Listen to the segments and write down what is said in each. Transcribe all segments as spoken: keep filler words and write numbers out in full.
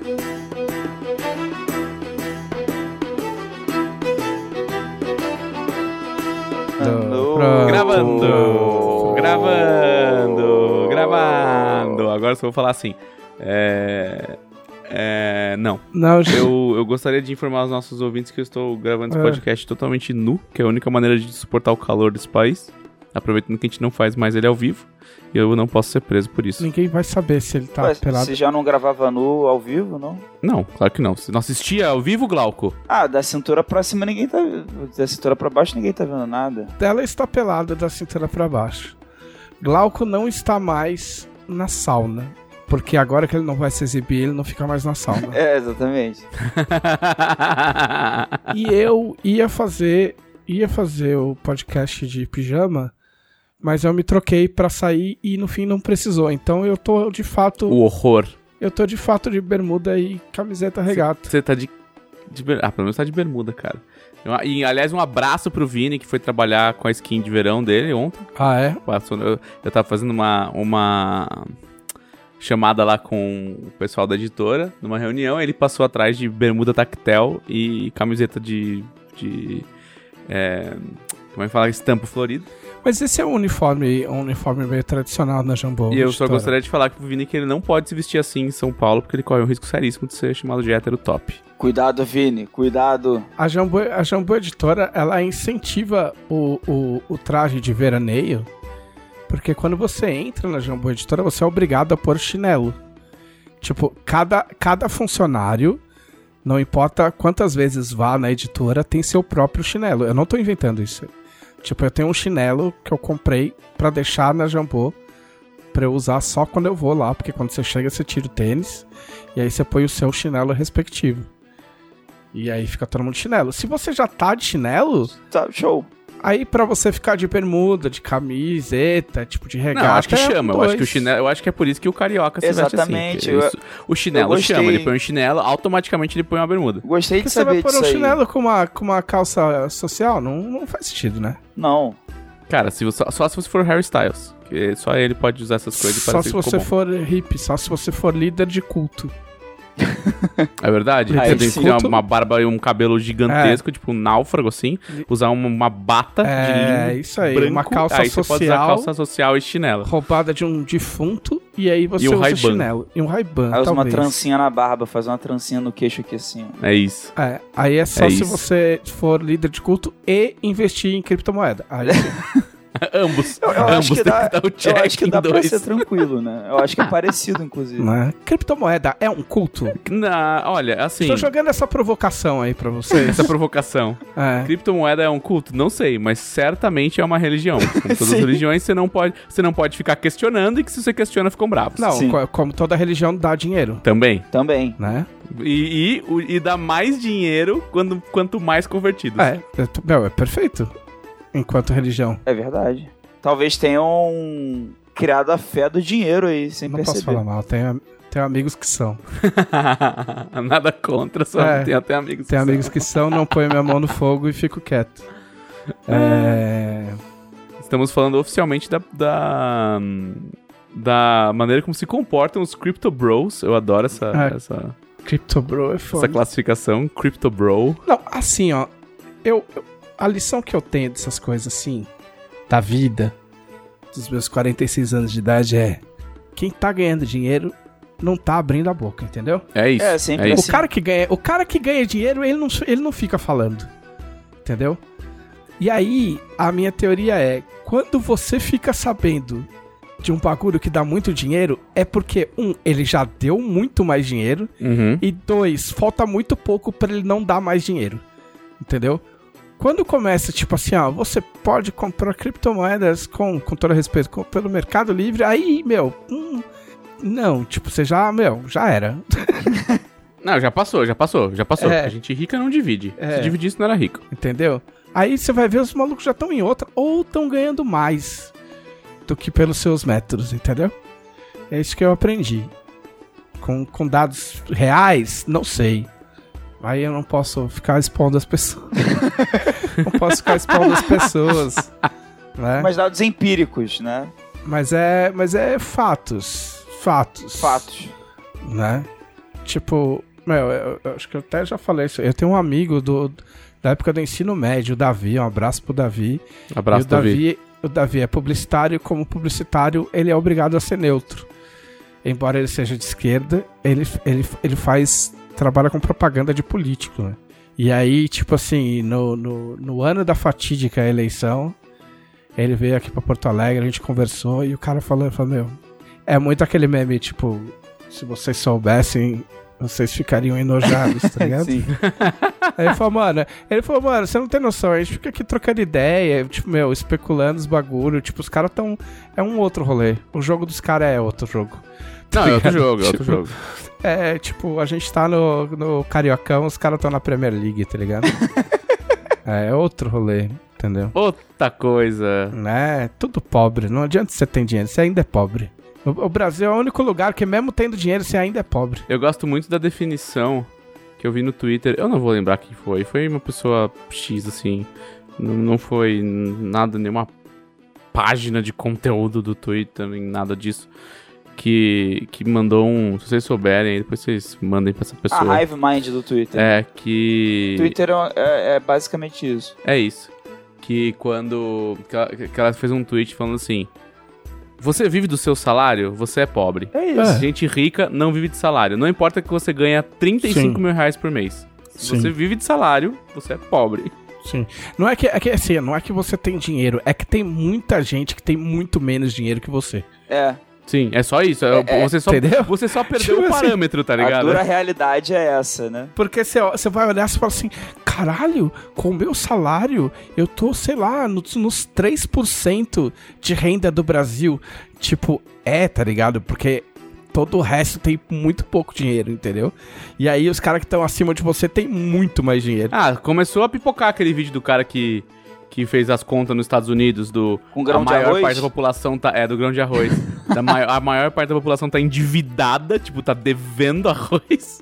Gravando, gravando, gravando. Agora só vou falar assim. É... É... Não. Não eu, eu gostaria de informar os nossos ouvintes que eu estou gravando esse podcast é. totalmente nu, que é a única maneira de suportar o calor desse país. Aproveitando que a gente não faz mais ele ao vivo. E eu não posso ser preso por isso. Ninguém vai saber se ele tá Ué, pelado. Você já não gravava nu ao vivo, não? Não, claro que não. Você não assistia ao vivo, Glauco? Ah, da cintura pra cima ninguém tá... Da cintura pra baixo ninguém tá vendo nada. Ela está pelada da cintura pra baixo. Glauco não está mais na sauna. Porque agora que ele não vai se exibir, ele não fica mais na sauna. É, exatamente. E eu ia fazer... Ia fazer o podcast de pijama... Mas eu me troquei pra sair e no fim não precisou. Então eu tô de fato... O horror. Eu tô de fato de bermuda e camiseta regata. Você tá de, de... Ah, pelo menos tá de bermuda, cara. E, aliás, um abraço pro Vini, que foi trabalhar com a skin de verão dele ontem. Ah, é? Eu, eu tava fazendo uma, uma chamada lá com o pessoal da editora, numa reunião. Ele passou atrás de bermuda tactel e camiseta de... de é, como é que fala? Estampa florida. Mas esse é um uniforme, um uniforme meio tradicional na Jambô. E eu só gostaria de falar pro Vini que ele não pode se vestir assim em São Paulo, porque ele corre um risco seríssimo de ser chamado de hétero top. Cuidado, Vini, cuidado. A Jambô, a Jambô Editora, ela incentiva o, o, o traje de veraneio, porque quando você entra na Jambô Editora, você é obrigado a pôr chinelo. Tipo, cada, cada funcionário, não importa quantas vezes vá na editora, tem seu próprio chinelo. Eu não tô inventando isso. Tipo, eu tenho um chinelo que eu comprei pra deixar na Jambô pra eu usar só quando eu vou lá, porque quando você chega você tira o tênis e aí você põe o seu chinelo respectivo. E aí fica todo mundo de chinelo. Se você já tá de chinelo... Tá, show. Aí pra você ficar de bermuda, de camiseta, tipo de regata... Não, acho que é chama. dois. Eu acho que, o chinelo, eu acho que é por isso que o carioca se Exatamente. veste assim. Isso, o chinelo chama, ele põe um chinelo, automaticamente ele põe uma bermuda. Gostei Porque de saber você vai pôr disso um aí. chinelo com uma, com uma calça social? Não, não faz sentido, né? Não. Cara, se você, só se você for Harry Styles. Que só ele pode usar essas coisas. Só se você for hippie, só se você for líder de culto. É verdade? Aí, você tem uma, uma barba e um cabelo gigantesco, é. tipo um náufrago assim, usar uma, uma bata é, de linho É, isso aí, branco, uma calça aí social. Você pode usar calça social e chinelo. Roubada de um defunto, e aí você e um usa Ray-Ban. chinelo. E um Ray-Ban, Aí usa uma talvez. trancinha na barba, faz uma trancinha no queixo aqui assim. É isso. É, aí é só é se isso. você for líder de culto e investir em criptomoeda. Aí ambos. Eu, eu ambos acho que dá, o check eu acho que dá pra dois. ser tranquilo, né? Eu acho que é parecido, inclusive. né? Criptomoeda é um culto? Na, olha, assim... Estou jogando essa provocação aí pra vocês. Essa provocação. É. Criptomoeda é um culto? Não sei, mas certamente é uma religião. Como todas as religiões, você não, pode, você não pode ficar questionando e que se você questiona, ficam bravos. Não, co- como toda religião dá dinheiro, Também. Também. né? E, e, o- e dá mais dinheiro quando, quanto mais convertidos. É, é, t- meu, é perfeito. Enquanto religião. É verdade. Talvez tenham criado a fé do dinheiro aí, sem Não perceber. posso falar mal, tenho, tenho amigos que são. Nada contra, só É, tem até amigos Tem que amigos são. que são, não ponho minha mão no fogo e fico quieto. É... Estamos falando oficialmente da, da, da maneira como se comportam os Crypto Bros. Eu adoro essa, É. essa, Crypto Bro é foda. essa classificação, Crypto Bro. Não, assim, ó. Eu, eu- a lição que eu tenho dessas coisas, assim, da vida, dos meus quarenta e seis anos de idade é: quem tá ganhando dinheiro não tá abrindo a boca, entendeu? É isso. É, sempre é O isso. cara que ganha, o cara que ganha dinheiro, ele não, ele não fica falando. Entendeu? E aí, a minha teoria é: quando você fica sabendo de um bagulho que dá muito dinheiro, é porque, um, ele já deu muito mais dinheiro, Uhum. e dois, falta muito pouco pra ele não dar mais dinheiro. Entendeu? Quando começa, tipo assim, ó, você pode comprar criptomoedas com, com todo respeito, com- pelo Mercado Livre, aí, meu, hum, não, tipo, você já, meu, já era. Não, já passou, já passou, já passou. É. A gente rica não divide. É. Se dividisse, não era rico. Entendeu? Aí você vai ver os malucos já estão em outra, ou estão ganhando mais do que pelos seus métodos, entendeu? É isso que eu aprendi. Com, com dados reais, não sei. Aí eu não posso ficar expondo as pessoas. Não posso ficar expondo as pessoas, né? Mas dados empíricos, né? Mas é, mas é fatos, fatos, Fatos. né? tipo, meu, eu, eu acho que eu até já falei isso. Eu tenho um amigo do, da época do ensino médio, o Davi, um abraço pro Davi. Abraço, e o Davi. Davi. O Davi é publicitário e como publicitário ele é obrigado a ser neutro. Embora ele seja de esquerda, ele, ele, ele faz, trabalha com propaganda de político, né? E aí, tipo assim, no, no, no ano da fatídica eleição, ele veio aqui pra Porto Alegre, a gente conversou e o cara falou, falou, meu, é muito aquele meme, tipo, se vocês soubessem, vocês ficariam enojados, tá ligado? Sim. Aí ele falou, mano, ele falou, mano, você não tem noção, a gente fica aqui trocando ideia, tipo, meu, especulando os bagulho, tipo, os caras tão, é um outro rolê, o jogo dos caras é outro jogo. Não, tá é outro ligado? jogo, é outro Tipo, jogo. É, tipo, a gente tá no, no Cariocão, os caras tão na Premier League, tá ligado? É outro rolê, entendeu? Outra coisa. É, tudo pobre, não adianta você ter dinheiro, você ainda é pobre. O, o Brasil é o único lugar que mesmo tendo dinheiro, você ainda é pobre. Eu gosto muito da definição que eu vi no Twitter. Eu não vou lembrar quem foi. Foi uma pessoa X, assim. Não, não foi nada, nenhuma página de conteúdo do Twitter, nem nada disso. Que, que mandou um... Se vocês souberem, depois vocês mandem pra essa pessoa. A Hive Mind do Twitter. É, que... Twitter é, é, é basicamente isso. É isso. Que quando... Que ela, que ela fez um tweet falando assim... Você vive do seu salário, você é pobre. É isso. É. Gente rica não vive de salário. Não importa que você ganha trinta e cinco Sim. mil reais por mês. Se Sim. você vive de salário, você é pobre. Sim. Não é que, é que assim, não é que você tem dinheiro, é que tem muita gente que tem muito menos dinheiro que você. É. Sim, é só isso. É, É, você, só, entendeu? você só perdeu Tipo o assim, parâmetro, tá A ligado? dura realidade é essa, né? Porque você você vai olhar e fala assim, caralho, com o meu salário, eu tô, sei lá, nos, nos três por cento de renda do Brasil. Tipo, é, tá ligado? Porque todo o resto tem muito pouco dinheiro, entendeu? E aí os caras que estão acima de você tem muito mais dinheiro. Ah, começou a pipocar aquele vídeo do cara que, que fez as contas nos Estados Unidos do... Com grão a de maior arroz? parte da população tá... É, do grão de arroz. da maior, a maior parte da população tá endividada, tipo, tá devendo arroz.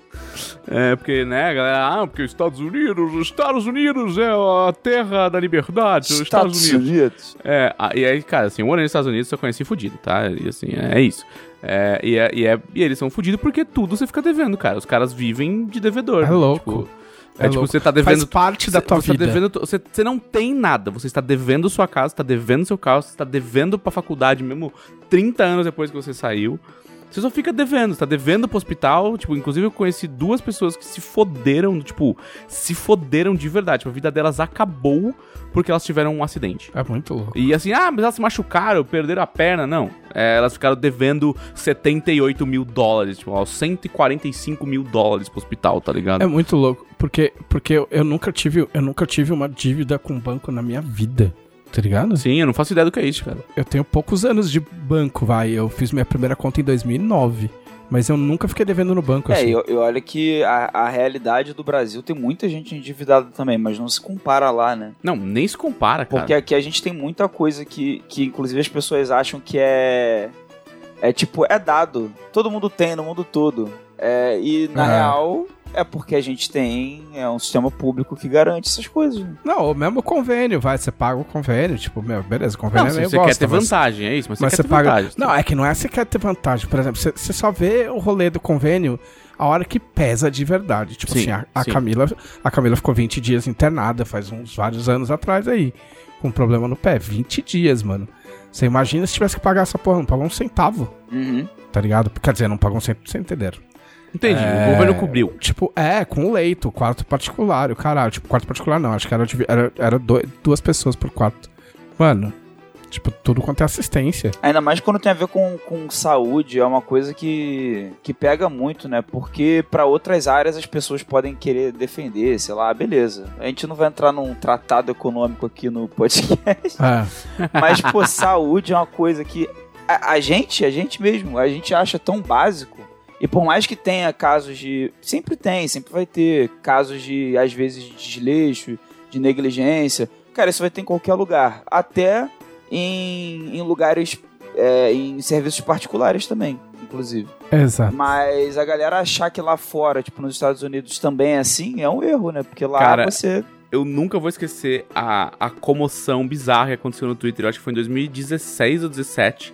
É, porque, né, a galera... Ah, porque os Estados Unidos... Os Estados Unidos é a terra da liberdade. Os Estados Unidos. É, a- e aí, cara, assim, eu morei nos Estados Unidos, só conheci fudido, tá? E assim, é, é isso. É, e, é, e, é, e eles são fudidos porque tudo você fica devendo, cara. Os caras vivem de devedor. É louco. Tipo, é, É tipo, louco. você tá devendo... Faz parte da Você- tua você vida. Tá devendo, você, você não tem nada. Você está devendo sua casa, está devendo seu carro, você está devendo pra faculdade mesmo trinta anos depois que você saiu. Você só fica devendo, você tá devendo pro hospital. Tipo, inclusive eu conheci duas pessoas que se foderam, tipo, se foderam de verdade. Tipo, a vida delas acabou porque elas tiveram um acidente. É muito louco. E assim, ah, mas elas se machucaram, perderam a perna. Não, é, elas ficaram devendo setenta e oito mil dólares, tipo, ó, cento e quarenta e cinco mil dólares pro hospital, tá ligado? É muito louco, porque, porque eu, eu, nunca tive, eu nunca tive uma dívida com banco na minha vida, tá ligado? Sim, eu não faço ideia do que é isso, cara. Eu tenho poucos anos de banco, vai. Eu fiz minha primeira conta em dois mil e nove, mas eu nunca fiquei devendo no banco, É, assim. e eu, eu olho que a, a realidade do Brasil tem muita gente endividada também, mas não se compara lá, né? Não, nem se compara, cara. Porque aqui a gente tem muita coisa que, que inclusive as pessoas acham que é... É tipo, é dado. Todo mundo tem no mundo todo. É, e na Ah. real é porque a gente tem é um sistema público que garante essas coisas. Não, o mesmo convênio, vai, você paga o convênio, tipo, meu, beleza, o convênio Não, é se meio você bosta, quer ter mas- vantagem, é isso, mas, Mas você você quer ter paga. vantagem. Não, é que não é você quer ter vantagem. Por exemplo, você, você só vê o rolê do convênio a hora que pesa de verdade. Tipo Sim, assim, a, a sim. Camila, a Camila ficou vinte dias internada faz uns vários anos atrás aí, com um problema no pé. vinte dias, mano. Você imagina se tivesse que pagar essa porra, não pagou um centavo, Uhum. tá ligado? Quer dizer, não pagou um centavo, vocês entenderam. Entendi, É, o governo cobriu. Tipo, é, com leito, quarto particular, o caralho. Tipo, quarto particular não, acho que era, divi- era, era dois- duas pessoas por quarto. Mano, tipo, tudo quanto é assistência. Ainda mais quando tem a ver com, com saúde, é uma coisa que, que pega muito, né? Porque pra outras áreas as pessoas podem querer defender, sei lá, beleza. A gente não vai entrar num tratado econômico aqui no podcast, É. mas, pô, saúde é uma coisa que a, a gente, a gente mesmo, a gente acha tão básico. E por mais que tenha casos de... Sempre tem, sempre vai ter casos de, às vezes, de desleixo, de negligência. Cara, isso vai ter em qualquer lugar. Até em, em lugares, é, em serviços particulares também, inclusive. Exato. Mas a galera achar que lá fora, tipo nos Estados Unidos também é assim, é um erro, né? Porque lá Cara, você... Eu nunca vou esquecer a, a comoção bizarra que aconteceu no Twitter. Eu acho que foi em dois mil e dezesseis ou dezessete.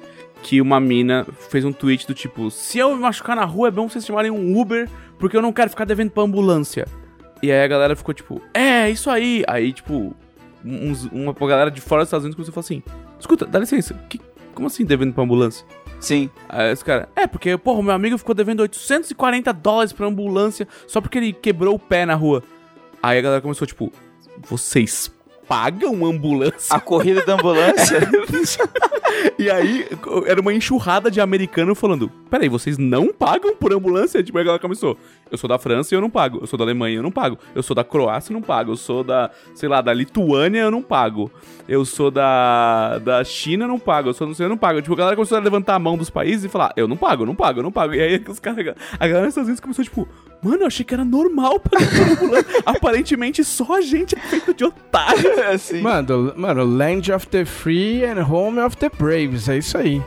que uma mina fez um tweet do tipo, se eu me machucar na rua é bom vocês chamarem um Uber, porque eu não quero ficar devendo pra ambulância. E aí a galera ficou tipo, é, isso aí. Aí, tipo, uns, uma galera de fora dos Estados Unidos começou a falar assim, escuta, dá licença, que, como assim devendo pra ambulância? Sim. Aí esse cara, é, porque, porra, o meu amigo ficou devendo oitocentos e quarenta dólares pra ambulância só porque ele quebrou o pé na rua. Aí a galera começou, tipo, vocês pagam ambulância? A corrida da ambulância? E aí, era uma enxurrada de americano falando, peraí, vocês não pagam por ambulância? Tipo, aí a galera começou, eu sou da França e eu não pago, eu sou da Alemanha e eu não pago, eu sou da Croácia e não pago, eu sou da, sei lá, da Lituânia e eu não pago, eu sou da, da China e não pago, eu sou não sei, eu não pago. Tipo, a galera começou a levantar a mão dos países e falar, eu não pago, eu não pago, eu não pago. E aí os caras, a galera nos Estados Unidos começou, tipo, mano, eu achei que era normal pagar por ambulância. Aparentemente só a gente é feito de otário. Assim. Mano, mano, land of the free and home of the braves, é isso aí.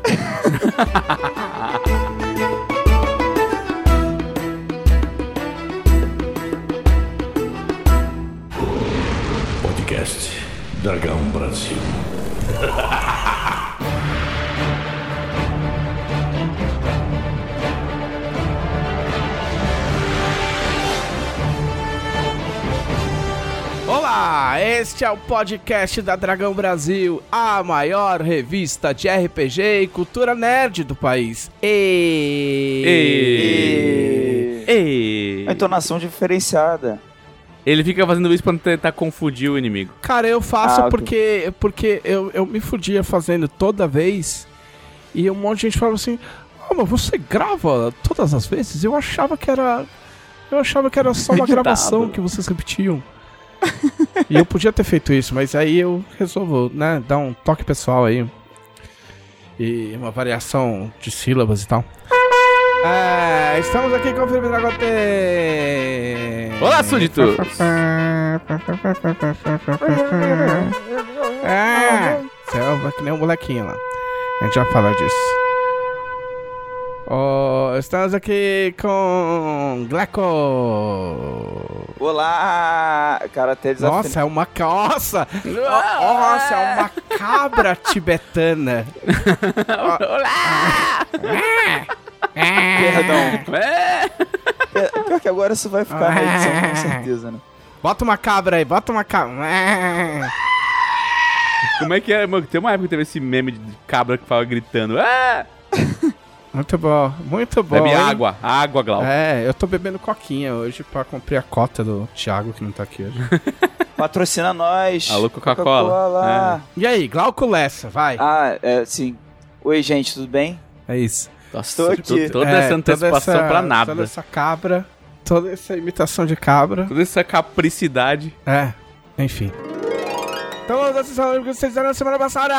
Podcast Dragão Brasil. Olá, este é o podcast da Dragão Brasil, a maior revista de R P G e cultura nerd do país. E... E... E... Uma entonação diferenciada. Ele fica fazendo isso pra tentar confundir o inimigo. Cara, eu faço Ah, porque, porque eu, eu me fudia fazendo toda vez e um monte de gente falava assim, ah, mas você grava todas as vezes? Eu achava que era... Eu achava que era só uma Editado. gravação que vocês repetiam. E eu podia ter feito isso, mas aí eu resolvo, né, dar um toque pessoal aí. E uma variação de sílabas e tal. É, estamos aqui com o Felipe Dragote. Olá, súditos! É, você é que nem um molequinho lá. A gente vai falar disso. Oh, estamos aqui com Gleco. Olá! Cara, até desafio. Nossa, é uma nossa, nossa, é uma cabra tibetana. Olá! Perdão. É. É, pior que agora isso vai ficar na edição, com certeza, né? Bota uma cabra aí, bota uma cabra. Como é que é? Mano, tem uma época que teve esse meme de cabra que fala gritando. Ah! Muito bom, muito bom. Bebe hein? água, água, Glauco. É, eu tô bebendo coquinha hoje pra cumprir a cota do Thiago, que não tá aqui hoje. Patrocina nós. Alô, Coca-Cola. Coca-Cola. E aí, Glauco Lessa, vai. Ah, é, sim. Oi, gente, tudo bem? É isso. Nossa, Tô aqui. toda É, essa antecipação toda essa- pra nada. Toda essa cabra, toda essa imitação de cabra. Toda essa capricidade. É, enfim. Então vamos assistir o que vocês fizeram na semana passada!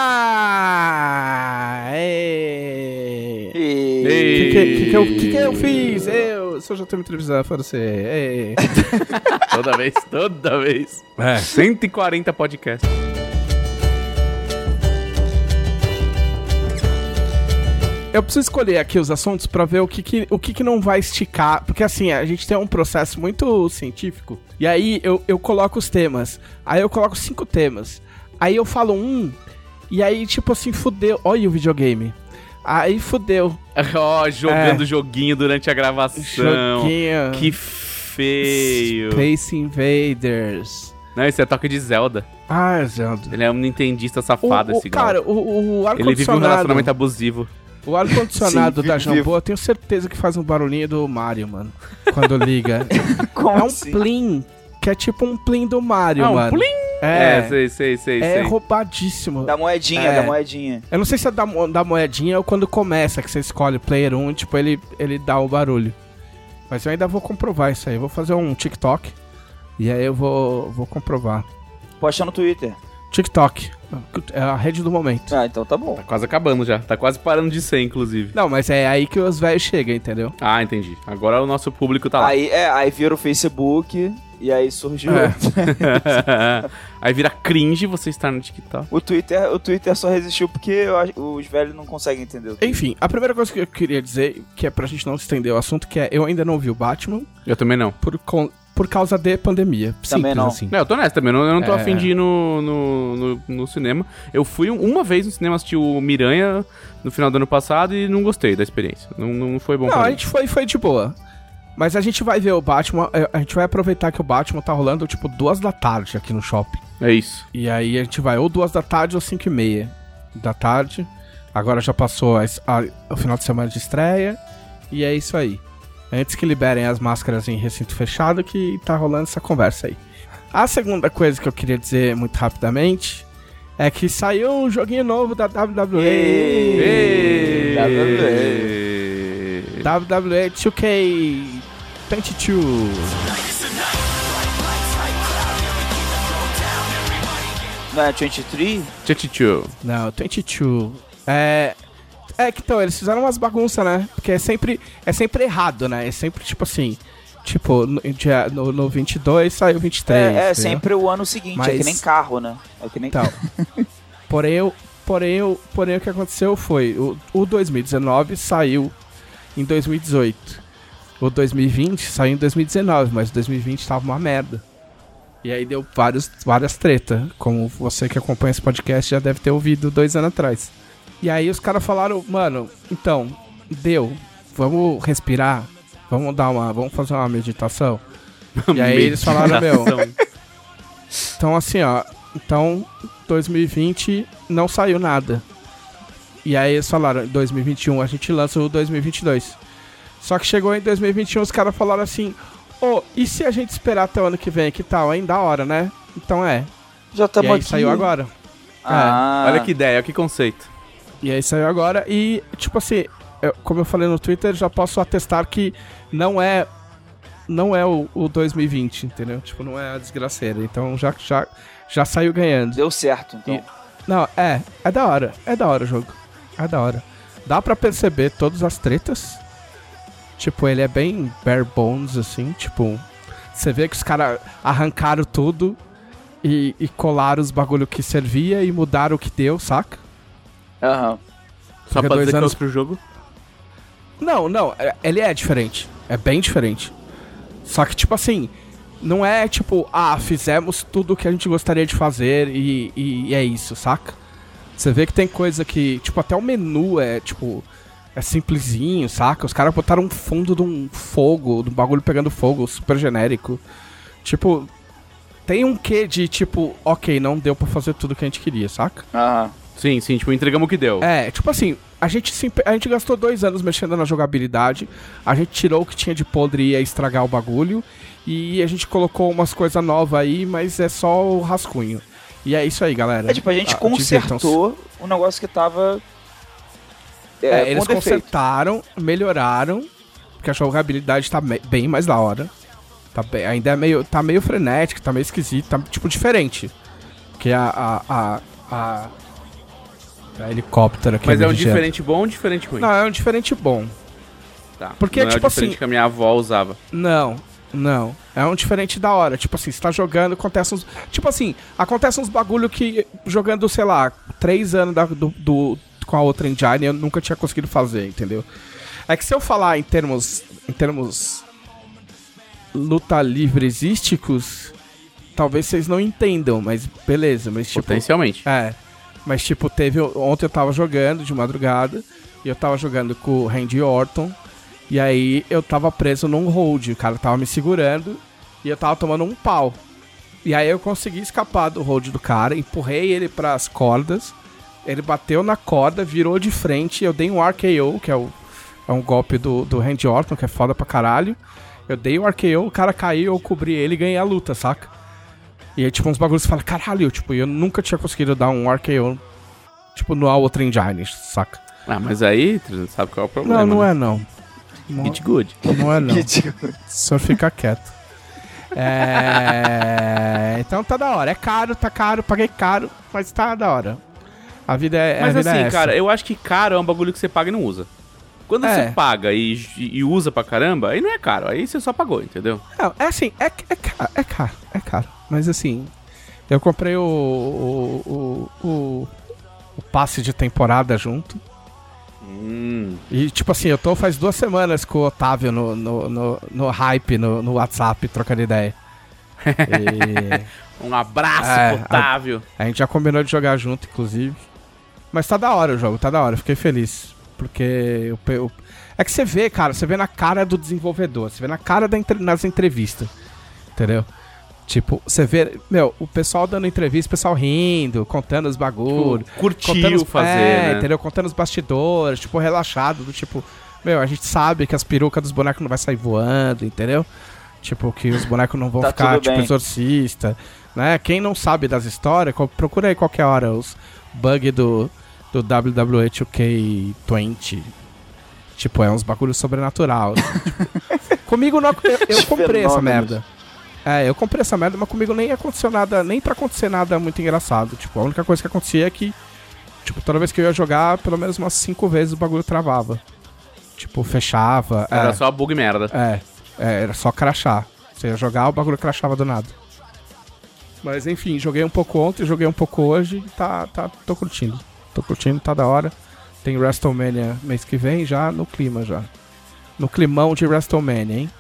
Ê! O E... que, que, que, que, eu, que que eu fiz? Eu sou já tô me televisando, foda-se. Ê! Toda vez, toda vez. É. cento e quarenta podcasts. Eu preciso escolher aqui os assuntos pra ver o que, que, o que, que não vai esticar. Porque assim, a gente tem um processo muito científico. E aí eu, eu coloco os temas. Aí eu coloco cinco temas. Aí eu falo um. E aí, tipo assim, fudeu. Olha o videogame. Aí fudeu. Ó, jogando É. joguinho durante a gravação. Joguinho. Que feio. Space Invaders. Não, isso é toque de Zelda. Ah, Zelda. Ele é um nintendista safado, O- o- esse Glauco. cara, o, o Ele vive um ar-condicionado. relacionamento abusivo. O ar-condicionado Sim, da vivo. Jambô, eu tenho certeza que faz um barulhinho do Mario, mano. Quando liga. Como É um assim? plim, que é tipo um plim do Mario, Ah, um mano. plim? É, É, sei, sei, sei, é sei. roubadíssimo. Da moedinha, É. da moedinha. Eu não sei se é da, mo- da moedinha ou quando começa, que você escolhe player um, tipo, ele, ele dá o barulho. Mas eu ainda vou comprovar isso aí. Eu vou fazer um TikTok e aí eu vou, vou comprovar. Posta no Twitter. TikTok. É a rede do momento. Ah, então tá bom. Tá quase acabando já. Tá quase parando de ser, inclusive. Não, mas é aí que os velhos chegam, entendeu? Ah, entendi. Agora o nosso público tá lá. Aí, é, aí vira o Facebook e aí surgiu. É. Aí vira cringe você estar no TikTok. O Twitter, o Twitter só resistiu porque eu acho- os velhos não conseguem entender. o Twitter. Enfim, a primeira coisa que eu queria dizer, que é pra gente não estender o assunto, que é eu ainda não vi o Batman, Eu também não. por con- por causa de pandemia. Também Simples, não. assim. Não, eu tô nessa também, eu não, eu não tô É. afim de ir no, no, no, no cinema. Eu fui um- uma vez no cinema assistir o Miranha no final do ano passado e não gostei da experiência. Não, não foi bom Não, pra a mim. gente foi, foi de boa. Mas a gente vai ver o Batman, é, a gente vai aproveitar que o Batman tá rolando, tipo, duas da tarde aqui no shopping. É isso. E aí a gente vai ou duas da tarde ou cinco e meia da tarde. Agora já passou a, a, o final de semana de estreia. E é isso aí. Antes que liberem as máscaras em recinto fechado, que tá rolando essa conversa aí. A segunda coisa que eu queria dizer muito rapidamente é que saiu um joguinho novo da W W E. Ei, W W E... W W E dois K vinte e dois. Não é vinte e três? Tchau. Não, vinte e dois. É. É que então, eles fizeram umas bagunças, né? Porque é sempre, é sempre errado, né? É sempre tipo assim. Tipo, no, dia- no, no vinte e dois saiu vinte e três. É, é entendeu? sempre o ano seguinte, é Mas- que nem carro, né? É que nem Então. porém, eu, porém, eu, porém, o que aconteceu foi: o, o dois mil e dezenove saiu em dois mil e dezoito. O dois mil e vinte saiu em dois mil e dezenove, mas o dois mil e vinte tava uma merda. E aí deu vários, várias tretas. Como você que acompanha esse podcast já deve ter ouvido dois anos atrás. E aí os caras falaram, mano, então, deu. Vamos respirar. Vamos dar uma. Vamos fazer uma meditação. E aí eles falaram, meu. Então assim, ó. Então, dois mil e vinte não saiu nada. E aí eles falaram, em dois mil e vinte e um a gente lança o dois mil e vinte e dois. Só que chegou em dois mil e vinte e um, os caras falaram assim, ô, oh, e se a gente esperar até o ano que vem? Que tal, hein? Da hora, né? Então é. Já E estamos aí aqui. saiu agora. Ah, Olha que ideia, que conceito. E aí saiu agora e, tipo assim, eu- como eu falei no Twitter, já posso atestar que não é não é o, o dois mil e vinte, entendeu? Tipo, não é a desgraceira. Então já, já, já saiu ganhando. Deu certo, então. E- Não, é, é da hora. É da hora o jogo. É da hora. Dá pra perceber todas as tretas. Tipo, ele é bem bare bones, assim. Tipo, você vê que os caras arrancaram tudo e, e colaram os bagulho que servia e mudaram o que deu, saca? Aham. Só Fica pra dois dizer anos- que é outro jogo. Não, não, é- ele é diferente. É bem diferente. Só que, tipo assim, não é tipo, ah, fizemos tudo o que a gente gostaria de fazer e, e- e é isso, saca? Você vê que tem coisa que, tipo, até o menu é, tipo, é simplesinho, saca? Os caras botaram um fundo de um fogo, de um bagulho pegando fogo, super genérico. Tipo, tem um quê de, tipo, ok, não deu pra fazer tudo que a gente queria, saca? Aham. Sim, sim, tipo, entregamos o que deu. É, tipo assim, a gente, se empe- a gente gastou dois anos mexendo na jogabilidade, a gente tirou o que tinha de podre e ia estragar o bagulho, e a gente colocou umas coisas novas aí, mas é só o rascunho. E é isso aí, galera. É tipo, a gente Ah, divirtam-se. consertou um negócio que tava. É, É, com eles defeito. consertaram, melhoraram, porque a jogabilidade tá me- bem mais da hora. Tá bem, ainda é meio, tá meio frenético, tá meio esquisito, tá tipo diferente. Porque a. a, a, a, a helicóptero aqui. Mas é um vigiando. diferente bom ou um diferente ruim? Não, é um diferente bom. Tá. porque, não é tipo o diferente assim- que a minha avó usava. Não, não. É um diferente da hora. Tipo assim, você tá jogando, acontece uns. Tipo assim, acontece uns bagulho que jogando, sei lá, três anos da- do, do- com a outra engine eu nunca tinha conseguido fazer, entendeu? É que se eu falar em termos. Em termos. Luta livresísticos, talvez vocês não entendam, mas beleza, mas tipo. Potencialmente. É. Mas tipo, teve. Ontem eu tava jogando de madrugada. E eu tava jogando com o Randy Orton. E aí eu tava preso num hold. O cara tava me segurando. E eu tava tomando um pau. E aí eu consegui escapar do hold do cara. Empurrei ele pras cordas. Ele bateu na corda, virou de frente. Eu dei um R K O, que é, o, é um golpe do, do Randy Orton, que é foda pra caralho. Eu dei um R K O, o cara caiu, eu cobri ele e ganhei a luta, saca? E aí, tipo, uns bagulhos que você fala, caralho, tipo, eu nunca tinha conseguido dar um R K O, tipo, no outra engine, saca? Ah, mas aí, sabe qual é o problema? Não, não né? é não. Não, Hit good. não é não. Que tipo- O senhor fica quieto. É... Então tá da hora. É caro, tá caro, paguei caro, mas tá da hora. A vida é, Mas a vida assim, é essa. cara, eu acho que caro é um bagulho que você paga e não usa. Quando É. você paga e, e usa pra caramba, aí não é caro, aí você só pagou, entendeu? Não, é assim, é, é caro, é caro, é caro. Mas assim, eu comprei o, o, o, o, o passe de temporada junto. Hum. E, tipo assim, eu tô faz duas semanas com o Otávio no, no, no, no hype, no, no WhatsApp, trocando ideia. E... um abraço, É, Otávio. A gente já combinou de jogar junto, inclusive. Mas tá da hora o jogo, tá da hora. Fiquei feliz. Porque o, o, é que você vê, cara, você vê na cara do desenvolvedor, você vê na cara da, nas entrevistas. Entendeu? Tipo, você vê, meu, o pessoal dando entrevista, o pessoal rindo, contando os bagulhos. Tipo, curtiu contando os, fazer, é, né? entendeu? Contando os bastidores, tipo, relaxado, do tipo, meu, a gente sabe que as perucas dos bonecos não vai sair voando, entendeu? Tipo, que os bonecos não vão Tá ficar, tudo tipo, bem. exorcista, né? Quem não sabe das histórias, co- procura aí qualquer hora os bugs do, do W W E dois K vinte. Tipo, é uns bagulhos sobrenatural. assim, tipo. Comigo não, eu, eu comprei essa Fenômenos. merda. É, eu comprei essa merda, mas comigo nem aconteceu nada, nem pra acontecer nada muito engraçado. Tipo, a única coisa que acontecia é que, tipo, toda vez que eu ia jogar, pelo menos umas cinco vezes o bagulho travava. Tipo, fechava. Era é, só bug merda. é, é, era só crachar. Você ia jogar, o bagulho crachava do nada. Mas enfim, joguei um pouco ontem, joguei um pouco hoje e tá, tá, tô curtindo. Tô curtindo, tá da hora. Tem WrestleMania mês que vem já, no clima já. No climão de WrestleMania, hein?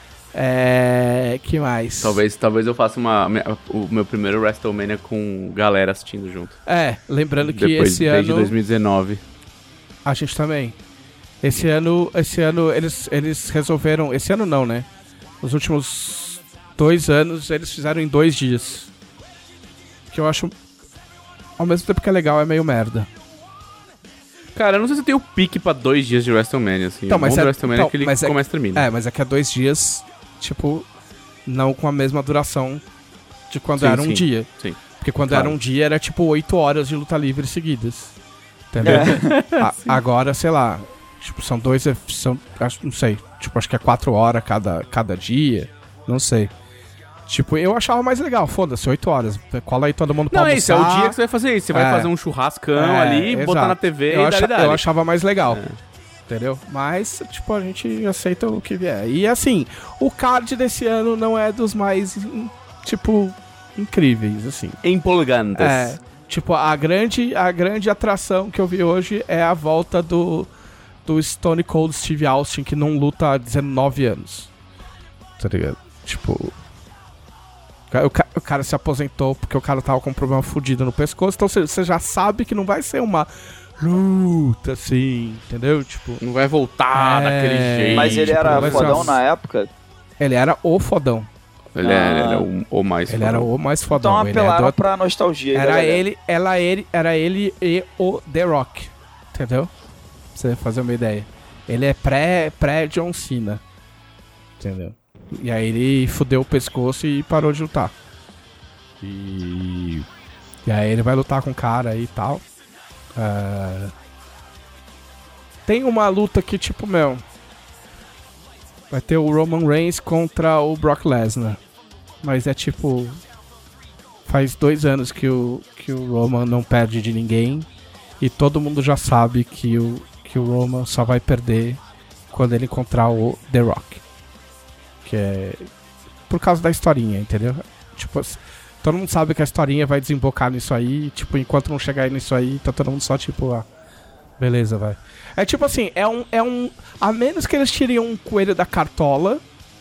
É... que mais? Talvez, talvez eu faça uma, minha- o meu primeiro WrestleMania com galera assistindo junto. É, lembrando que Depois, esse desde ano... dois mil e dezenove. A gente também. Esse ano, esse ano eles, eles resolveram... Esse ano não, né? Os últimos dois anos eles fizeram em dois dias. Que eu acho... Ao mesmo tempo que é legal, é meio merda. Cara, eu não sei se eu tenho pique pra dois dias de WrestleMania, assim. Então, o mas bom do é- WrestleMania então, é que ele mas é- começa e termina. É, mas é que é dois dias, tipo... Não com a mesma duração de quando Sim, era um sim. dia. Sim. Porque quando Claro. era um dia, era tipo oito horas de luta livre seguidas. Entendeu? É. A- agora, sei lá, tipo, são dois... São, acho, não sei, tipo, acho que é quatro horas cada, cada dia. Não sei. Tipo, eu achava mais legal, foda-se, oito horas. Cola aí todo mundo pra Não, é isso, é o almoçar. dia que você vai fazer isso. Você vai É. fazer um churrascão É, ali, botar exato. na T V eu e acha- dali, dali. Eu achava mais legal. É. Entendeu? Mas, tipo, a gente aceita o que vier. E assim, o card desse ano não é dos mais, in- tipo, incríveis, assim. Empolgantes. É. Tipo, a grande, a grande atração que eu vi hoje é a volta do, do Stone Cold Steve Austin, que não luta há dezenove anos. Tá ligado? Tipo. O, ca- o cara se aposentou porque o cara tava com um problema fudido no pescoço, então você você já sabe que não vai ser uma luta assim, entendeu? Tipo, Não vai voltar É. daquele jeito. Mas ele tipo, era vai ser fodão umas- na época. ele era o fodão. Ele, Ah. é- ele era o, o mais Ele fodão. era o mais fodão. Então ele é apelaram do- pra nostalgia. aí da Era galera. ele, ela, ele, era ele e o The Rock. Entendeu? Pra você fazer uma ideia. Ele é pré, pré-John Cena. Entendeu? E aí ele fudeu o pescoço e parou de lutar. E. E aí ele vai lutar com o cara aí e tal. Ah, Tem uma luta que, tipo, meu. Vai ter o Roman Reigns contra o Brock Lesnar. Mas é tipo. Faz dois anos que o, que o Roman não perde de ninguém. E todo mundo já sabe que o, que o Roman só vai perder quando ele encontrar o The Rock. Que é. Por causa da historinha, entendeu? Tipo, assim, todo mundo sabe que a historinha vai desembocar nisso aí. Tipo, enquanto não chegar nisso aí, tá todo mundo só tipo, ah, beleza, vai. É tipo assim, é um. É um a menos que eles tirem um coelho da cartola.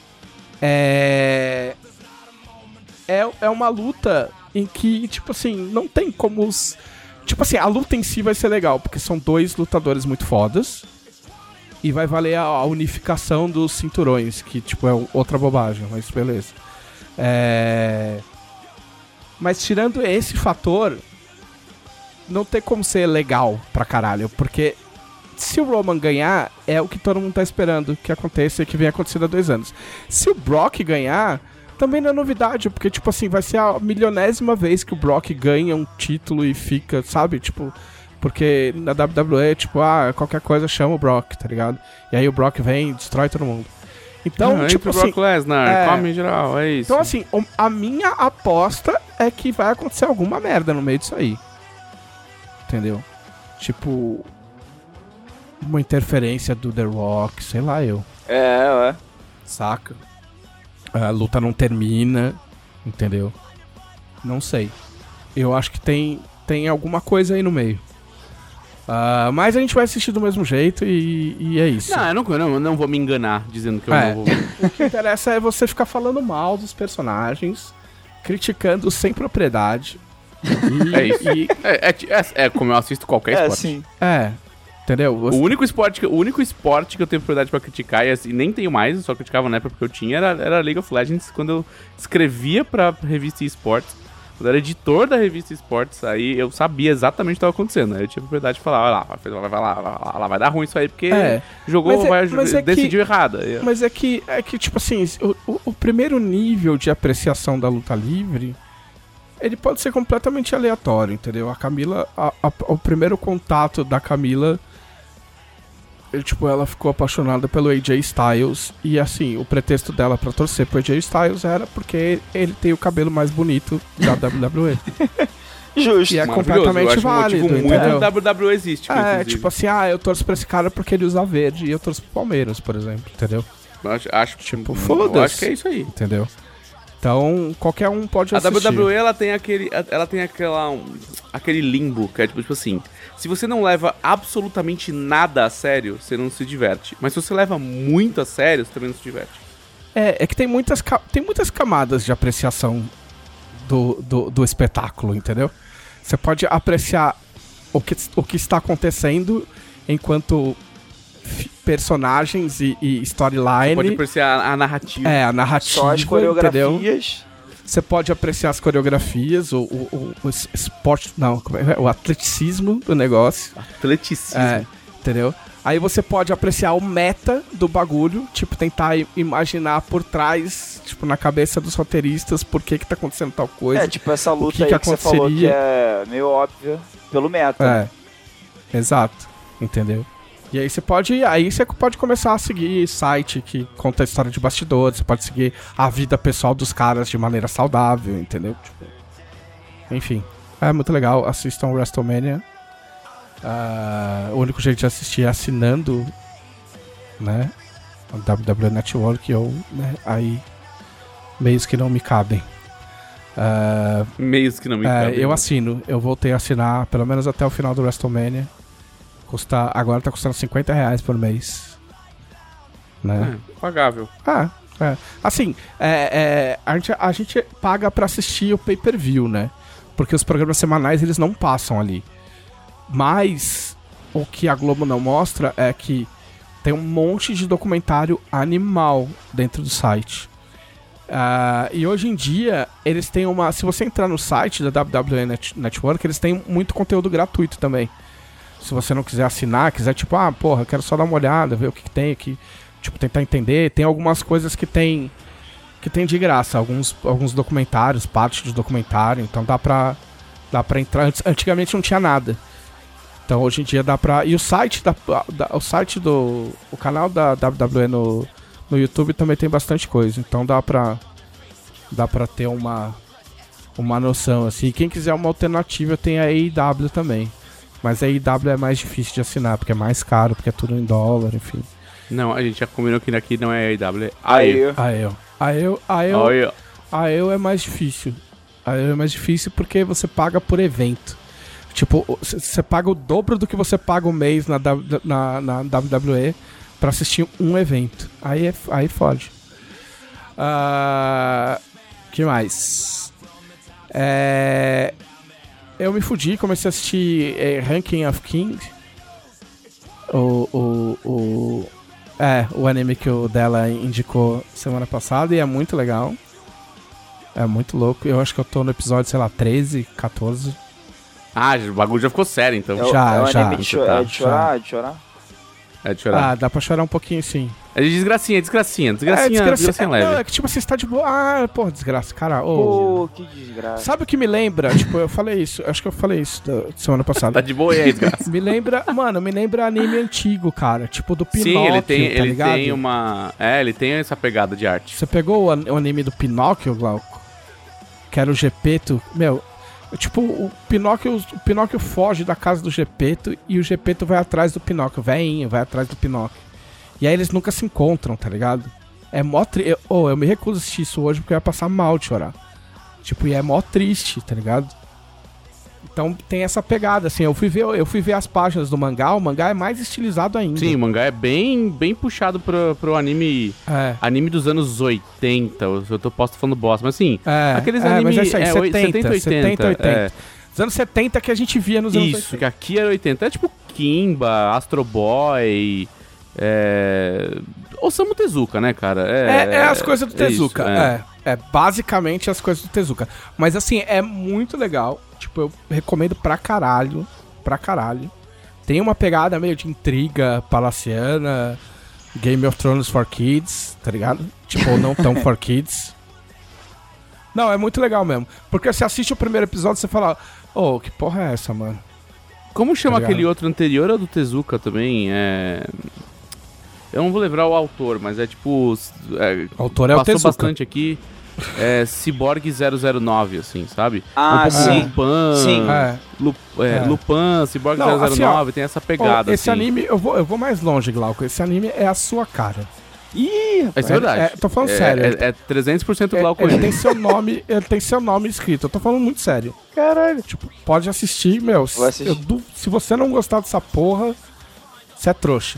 É. É, é uma luta em que, tipo assim, não tem como os. Tipo assim, a luta em si vai ser legal, porque são dois lutadores muito fodas. E vai valer a, a unificação dos cinturões, que, tipo, é outra bobagem, mas beleza. É. Mas tirando esse fator, não tem como ser legal pra caralho, porque se o Roman ganhar, é o que todo mundo tá esperando que aconteça e que vem acontecendo há dois anos. Se o Brock ganhar, também não é novidade, porque, tipo assim, vai ser a milionésima vez que o Brock ganha um título e fica, sabe? Tipo, porque na W W E, tipo, ah, qualquer coisa chama o Brock, tá ligado? E aí o Brock vem e destrói todo mundo. Então, Ah, tipo entre o assim... Brock Lesnar, é. come em geral, é isso. Então, assim, o- a minha aposta é que vai acontecer alguma merda no meio disso aí. Entendeu? Tipo, uma interferência do The Rock, sei lá eu. É, ué. Saca? A luta não termina, entendeu? Não sei. Eu acho que tem, tem alguma coisa aí no meio. Uh, mas a gente vai assistir do mesmo jeito e, e é isso. Não, eu não, eu não, eu não vou me enganar dizendo que eu É. não vou ver. O que interessa é você ficar falando mal dos personagens, criticando sem propriedade. E, É isso. e- É, é, é, é como eu assisto qualquer É, esporte. sim. é, entendeu? O Você- único esporte, que, o único esporte que eu tenho propriedade pra criticar, e assim, nem tenho mais, eu só criticava na época porque eu tinha, era, era League of Legends, quando eu escrevia pra revista eSports. Quando eu era editor da revista eSports, aí eu sabia exatamente o que estava acontecendo. Aí eu tinha propriedade de falar, olha lá, vai, vai, vai lá, vai lá, lá, vai dar ruim isso aí, porque É. jogou, Mas é- vai, mas é que- decidiu errado. Aí, ó. Mas é que, é que tipo assim, o, o- o primeiro nível de apreciação da luta livre, ele pode ser completamente aleatório, entendeu? A Camila, a- a- o primeiro contato da Camila, ele, tipo, ela ficou apaixonada pelo A J Styles e assim, o pretexto dela pra torcer pro A J Styles era porque ele tem o cabelo mais bonito da W W E. Justo. E é Maravilhoso, completamente eu acho válido, um motivo muito entendeu? W W E existe. É, inclusive. tipo assim, ah, eu torço pra esse cara porque ele usa verde e eu torço pro Palmeiras, por exemplo, entendeu? Eu acho, acho, tipo, eu foda-se. acho que é isso aí. Entendeu? Então, qualquer um pode A assistir. W W E, ela tem aquele, ela tem aquela, um, aquele limbo, que é tipo, tipo assim, se você não leva absolutamente nada a sério, você não se diverte. Mas se você leva muito a sério, você também não se diverte. É, é que tem muitas, ca- tem muitas camadas de apreciação do, do, do espetáculo, entendeu? Você pode apreciar o que, o que está acontecendo enquanto fi- personagens e, e storyline. Pode apreciar a, a narrativa. É, a narrativa, Só as entendeu? coreografias. Você pode apreciar as coreografias, o, o, o, o es- esporte, não, como é, o atleticismo do negócio. Atleticismo. É, entendeu? Aí você pode apreciar o meta do bagulho, tipo, tentar i- imaginar por trás, tipo, na cabeça dos roteiristas, por que que tá acontecendo tal coisa. É, tipo essa luta que aí que que você falou que aconteceria? é meio óbvia pelo meta. É, exato, entendeu? E aí você pode, aí você pode começar a seguir site que conta a história de bastidores, você pode seguir a vida pessoal dos caras de maneira saudável, entendeu? Tipo, enfim, é muito legal, assistam o WrestleMania. Ah, o único jeito de assistir é assinando, né, o W W E Network ou, né, aí meios que não me cabem. Ah, Meios que não me é, cabem. eu assino. Eu voltei a assinar pelo menos até o final do WrestleMania. Custa, agora tá custando cinquenta reais por mês. Né? É, pagável. Ah, é. Assim, é, é, a, gente, a gente paga pra assistir o pay-per-view, né? Porque os programas semanais eles não passam ali. Mas o que a Globo não mostra é que tem um monte de documentário animal dentro do site. Ah, e hoje em dia, eles têm uma... Se você entrar no site da W W E Net- Network, eles têm muito conteúdo gratuito também. Se você não quiser assinar, quiser tipo, ah, porra, eu quero só dar uma olhada, ver o que, que tem aqui, tipo, tentar entender. Tem algumas coisas que tem que tem de graça, alguns, alguns documentários, parte do documentário, então dá pra, dá pra entrar. Antes- Antigamente não tinha nada. Então hoje em dia dá pra... E o site, da, da- o site do... O canal da W W E no, no YouTube também tem bastante coisa, então dá pra... Dá pra ter uma... Uma noção, assim. Quem quiser uma alternativa tem a A E W também. Mas a A E W é mais difícil de assinar, porque é mais caro, porque é tudo em dólar, enfim. Não, a gente já combinou que aqui não é A E W, é A E. Aí, A eu. A eu, a eu, Olha, a eu é mais difícil. A eu é mais difícil porque você paga por evento. Tipo, você paga o dobro do que você paga o mês na, W- na, na W W E pra assistir um evento. Aí, é, aí fode. Ah, que mais? É... Eu me fudi, comecei a assistir é, Ranking of Kings. O, o, o, é, o anime que o dela indicou semana passada e é muito legal. É muito louco. Eu acho que eu tô no episódio, sei lá, treze, catorze. ah, o bagulho já ficou sério, então. é, o- Já, é um já. anime de, cho- Tá, é de chorar, é de chorar. É de chorar. Ah, dá pra chorar um pouquinho sim. É de desgracinha, desgracinha, desgracinha, é, desgraça... desgracinha Não, leve. é que tipo assim, você tá de boa. Ah, porra, desgraça, cara. ô. Pô, que desgraça. Sabe o que me lembra? Tipo, eu falei isso, acho que eu falei isso da semana passada. Tá de boa aí, desgraça. Me lembra, mano, me lembra anime antigo, cara. Tipo do Pinóquio, Sim, ele tem, tá ele ligado? tem uma... É, ele tem essa pegada de arte. Você pegou o, an- o anime do Pinóquio, Glauco? Que era o Gepeto. Meu, tipo, o Pinóquio, o Pinóquio foge da casa do Gepeto e o Gepeto vai atrás do Pinóquio. Veinho, vai atrás do Pinóquio. E aí eles nunca se encontram, tá ligado? É mó triste. Eu, oh, eu me recuso a assistir isso hoje porque eu ia passar mal de chorar. Tipo, e é mó triste, tá ligado? Então tem essa pegada, assim, eu fui ver, eu fui ver as páginas do mangá, o mangá é mais estilizado ainda. Sim, o mangá é bem, bem puxado pro, pro anime É. anime dos anos oitenta, eu tô, posso estar falando bosta, mas assim, É, aqueles é, animes mas é isso aí, é, setenta, setenta, oitenta. setenta, oitenta. É. Os anos setenta que a gente via nos anos Isso, oitenta. que aqui era oitenta. É tipo Kimba, Astro Boy, é... Osamu Tezuka, né, cara? É, é as coisas do é Tezuka, isso, é. é. basicamente as coisas do Tezuka. Mas assim, é muito legal, tipo, eu recomendo pra caralho, pra caralho. Tem uma pegada meio de intriga palaciana, Game of Thrones for Kids, tá ligado? Tipo, não tão for Kids. Não, é muito legal mesmo. Porque você assiste o primeiro episódio e você fala, ô, oh, que porra é essa, mano? Como chama Tá aquele ligado? outro anterior ao do Tezuka também? É... Eu não vou lembrar o autor, mas é tipo... É... O autor é o Passou Tezuka. bastante aqui. É Cyborg zero zero nove, assim, sabe? Ah, um pouco sim. Lupin, Sim. É. Lu, é, É. Lupin, Cyborg Não, zero zero nove, assim, tem essa Ó, pegada, esse assim. anime, eu vou, eu vou mais longe, Glauco. Esse anime é a sua cara. Ih, Isso é verdade. É, tô falando é, sério. É, é trezentos por cento É, Glauco ele ele. tem seu nome, ele tem seu nome escrito. Eu tô falando muito sério. caralho. Tipo, pode assistir, meu. Vou assistir. eu du- se você não gostar dessa porra, você é trouxa.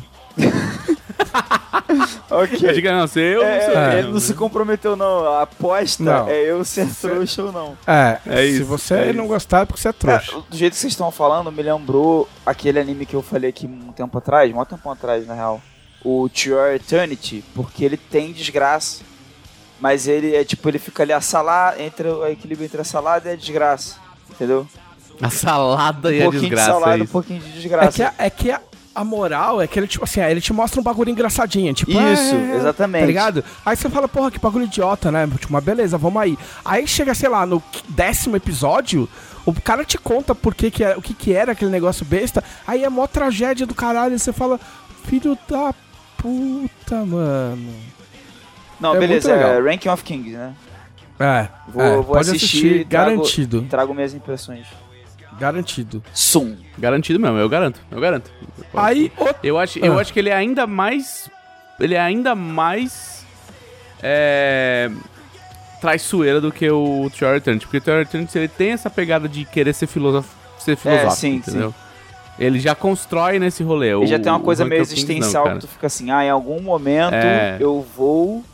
Ok. Eu digo, não, sei eu, É, não sei. é, É. ele não se comprometeu, não. A aposta Não. é eu ser trouxa ou não. É, É se isso, você é não isso. gostar é porque você é trouxa. Cara, do jeito que vocês estão falando, me lembrou aquele anime que eu falei aqui um tempo atrás, um tempo atrás, na real. O To Your Eternity, porque ele tem desgraça. Mas ele é tipo, ele fica ali a salada, entre o equilíbrio entre a salada e a desgraça. Entendeu? A salada Um e a pouquinho desgraça. de salada, é um isso. pouquinho de É desgraça. que, a, é que a, a moral é que ele, tipo assim, ele te mostra um bagulho engraçadinho, tipo... Isso, é, exatamente. Tá ligado? Aí você fala, porra, que bagulho idiota, né? Tipo, mas beleza, vamos aí. Aí chega, sei lá, no décimo episódio, o cara te conta por que que é, o que que era aquele negócio besta, aí é mó tragédia do caralho, e você fala, filho da puta, mano. Não, É beleza, muito legal. é Ranking of Kings, né? É, Vou, é, vou pode assistir, assistir, e trago- garantido, Trago minhas impressões. garantido. Sum. Garantido mesmo, eu garanto, eu garanto. Aí, o- Eu acho, eu Ah. acho que ele é ainda mais. Ele é ainda mais. É. Traiçoeira do que o To Your Eternity. Porque o To Your Eternity ele tem essa pegada de querer ser, filosof... ser filosófico, sim, entendeu? Ele já constrói nesse rolê. Ele o, já tem uma coisa o meio Ranking of Kings existencial não, que cara. tu fica assim, ah, em algum momento É. eu vou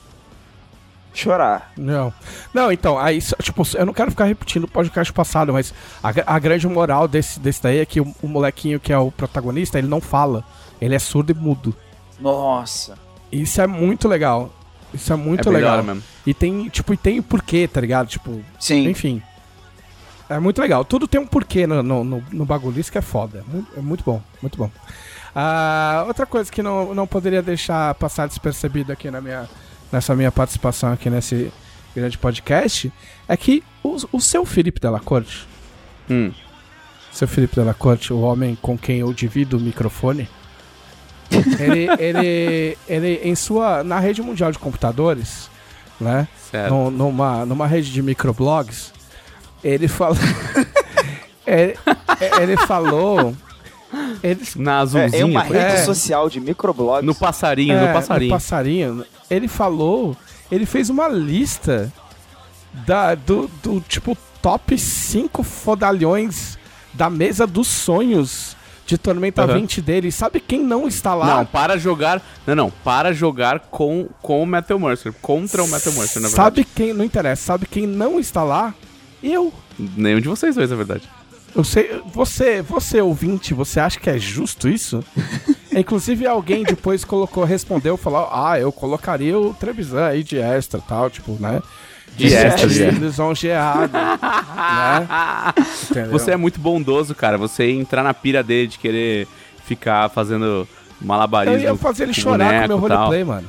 chorar. Não. Não, então, aí, só- tipo, eu não quero ficar repetindo o podcast passado, mas a, gra- a grande moral desse, desse daí é que o, o molequinho que é o protagonista, ele não fala. Ele é surdo e mudo. Nossa. Isso é muito legal. Isso é muito é bem da legal. hora mesmo. E tem, tipo, e tem o porquê, tá ligado? Tipo, Sim. enfim. É muito legal. Tudo tem um porquê no, no, no, no bagulho, isso que é foda. É muito, é muito bom, muito bom. Ah, outra coisa que não, não poderia deixar passar despercebido aqui na minha, nessa minha participação aqui nesse grande podcast é que o, o seu Felipe Delacorte, Hum. seu Felipe Delacorte, o homem com quem eu divido o microfone, ele, ele, ele em sua, na rede mundial de computadores, né, Certo. no- numa, numa rede de microblogs, ele falou, ele, ele falou, ele, Na É, azulzinha. é uma foi? rede É. social de microblogs. No passarinho, é, no passarinho. passarinho, ele falou, ele fez uma lista da, do, do tipo top cinco fodalhões da mesa dos sonhos de Tormenta Aham. vinte dele. Sabe quem não está lá? Não, para jogar. Não, não. Para jogar com, com o Metal Mercer. Contra o Metal Mercer, na verdade. Sabe quem, não interessa, sabe quem não está lá? Eu. Nenhum de vocês dois, na verdade. Eu sei, você, você ouvinte, você acha que é justo isso? Inclusive alguém depois colocou, respondeu, falou, ah, eu colocaria o Trevisan aí de extra, tal, tipo, né? De extra, de extra. lisonjeado, né? Entendeu? Você é muito bondoso, cara. Você entrar na pira dele de querer ficar fazendo malabarismo. Eu ia fazer ele com chorar com meu boneco e tal. roleplay, mano.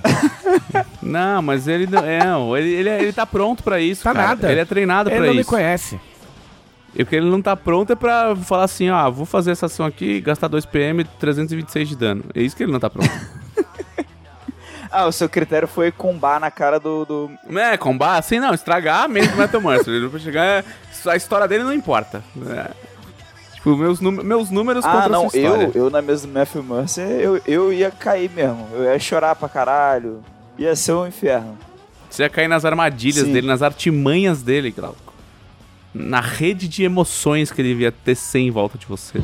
Não, mas ele não- é, ele, ele, é- ele tá pronto pra isso, Tá cara. nada. Ele é treinado Ele pra não me isso. conhece. E o que ele não tá pronto é pra falar assim, ó, vou fazer essa ação aqui, gastar dois P M, trezentos e vinte e seis de dano. É isso que ele não tá pronto. Ah, o seu critério foi combar na cara do... do... É, combar, assim não, estragar mesmo o Metal Mercer. Ele vai chegar, a história dele não importa. É. Tipo, meus, num- meus números Ah, contra não, essa história. eu, eu na mesa do Matthew Mercer, eu, eu ia cair mesmo. Eu ia chorar pra caralho. Ia ser um inferno. Você ia cair nas armadilhas Sim. dele, nas artimanhas dele, Glauco. na rede de emoções que ele devia tecer em volta de você.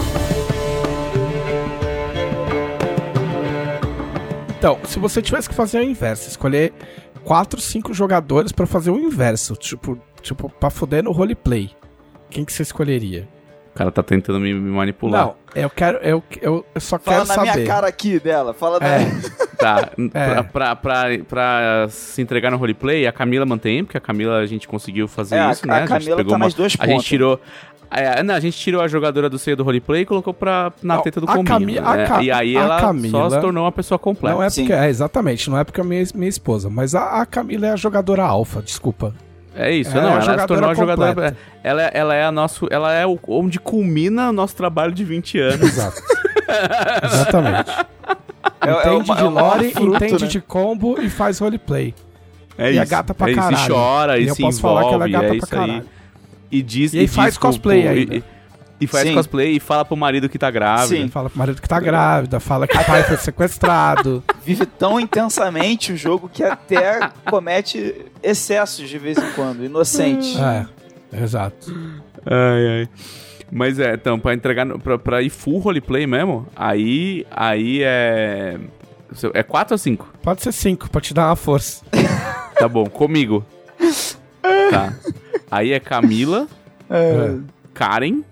Então, se você tivesse que fazer o inverso, escolher quatro, cinco jogadores pra fazer o inverso, tipo, tipo pra foder no roleplay, quem que você escolheria? O cara tá tentando me, me manipular. Não, eu quero, eu, eu, eu só Fala quero na saber. minha cara aqui dela, fala na É. minha... Tá, É. pra, pra, pra, pra se entregar no roleplay, a Camila mantém, porque a Camila a gente conseguiu fazer É, a- isso, a né? A, gente Camila pegou tá uma. nas duas A gente pontas. tirou. É, não, a gente tirou a jogadora do seio do roleplay e colocou pra, na Não, teta do a combinho. Cami- a né? Ca- E aí a ela Camila- só se tornou uma pessoa completa. Não é Sim. porque, é, exatamente, não é porque é minha, minha esposa, mas a, a Camila é a jogadora alfa, desculpa. É isso, Ela não, é a ela se tornou a jogadora jogadora. completa. Ela, ela é a nosso, ela é o, onde culmina o nosso trabalho de vinte anos. Exato. Exatamente. É- é Entende uma- de é o maior lore, fruto, entende né? de combo e faz roleplay. É E a isso, gata pra é isso, caralho. e chora, e, E eu se posso envolve, falar que ela é gata é pra isso caralho. aí. E diz E aí diz faz pro- cosplay pro- ainda. E, e faz Sim. cosplay e fala pro marido que tá grávida. Sim. Fala pro marido que tá grávida, fala que o pai foi sequestrado. Vive tão intensamente o jogo que até comete excessos de vez em quando, inocente. É, exato. Ai, ai. Mas é, então, pra entregar, no- pra, pra ir full roleplay mesmo, aí, aí é... É quatro ou cinco? Pode ser cinco, pra te dar uma força. Tá bom, comigo. Tá. Aí é Camila, É. Karen,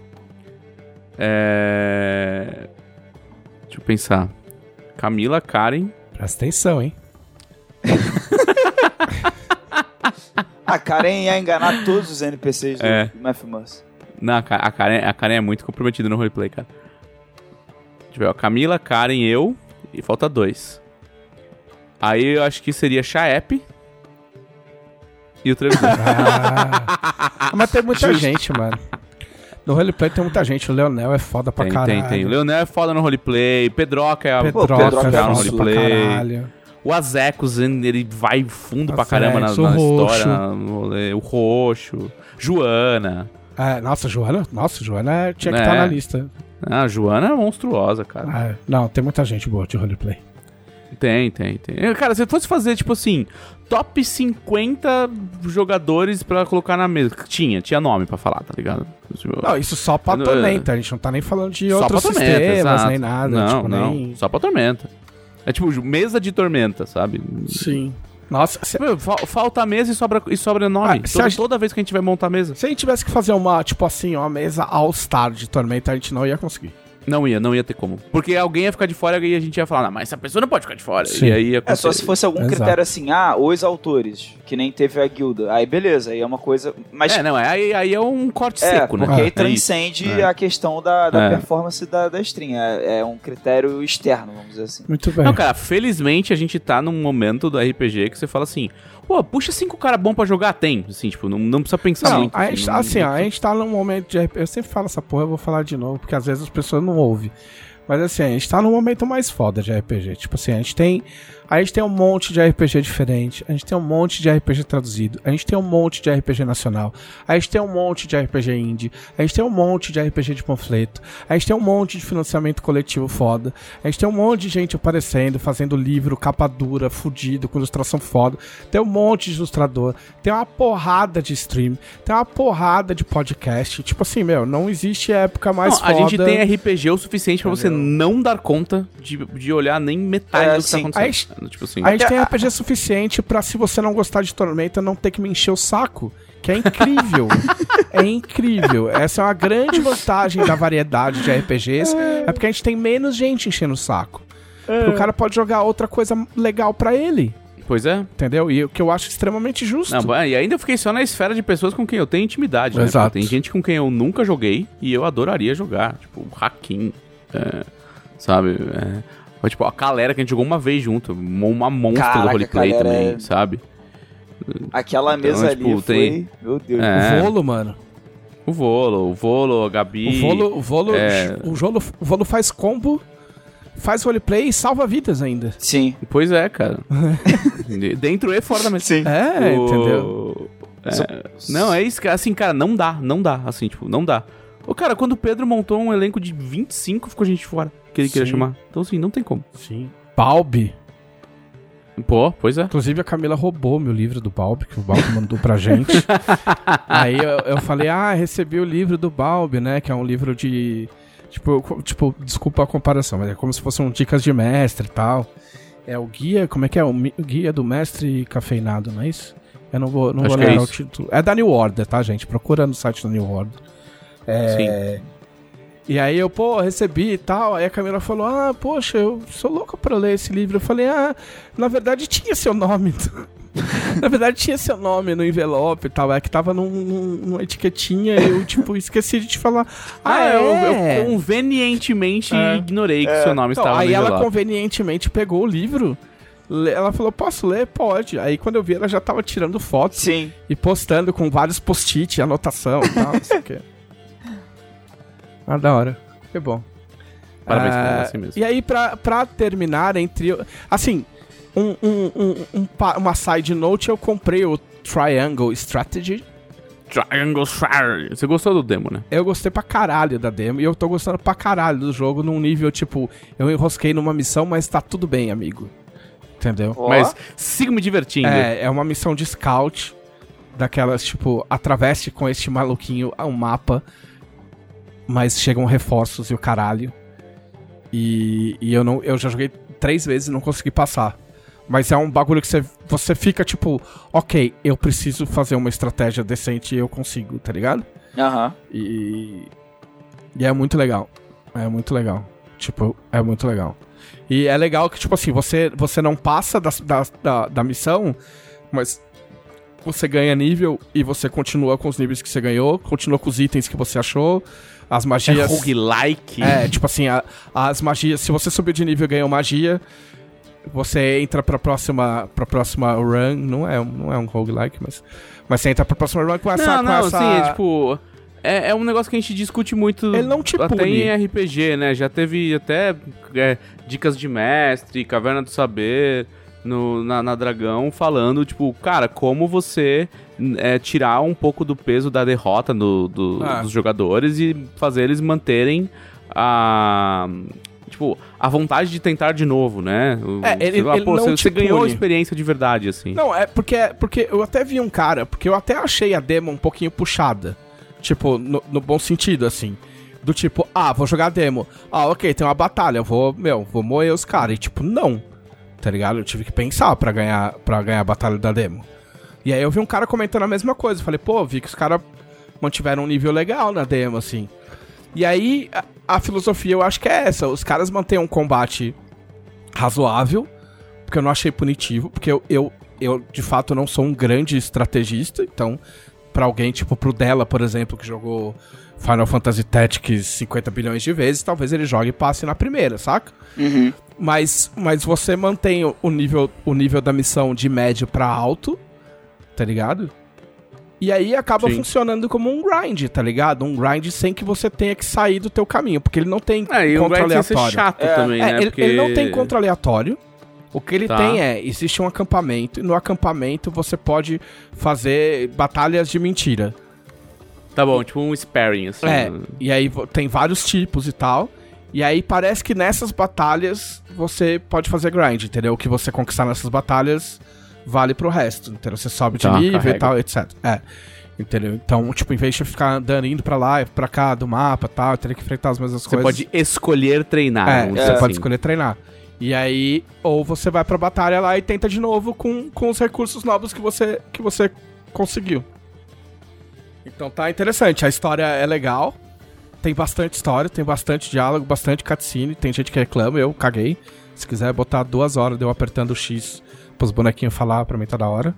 é... Deixa eu pensar. Camila, Karen... Presta atenção, hein? A Karen ia enganar todos os N P Cs do É. Mathmas. Não, a Ka- a Karen, a Karen é muito comprometida no roleplay, cara. Deixa eu ver, ó. Camila, Karen, eu e falta dois. Aí eu acho que seria Chaep e o Trevisan. Ah, mas tem muita gente, mano. No roleplay tem muita gente. O Leonel é foda pra Tem, caralho. tem, tem. O Leonel é foda no roleplay, Pedroca é a Pedroca, Pedroca é é foda no pra roleplay. caralho. O Azecos, ele vai fundo pra Azecos, caramba na, o na Roxo. história, no rolê. O Roxo, Joana. É, nossa, Joana, nossa, Joana tinha que É. estar na lista. Ah, a Joana é monstruosa, cara. É, não, tem muita gente boa de roleplay. Tem, tem, tem. Cara, se eu fosse fazer, tipo assim, top cinquenta jogadores pra colocar na mesa. Tinha, tinha nome pra falar, tá ligado? Não, isso só pra Não, Tormenta, a gente não tá nem falando de Só outros pra Tormenta, sistemas, exato. nem nada. Não, tipo, não, nem... só pra Tormenta. É tipo, mesa de Tormenta, sabe? Sim. Nossa, se, Meu, fal- falta mesa e sobra, e sobra nome. Ah, se toda, a gente- toda vez que a gente vai montar a mesa. se a gente tivesse que fazer uma, tipo assim, uma mesa All-Star de Tormenta, a gente não ia conseguir. Não ia, não ia ter como. Porque alguém ia ficar de fora e a gente ia falar, não, mas essa pessoa não pode ficar de fora. Sim. E aí ia É só acontecer. se fosse algum Exato. critério assim, ah, os autores, que nem teve a guilda. Aí beleza, aí é uma coisa. Mas É, não, aí, aí é um corte é, seco, né? porque aí É transcende isso. É. a questão da, da É. performance da, da stream. É, é um critério externo, vamos dizer assim. Muito bem. Não, cara, felizmente a gente tá num momento do R P G que você fala assim, pô, puxa cinco caras bons pra jogar, tem. Assim, tipo, não, não precisa pensar Não, muito. a gente, não- assim, ó, não- a gente tá num momento de R P G. Eu sempre falo essa porra, eu vou falar de novo, porque às vezes as pessoas não ouvem. Mas assim, a gente tá num momento mais foda de R P G. Tipo assim, a gente tem. A gente tem um monte de R P G diferente. A gente tem um monte de R P G traduzido. A gente tem um monte de R P G nacional. A gente tem um monte de R P G indie. A gente tem um monte de R P G de panfleto. A gente tem um monte de financiamento coletivo foda. A gente tem um monte de gente aparecendo, fazendo livro, capa dura, fudido, com ilustração foda. Tem um monte de ilustrador. Tem uma porrada de stream. Tem uma porrada de podcast. Tipo assim, meu, não existe época mais Não, foda. a gente tem R P G o suficiente pra você não dar conta de, de olhar nem metade É, do que tá sim. acontecendo. Tipo assim. A gente Até tem a- R P G suficiente pra, se você não gostar de Tormenta, não ter que me encher o saco. Que é incrível. É incrível. Essa é uma grande vantagem da variedade de R P Gs. É porque a gente tem menos gente enchendo o saco. Porque o cara pode jogar outra coisa legal pra ele. Pois é. Entendeu? E o que eu acho extremamente justo. Não, e ainda eu fiquei só na esfera de pessoas com quem eu tenho intimidade, né? Exato. Porque tem gente com quem eu nunca joguei e eu adoraria jogar. Tipo, o Hakim, é, sabe? É, ou, tipo, a galera que a gente jogou uma vez junto. Uma monstra Caraca, do roleplay galera, também, é- sabe? Aquela mesa tipo, ali foi. tem- Meu Deus. É. O Volo, mano. O Volo, o Volo, a Gabi. O Volo, o Volo, é- o Volo, o Volo faz combo, faz roleplay e salva vidas ainda. Sim. Pois é, cara. Dentro e fora da mesa. Sim. É, O- entendeu? É, não, é isso, cara. Assim, cara, não dá, não dá. Assim, tipo, não dá. Ô, cara, quando o Pedro montou um elenco de vinte e cinco, ficou gente fora que ele queria Sim. chamar. Então, assim, não tem como. Sim. Balbi. Pô, pois é. Inclusive a Camila roubou meu livro do Balbi, que o Balbi mandou pra gente. Aí eu, eu falei, ah, recebi o livro do Balbi, né? Que é um livro de... Tipo, tipo, desculpa a comparação, mas é como se fossem um dicas de mestre e tal. É o guia, como é que é? O, mi- o guia do mestre cafeinado, não é isso? Eu não vou, não Acho vou que é lembrar o isso. título. É da New Order, tá, gente? Procura no site da New Order. É... Sim. E aí eu, pô, recebi e tal. Aí a Camila falou, ah, poxa, eu sou louco pra ler esse livro. Eu falei, ah, na verdade tinha seu nome. Na verdade tinha seu nome no envelope e tal. É que tava num, num, numa etiquetinha e eu, tipo, esqueci de te falar. Ah, Ah, eu, é? eu convenientemente É. ignorei que seu nome Então, estava aí no ela envelope. convenientemente pegou o livro. le- Ela falou, posso ler? Pode. Aí quando eu vi, ela já tava tirando fotos Sim. e postando com vários post-it, anotação e tal, não sei o quê. Ah, da hora. Que bom. Parabéns pra Ah, ela, assim mesmo. E aí, pra, pra terminar, entre... Assim, um, um, um, um pa- uma side note, eu comprei o Triangle Strategy. Triangle Fire. Você gostou do demo, né? Eu gostei pra caralho da demo e eu tô gostando pra caralho do jogo num nível, tipo... Eu enrosquei numa missão, mas tá tudo bem, amigo. Entendeu? Ó. Mas sigo me divertindo. É, é uma missão de scout, daquelas, tipo, atravesse com este maluquinho um mapa, mas chegam reforços e o caralho. E, e eu, não, eu já joguei três vezes e não consegui passar. Mas é um bagulho que você, você fica, tipo, ok, eu preciso fazer uma estratégia decente e eu consigo, tá ligado? Aham. E, e é muito legal. É muito legal. Tipo, é muito legal. E é legal que, tipo assim, você, você não passa da, da, da, da missão, mas você ganha nível e você continua com os níveis que você ganhou, continua com os itens que você achou, as É magias... roguelike. É, tipo assim, a- as magias... Se você subir de nível e ganhou magia, você entra pra próxima, pra próxima run. Não é, um- não é um roguelike, mas... Mas você entra pra próxima run com essa... Não, com não, essa... sim, é tipo... É, é um negócio que a gente discute muito Ele não te até pune. em R P G, né? Já teve até é, dicas de mestre, Caverna do Saber, no, na, na Dragão, falando, tipo, cara, como você é, tirar um pouco do peso da derrota do, do- Ah. dos jogadores e fazer eles manterem a... Tipo, a vontade de tentar de novo, né? O- É, ele- sei lá, ele pô, não você, te você ganhou a pune. experiência de verdade, assim. Não, é porque, porque eu até vi um cara, porque eu até achei a demo um pouquinho puxada. Tipo, no, no bom sentido, assim. Do tipo, ah, vou jogar a demo. Ah, ok, tem uma batalha, eu vou, meu, vou moer os caras. E tipo, não. Tá ligado? Eu tive que pensar pra ganhar, pra ganhar a batalha da demo. E aí eu vi um cara comentando a mesma coisa. Falei, pô, vi que os caras mantiveram um nível legal na demo, assim. E aí, a, a filosofia eu acho que é essa. Os caras mantêm um combate razoável, porque eu não achei punitivo, porque eu, eu, eu de fato não sou um grande estrategista, então pra alguém tipo pro Della, por exemplo, que jogou Final Fantasy Tactics cinquenta bilhões de vezes, talvez ele jogue e passe na primeira, saca? Uhum. Mas, mas você mantém o, o nível, o nível da missão de médio pra alto, tá ligado? E aí acaba Sim. funcionando como um grind, tá ligado? Um grind sem que você tenha que sair do teu caminho, porque ele não tem É, e o contra grind tem que ser aleatório. chato É, também, É, né? ele, Porque... ele não tem contra aleatório. O que ele Tá. tem é, existe um acampamento, e no acampamento você pode fazer batalhas de mentira. Tá bom, tipo um sparring, assim. É, e aí vo- tem vários tipos e tal. E aí parece que nessas batalhas você pode fazer grind, entendeu? O que você conquistar nessas batalhas vale pro resto, entendeu? Você sobe de Tá, nível carrega. e tal, etcétera. É, entendeu? Então, tipo, em vez de ficar andando, indo pra lá e pra cá do mapa e tal, teria que enfrentar as mesmas Você coisas. pode escolher treinar. É, vamos você dizer pode assim. escolher treinar. E aí, ou você vai pra batalha lá e tenta de novo com, com os recursos novos que você, que você conseguiu. Então tá interessante, a história é legal, tem bastante história, tem bastante diálogo, bastante cutscene, tem gente que reclama, eu caguei. Se quiser botar duas horas de eu apertando o X pros bonequinhos falar, pra mim tá da hora.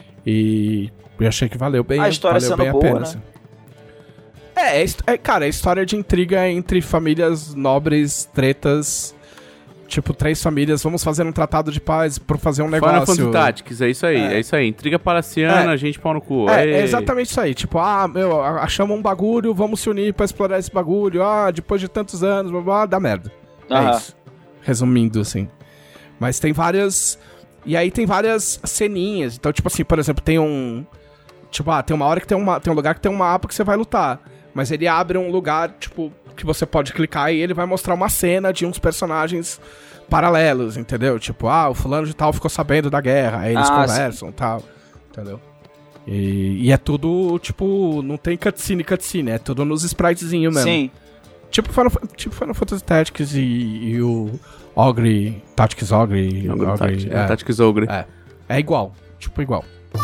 E eu achei que valeu bem, A história valeu sendo bem a boa, pena. né? assim. É, é, his- é, cara, é história de intriga entre famílias nobres, tretas. Tipo, três famílias, vamos fazer um tratado de paz pra fazer um Final negócio. Fantasy Tactics, é isso aí, é, É. isso aí. Intriga palaciana, É. gente pau no cu. É, Ei. é exatamente isso aí. Tipo, ah, meu, a- achamos um bagulho, vamos se unir pra explorar esse bagulho. Ah, depois de tantos anos, blá blá, dá merda. Aham. É isso. Resumindo, assim. Mas tem várias... E aí tem várias ceninhas. Então, tipo assim, por exemplo, tem um... Tipo, ah, tem uma hora que tem, uma, tem um lugar que tem um mapa que você vai lutar. Mas ele abre um lugar, tipo, que você pode clicar e ele vai mostrar uma cena de uns personagens paralelos, entendeu? Tipo, ah, o fulano de tal ficou sabendo da guerra, aí eles Ah, conversam e tal, entendeu? E, e é tudo, tipo, não tem cutscene, cutscene, é tudo nos spritezinhos mesmo. Sim. Tipo Final, tipo Final Fantasy Tactics e, e o Ogre, Tactics Ogre, Ogre, Ogre Tactics, é, é, Tactics Ogre. é, é igual, tipo igual.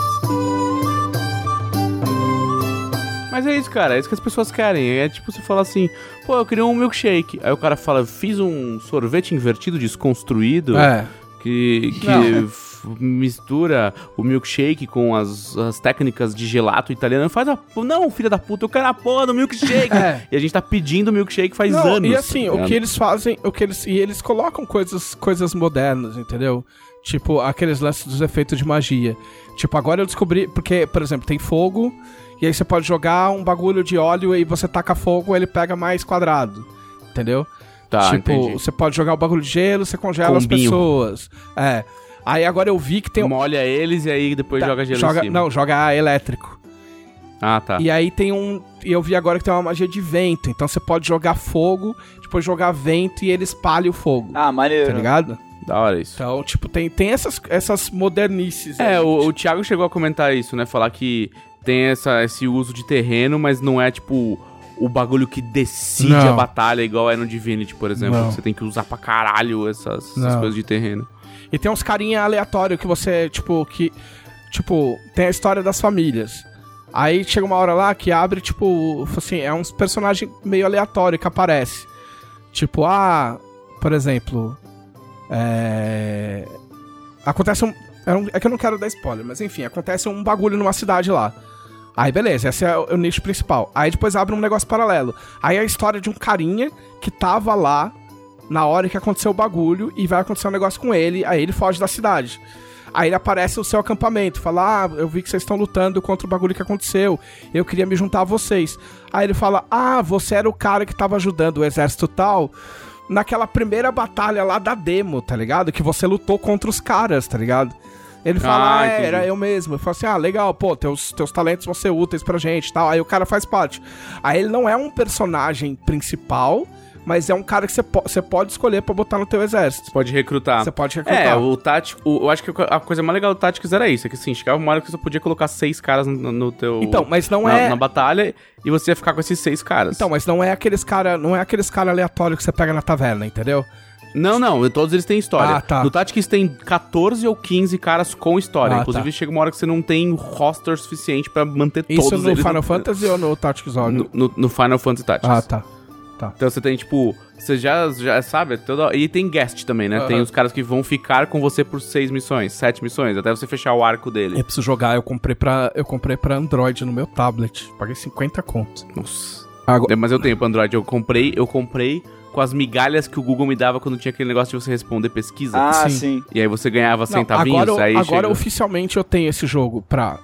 Mas é isso, cara, é isso que as pessoas querem. É tipo você falar assim, pô, eu queria um milkshake. Aí o cara fala, fiz um sorvete invertido, desconstruído, É. que, que Não. f- mistura o milkshake com as, as técnicas de gelato italiano. Faz a... Não, filha da puta, eu quero a porra do milkshake. É. E a gente tá pedindo milkshake faz Não, anos. e assim, tá o ligado? que eles fazem, o que eles, e eles colocam coisas, coisas modernas, entendeu? Tipo, aqueles lances dos efeitos de magia. Tipo, agora eu descobri, porque, por exemplo, tem fogo, e aí você pode jogar um bagulho de óleo e você taca fogo, ele pega mais quadrado, entendeu? Tá, tipo, entendi. você pode jogar o bagulho de gelo, você congela as Combinho. pessoas. É. Aí agora eu vi que tem um... Molha eles e aí depois tá, joga gelo joga, em cima. Não, joga elétrico. Ah, tá. E aí tem um... E eu vi agora que tem uma magia de vento. Então você pode jogar fogo, depois jogar vento e ele espalha o fogo. Ah, maneiro. Tá ligado? Da hora isso. Então, tipo, tem, tem essas, essas modernices. É, aí, o, tipo. o Thiago chegou a comentar isso, né? Falar que tem essa, esse uso de terreno, mas não é, tipo, o bagulho que decide Não. a batalha, igual é no Divinity, por exemplo. Não. Que você tem que usar pra caralho essas, essas Não. coisas de terreno. E tem uns carinha aleatório que você, tipo, que... Tipo, tem a história das famílias. Aí chega uma hora lá que abre, tipo, assim, é uns personagens meio aleatório que aparece. Tipo, ah, por exemplo... É... Acontece um... É, um... é que eu não quero dar spoiler, mas enfim, acontece um bagulho numa cidade lá. Aí beleza, esse é o, é o nicho principal. Aí depois abre um negócio paralelo. Aí é a história de um carinha que tava lá na hora que aconteceu o bagulho e vai acontecer um negócio com ele, aí ele foge da cidade. Aí ele aparece no seu acampamento, fala, ah, eu vi que vocês estão lutando contra o bagulho que aconteceu, eu queria me juntar a vocês. Aí ele fala, ah, você era o cara que tava ajudando o exército tal naquela primeira batalha lá da demo, tá ligado? Que você lutou contra os caras, tá ligado? Ele fala, Ah, ah, é, entendi. era eu mesmo. Eu falo assim, ah, legal, pô, teus, teus talentos vão ser úteis pra gente e tal. Aí o cara faz parte. Aí ele não é um personagem principal, mas é um cara que você po- você pode escolher pra botar no teu exército. Pode recrutar. Você pode recrutar. É, o tático. Eu acho que a coisa mais legal do Tactics era isso. É que assim, chegava uma hora que você podia colocar seis caras no, no teu. Então, mas não na, é... na batalha e você ia ficar com esses seis caras. Então, mas não é aqueles cara, não é aqueles cara aleatório que você pega na taverna, entendeu? Não, não, todos eles têm história. Ah, tá. No Tactics tem catorze ou quinze caras com história. Ah, Inclusive, tá. chega uma hora que você não tem roster suficiente pra manter Isso todos no eles. Final Fantasy ou no Tactics Ogre? No, no, no Final Fantasy Tactics. Ah, tá. Então você tem, tipo, você já, já sabe, toda... e tem guest também, né? Aham. Tem os caras que vão ficar com você por seis missões, sete missões, até você fechar o arco dele. Eu preciso jogar, eu comprei pra, eu comprei pra Android no meu tablet. Paguei cinquenta conto. Nossa. Agora... É, mas eu tenho pra Android, eu comprei, eu comprei com as migalhas que o Google me dava quando tinha aquele negócio de você responder pesquisa. Ah, Sim. sim. E aí você ganhava Não, centavinhos, agora, aí agora chega... oficialmente eu tenho esse jogo pra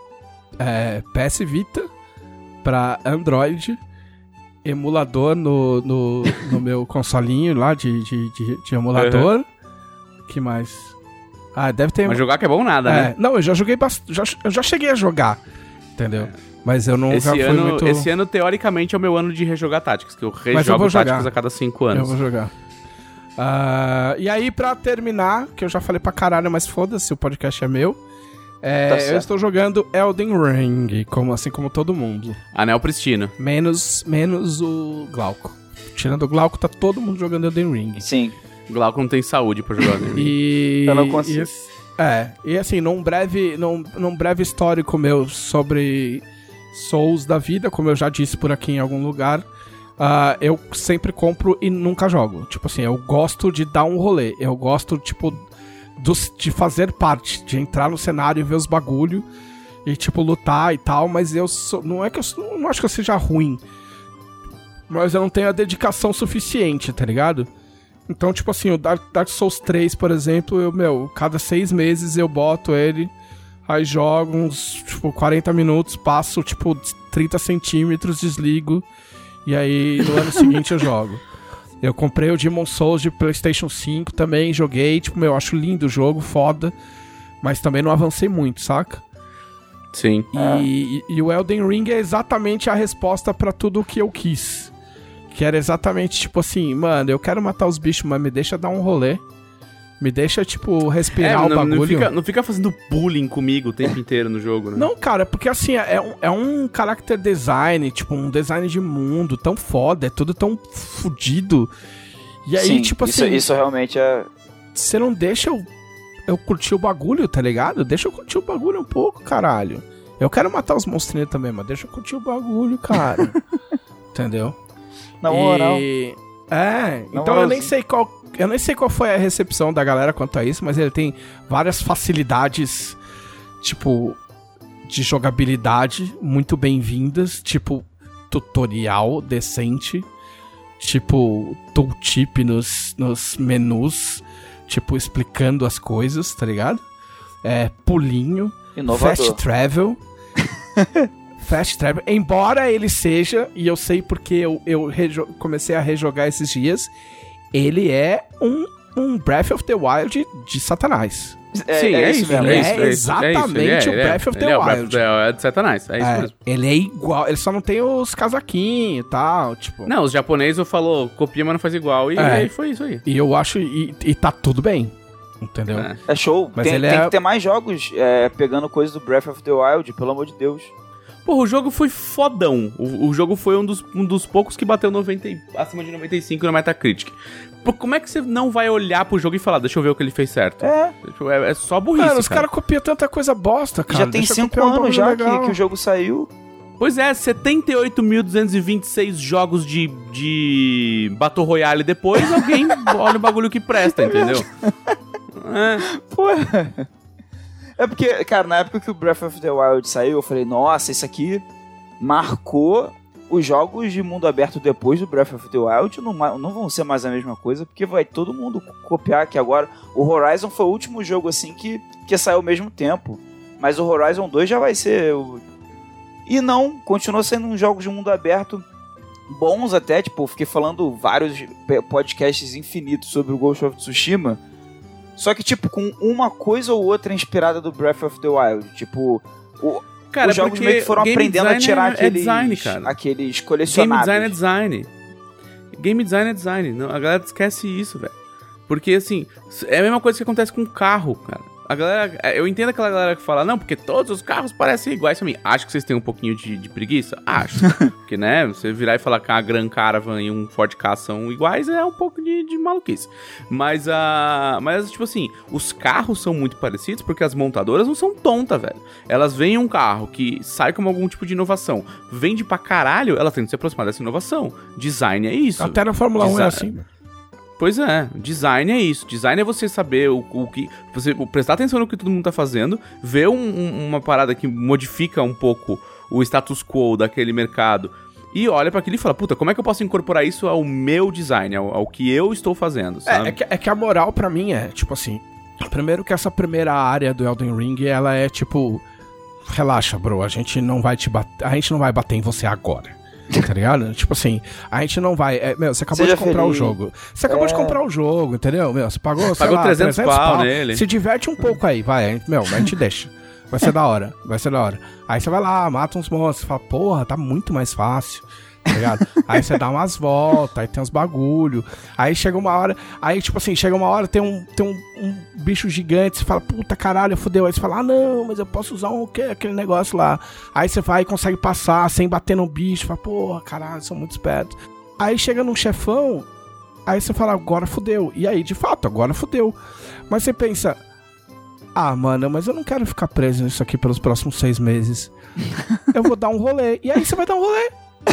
é, P S Vita, pra Android, emulador no, no, no meu consolinho lá de, de, de, de emulador. Que mais? Ah, deve ter... Mas jogar que é bom nada, é, né? Não, eu já joguei bastante. Já, eu já cheguei a jogar, entendeu? Mas eu nunca Esse fui ano, muito... esse ano, teoricamente, é o meu ano de rejogar Tactics, que eu Mas eu rejogo vou jogar. Tactics a cada cinco Eu anos. vou jogar. Ah, e aí, pra terminar, que eu já falei pra caralho, mas foda-se, o podcast é meu. É, Tá eu certo. estou jogando Elden Ring, como, assim como todo mundo. Anel Pristino. Menos, menos o Glauco. Tirando o Glauco, tá todo mundo jogando Elden Ring. Sim. Glauco não tem saúde pra jogar nele. E... Eu não consigo. e- é, e assim, num breve, num, num breve histórico meu sobre Souls da vida, como eu já disse por aqui em algum lugar, ah, eu sempre compro e nunca jogo. Tipo assim, eu gosto de dar um rolê. Eu gosto, tipo, dos, de fazer parte, de entrar no cenário e ver os bagulho e, tipo, lutar e tal, mas eu sou, não é que eu sou- não acho que eu seja ruim, mas eu não tenho a dedicação suficiente, tá ligado? Então, tipo assim, o Dark, Dark Souls três, por exemplo, eu, meu, cada seis meses eu boto ele, aí jogo uns, tipo, quarenta minutos, passo, tipo, trinta centímetros, desligo, e aí no ano seguinte eu jogo. Eu comprei o Demon Souls de PlayStation cinco também, joguei, tipo, meu, acho lindo o jogo, foda, mas também não avancei muito, saca? Sim. E, e- e o Elden Ring é exatamente a resposta pra tudo o que eu quis. Que era exatamente tipo assim, mano, eu quero matar os bichos, mas me deixa dar um rolê. Me deixa, tipo, respirar É, o não, bagulho. não fica, não fica fazendo bullying comigo o tempo inteiro no jogo, né? Não, cara, porque assim, é um, é um character design, tipo, um design de mundo tão foda, é tudo tão fudido. E aí, Sim, tipo isso, assim, isso realmente é... você não deixa eu, eu curtir o bagulho, tá ligado? Deixa eu curtir o bagulho um pouco, caralho. Eu quero matar os monstrinhos também, mas deixa eu curtir o bagulho, cara. Entendeu? Na moral. E... É, Na então moral, eu nem sim. sei qual... Eu nem sei qual foi a recepção da galera quanto a isso, mas ele tem várias facilidades, tipo, de jogabilidade muito bem-vindas, tipo, tutorial decente, tipo, tooltip nos, nos menus, tipo, explicando as coisas, tá ligado? É, pulinho, Inovador. fast travel... Fast Travel, embora ele seja, e eu sei porque eu, eu rejo- comecei a rejogar esses dias, ele é um, um Breath of the Wild de Satanás. É, Sim, é é isso isso, mesmo. ele é é isso, é isso, é exatamente isso, o ele é, Breath of the ele é o Breath Wild. of the Wild de Satanás, é isso É, mesmo. ele é igual, ele só não tem os casaquinhos e tal, tipo... Não, os japoneses falou, copia, mas não faz igual, e É. aí foi isso aí. E eu acho, e, e tá tudo bem, entendeu? É. É show. Mas tem ele tem é- que ter mais jogos é, pegando coisas do Breath of the Wild, pelo amor de Deus. Porra, o jogo foi fodão. O, o jogo foi um dos, um dos poucos que bateu noventa, e- acima de noventa e cinco no Metacritic. Pô, como é que você não vai olhar pro jogo e falar, deixa eu ver o que ele fez certo? É. Tipo, É, é só burrice, Mano, os cara. caras copiam tanta coisa bosta, cara. já tem Deixa eu cinco copiar um anos bagulho já que, legal. que o jogo saiu. Pois é, setenta e oito mil duzentos e vinte e seis jogos de, de Battle Royale depois, alguém olha o bagulho que presta, entendeu? É. Pô. É porque, cara, na época que o Breath of the Wild saiu, eu falei, nossa, isso aqui marcou os jogos de mundo aberto depois do Breath of the Wild, não, ma- não vão ser mais a mesma coisa, porque vai todo mundo copiar que agora. O Horizon foi o último jogo assim que, que saiu ao mesmo tempo. Mas o Horizon dois já vai ser. O... E não, continuou sendo uns jogos de mundo aberto bons até, tipo, eu fiquei falando vários podcasts infinitos sobre o Ghost of Tsushima. Só que, tipo, com uma coisa ou outra inspirada do Breath of the Wild. Tipo, o, Cara, os jogos porque meio que foram game aprendendo a design tirar é- é aqueles, design, cara. aqueles Game colecionáveis. design é design. Game design é design. Não, a galera esquece isso, velho. Porque, assim, é a mesma coisa que acontece com carro, cara. A galera... Eu entendo aquela galera que fala, não, porque todos os carros parecem iguais pra mim. Acho que vocês têm um pouquinho de, de preguiça? Acho. Porque, né, você virar e falar que a Grand Caravan e um Ford Ka são iguais é um pouco de, de maluquice. Mas, a... Mas, tipo assim, os carros são muito parecidos porque as montadoras não são tontas, velho. Elas veem um carro que sai como algum tipo de inovação, vende pra caralho, ela tem que se aproximar dessa inovação. Design é isso. Até na Fórmula um é Desi- assim. Pois é, design é isso. Design é você saber o, o que... Você prestar atenção no que todo mundo tá fazendo, ver um- um- uma parada que modifica um pouco o status quo daquele mercado e olha pra aquilo e fala, puta, como é que eu posso incorporar isso ao meu design, ao, ao que eu estou fazendo, sabe? É, é, que, é que a moral pra mim é, tipo assim... Primeiro que essa primeira área do Elden Ring, ela é tipo... Relaxa, bro, a gente não vai te bater... A gente não vai bater em você agora. Tá ligado? Tipo assim, a gente não vai... É, meu, você acabou Seja de comprar feliz. o jogo. Você acabou É. de comprar o jogo, entendeu? Meu, você pagou, sei Pagou lá, trezentos pau nele. Se diverte um pouco aí, vai. a gente- Meu, a gente deixa. Vai ser da hora, vai ser da hora. Aí você vai lá, mata uns monstros, fala, porra, tá muito mais fácil. Tá ligado? Aí você dá umas voltas, aí tem uns bagulho. Aí chega uma hora, aí tipo assim, chega uma hora, tem um, tem um, um bicho gigante, você fala, puta caralho, fodeu. Aí você fala, ah não, mas eu posso usar um, que- aquele negócio lá. Aí você vai e consegue passar sem bater no bicho, fala, porra, caralho, são muito espertos. Aí chega num chefão, aí você fala, agora fodeu. E aí, de fato, agora fodeu. Mas você pensa, ah, mano, mas eu não quero ficar preso nisso aqui pelos próximos seis meses. Eu vou dar um rolê. E aí você vai dar um rolê.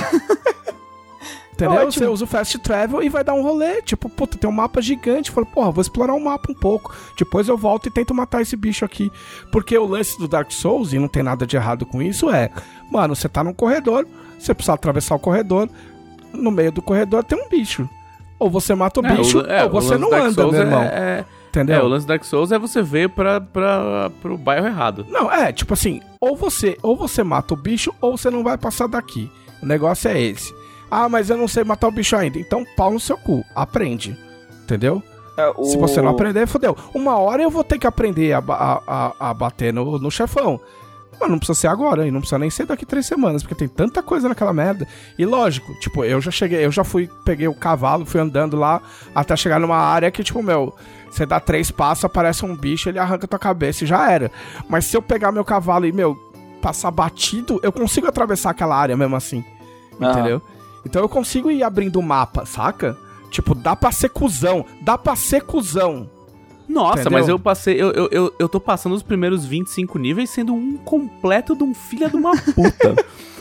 Entendeu? Ótimo. Você usa o Fast Travel e vai dar um rolê. Tipo, puta, tem um mapa gigante. Fala, porra, vou explorar o mapa um pouco. Depois eu volto e tento matar esse bicho aqui. Porque o lance do Dark Souls, e não tem nada de errado com isso, é... Mano, você tá num corredor, você precisa atravessar o corredor. No meio do corredor tem um bicho. Ou você mata o É, bicho, o- é, ou o você lance não do Dark anda, Souls meu é- irmão. É, Entendeu? é, o lance do Dark Souls é você ver pra, pra, pro bairro errado. Não, é, tipo assim, ou você, ou você mata o bicho, ou você não vai passar daqui. O negócio é esse. Ah, mas eu não sei matar o bicho ainda. Então, pau no seu cu. Aprende. Entendeu? É, o- Se você não aprender, fodeu. Uma hora eu vou ter que aprender a, ba- a, a, a bater no, no chefão. mano, não precisa ser agora, e não precisa nem ser daqui três semanas, porque tem tanta coisa naquela merda. E lógico, tipo, eu já cheguei, eu já fui, peguei o cavalo, fui andando lá, até chegar numa área que, tipo, meu, você dá três passos, aparece um bicho, ele arranca tua cabeça e já era. Mas se eu pegar meu cavalo e, meu, passar batido, eu consigo atravessar aquela área mesmo assim, Ah. entendeu? Então eu consigo ir abrindo o mapa, saca? Tipo, dá pra ser cuzão, dá pra ser cuzão. Nossa, Entendeu? mas eu passei. Eu, eu, eu, eu tô passando os primeiros vinte e cinco níveis sendo um completo de um filho de uma puta.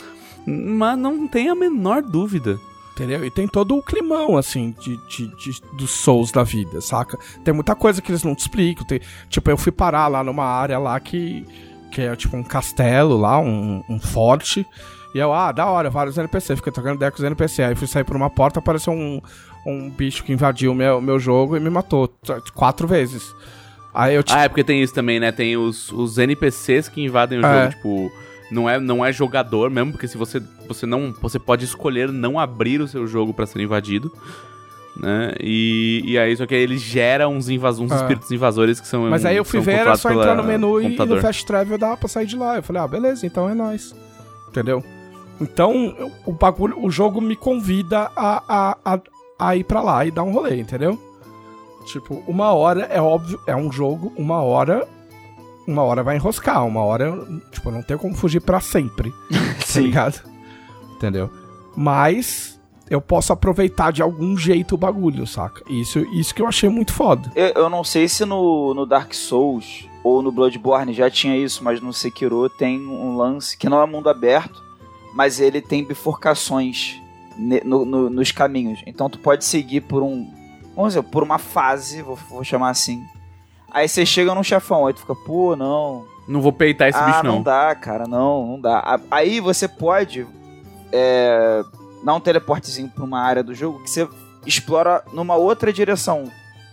Mas não tem a menor dúvida. Entendeu? E tem todo o climão, assim, de, de, de- dos Souls da vida, saca? Tem muita coisa que eles não te explicam. Tem, tipo, eu fui parar lá numa área lá que, que é tipo um castelo lá, um, um forte. E eu, ah, da hora, vários N P C. Fiquei trocando ideia com os N P C. Aí fui sair por uma porta, apareceu um, um bicho que invadiu o meu, meu jogo e me matou t- quatro vezes. Aí eu, tipo, Ah, é porque tem isso também, né? Tem os, os N P Cs que invadem o É. jogo, tipo, não é, não é jogador mesmo, porque se você, você não, você pode escolher não abrir o seu jogo pra ser invadido, né? E, e aí, só que aí ele gera uns, invas, uns É. espíritos invasores que são mas aí eu fui são ver, era controlados só pela entrar no menu e, e computador. no Fast Travel dava pra sair de lá. Eu falei, ah, beleza, então é nóis. Entendeu? Então, eu- o bagulho, o jogo me convida a, a, a, a ir pra lá e dar um rolê, entendeu? Tipo, uma hora, é óbvio, é um jogo, uma hora, uma hora vai enroscar, uma hora, tipo, não tem como fugir pra sempre, tá ligado? Entendeu? Mas eu posso aproveitar de algum jeito o bagulho, saca? Isso, isso que eu achei muito foda. Eu, eu não sei se no, no Dark Souls ou no Bloodborne já tinha isso, mas no Sekiro tem um lance que não é mundo aberto, mas ele tem bifurcações ne- no- no- nos caminhos. Então tu pode seguir por um, vamos dizer, por uma fase, vou, vou chamar assim. Aí você chega num chefão, aí tu fica, pô, não. Não vou peitar esse ah, bicho, não não. dá, cara, não, não dá. A- Aí você pode é, dar um teleportezinho pra uma área do jogo que você explora numa outra direção.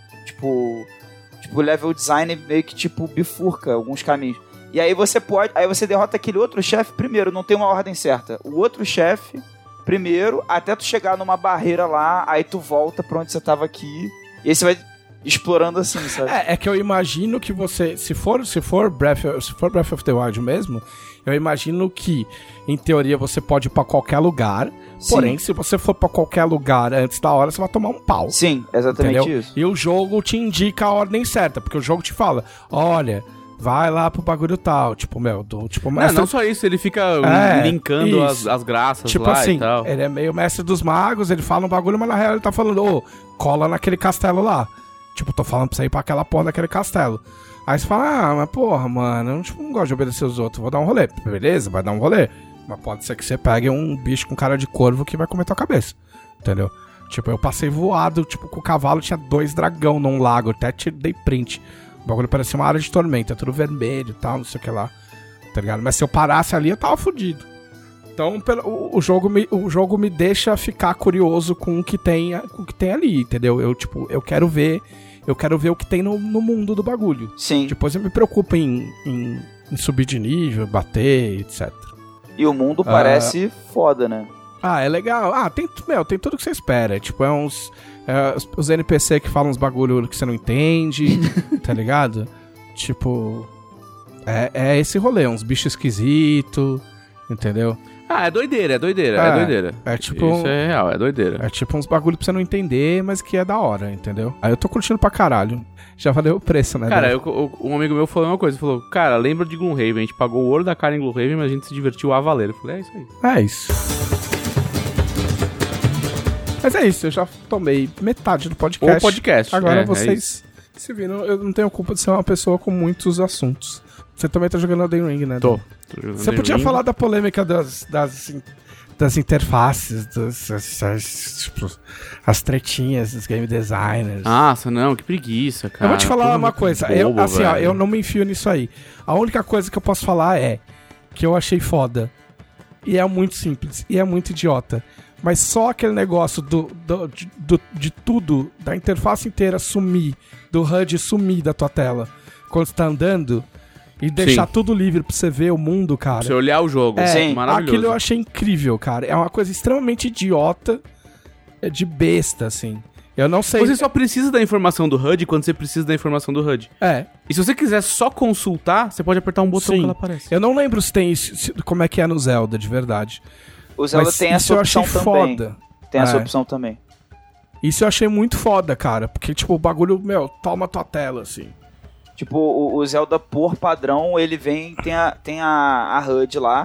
Tipo, tipo level design meio que tipo bifurca alguns caminhos. E aí você pode, aí você derrota aquele outro chefe primeiro, não tem uma ordem certa. O outro chefe primeiro, até tu chegar numa barreira lá, aí tu volta pra onde você tava aqui. E aí você vai explorando assim, sabe? É, é que eu imagino que você, se for, se for Breath, se for Breath of the Wild mesmo, eu imagino que, em teoria, você pode ir pra qualquer lugar. Sim. Porém, se você for pra qualquer lugar antes da hora, você vai tomar um pau. Sim, exatamente Entendeu? isso. E o jogo te indica a ordem certa, porque o jogo te fala, olha, vai lá pro bagulho tal, tipo, meu, do, tipo, Não, mestre, não só isso, ele fica É, linkando as, isso. as graças tipo lá assim, e tal. ele é meio mestre dos magos, ele fala um bagulho, mas na real ele tá falando, ô, cola naquele castelo lá. Tipo, tô falando pra você ir pra aquela porra daquele castelo. Aí você fala, ah, mas porra, mano, eu não, tipo, não gosto de obedecer os outros, vou dar um rolê. Beleza, vai dar um rolê. Mas pode ser que você pegue um bicho com cara de corvo que vai comer tua cabeça. Entendeu? Tipo, eu passei voado, tipo, com o cavalo tinha dois dragão num lago, até te dei print. O bagulho parecia uma área de tormenta, tudo vermelho e tal, não sei o que lá. Tá ligado? Mas se eu parasse ali, eu tava fudido. Então, pelo- o, o jogo me, o jogo me deixa ficar curioso com o que tem, com o que tem ali, entendeu? Eu, tipo, eu quero ver, eu quero ver o que tem no, no mundo do bagulho. Sim. Depois eu me preocupo em, em, em subir de nível, bater, etcétera. E o mundo Ah. parece foda, né? Ah, é legal. Ah, tem, meu, tem tudo que você espera. Tipo, é uns... é, os, os N P C que falam uns bagulho que você não entende, tá ligado? Tipo... É, é esse rolê, uns bichos esquisitos, entendeu? Ah, é doideira, é doideira, é, É, doideira. é tipo- Isso é real, é doideira. É tipo uns bagulho pra você não entender, mas que é da hora, entendeu? Aí eu tô curtindo pra caralho. Já valeu o preço, né? Cara, Dan? eu- eu- um amigo meu falou uma coisa, falou, cara, lembra de Gloomhaven, a gente pagou o ouro da cara em Gloomhaven, mas a gente se divertiu a valer. Eu falei, é isso aí. É isso. Mas é isso, eu já tomei metade do podcast. O podcast. Agora é, é vocês se viram, eu não tenho culpa de ser uma pessoa com muitos assuntos. Você também tá jogando Elden Ring, né? Tô. Dan? Tô jogando Você podia Elden Ring. falar da polêmica das, das, in- das interfaces, das, as, as, tipo, as tretinhas dos game designers. Nossa, não, que preguiça, cara. eu vou te falar Tudo uma muito coisa, bobo, eu, assim, ó, velho. eu não me enfio nisso aí. A única coisa que eu posso falar é que eu achei foda. E é muito simples, e é muito idiota. Mas só aquele negócio do, do, de, do- de tudo, da interface inteira sumir, do H U D sumir da tua tela quando você tá andando e deixar tudo livre pra você ver o mundo, cara. Pra você olhar o jogo. É, Sim. Maravilhoso. aquilo eu achei incrível, cara. É uma coisa extremamente idiota, é de besta, assim. Eu não sei... Você só precisa da informação do H U D quando você precisa da informação do H U D. É. E se você quiser só consultar, você pode apertar um botão Sim. que ela aparece. Eu não lembro se tem isso, se- como é que é no Zelda, de verdade. O Zelda Mas tem isso essa eu opção achei também. foda. Tem essa É. opção também. Isso eu achei muito foda, cara. Porque, tipo, o bagulho, meu, toma tua tela, assim. Tipo, o, o Zelda por padrão, ele vem, tem a, tem a, a H U D lá,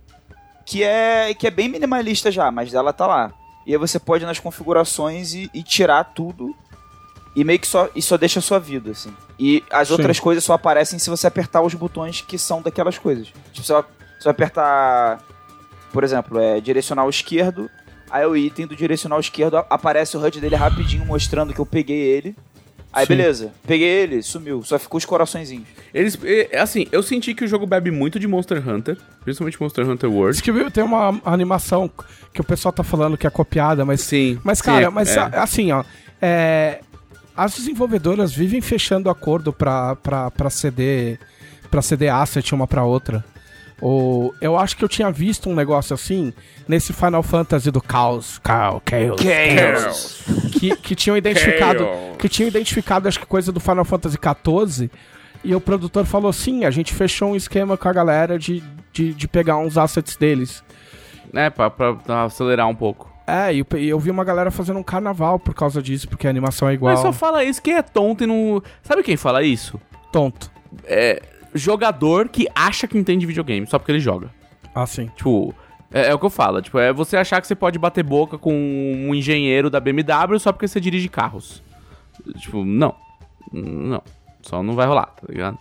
que é, que é bem minimalista já, mas ela tá lá. E aí você pode ir nas configurações e, e tirar tudo e meio que só, e só deixa a sua vida, assim. E as Sim. outras coisas só aparecem se você apertar os botões que são daquelas coisas. Tipo, você vai, você vai apertar, por exemplo, é direcional esquerdo, aí o item do direcional esquerdo a- aparece o H U D dele rapidinho mostrando que eu peguei ele. Aí Sim. beleza, peguei ele, sumiu, só ficou os coraçõezinhos. Eles, é, assim, eu senti que o jogo bebe muito de Monster Hunter, principalmente Monster Hunter World. Diz que viu, tem uma animação que o pessoal tá falando que é copiada, mas... Sim. Mas, sim, cara, é- mas é. a- assim, ó... É, as desenvolvedoras vivem fechando acordo pra, pra, pra ceder pra ceder asset uma pra outra. Ou, eu acho que eu tinha visto um negócio assim nesse Final Fantasy do Chaos. Chaos. Chaos. Chaos. Que, que tinham identificado... Chaos. Que tinham identificado, acho que coisa do Final Fantasy quatorze. E o produtor falou, sim, a gente fechou um esquema com a galera de, de, de pegar uns assets deles. É, pra, pra, pra acelerar um pouco. É, e eu, e eu vi uma galera fazendo um carnaval por causa disso, porque a animação é igual. Mas só fala isso quem é tonto e não... Sabe quem fala isso? Tonto. É jogador que acha que entende videogame só porque ele joga. Ah, sim. Tipo, é, é o que eu falo. Tipo, é você achar que você pode bater boca com um engenheiro da B M W só porque você dirige carros. Tipo, não. Não. Só não vai rolar, tá ligado?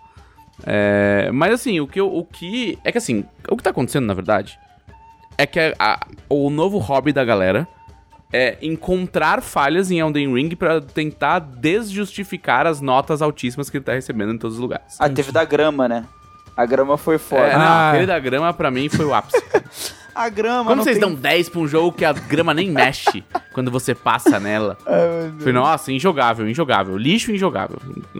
É, mas assim, o que, eu, o que... É que assim, o que tá acontecendo, na verdade, é que a- a- o novo hobby da galera é encontrar falhas em Elden Ring pra tentar desjustificar as notas altíssimas que ele tá recebendo em todos os lugares. Ah, teve da grama, né? A grama foi foda. É, não, Ah. aquele da grama pra mim foi o ápice. A grama Quando não vocês tem... dão dez pra um jogo que a grama nem mexe quando você passa nela. Foi, nossa, injogável, injogável. Lixo injogável.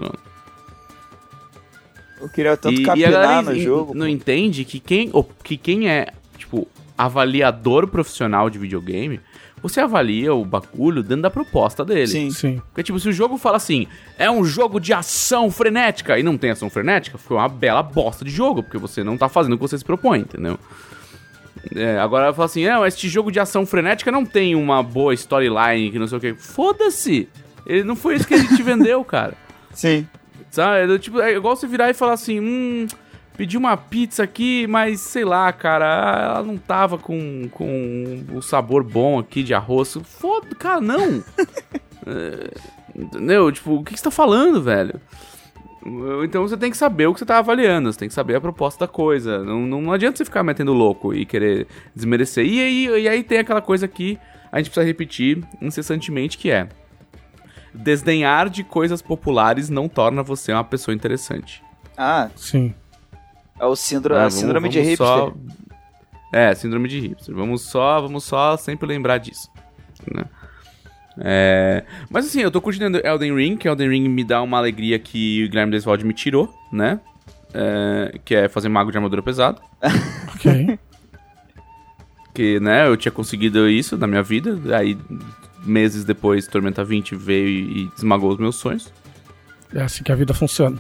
Eu queria tanto E, e a capinar galera no en- jogo. não entende que quem, ou, que quem é, tipo, avaliador profissional de videogame, você avalia o bagulho dentro da proposta dele. Sim. Sim. Porque, tipo, se o jogo fala assim, é um jogo de ação frenética, e não tem ação frenética, foi uma bela bosta de jogo, porque você não tá fazendo o que você se propõe, entendeu? É, agora fala assim, não, este jogo de ação frenética não tem uma boa storyline, que não sei o que. Foda-se! Ele não foi isso que ele te vendeu, cara. Sim. Sabe? É, tipo, é igual você virar e falar assim, hum, pedi uma pizza aqui, mas sei lá, cara, ela não tava com, com o sabor bom aqui de arroz. Foda, cara, não! É, entendeu? Tipo, o que, que você tá falando, velho? Então você tem que saber o que você tá avaliando, você tem que saber a proposta da coisa. Não, não adianta você ficar metendo louco e querer desmerecer. E aí, e aí tem aquela coisa que a gente precisa repetir incessantemente, que é: desdenhar de coisas populares não torna você uma pessoa interessante. Ah, Sim. é o síndrome, Ah, a vamos- síndrome de vamos hipster. só- É, síndrome de hipster. Vamos só, vamos só sempre lembrar disso, né? É... Mas assim, eu tô curtindo Elden Ring, que Elden Ring me dá uma alegria que o Guilherme Desvalde me tirou, né? É... Que é fazer mago de armadura pesada. Ok. Que, né, eu tinha conseguido isso na minha vida. Aí, meses depois, Tormenta vinte veio e e esmagou os meus sonhos. É assim que a vida funciona.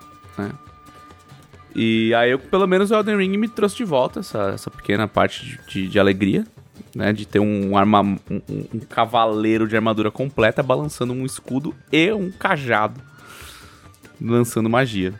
E aí, eu, pelo menos, o Elden Ring me trouxe de volta essa, essa pequena parte de, de, de alegria, né? De ter um, arma, um, um- um cavaleiro de armadura completa balançando um escudo e um cajado, lançando magia.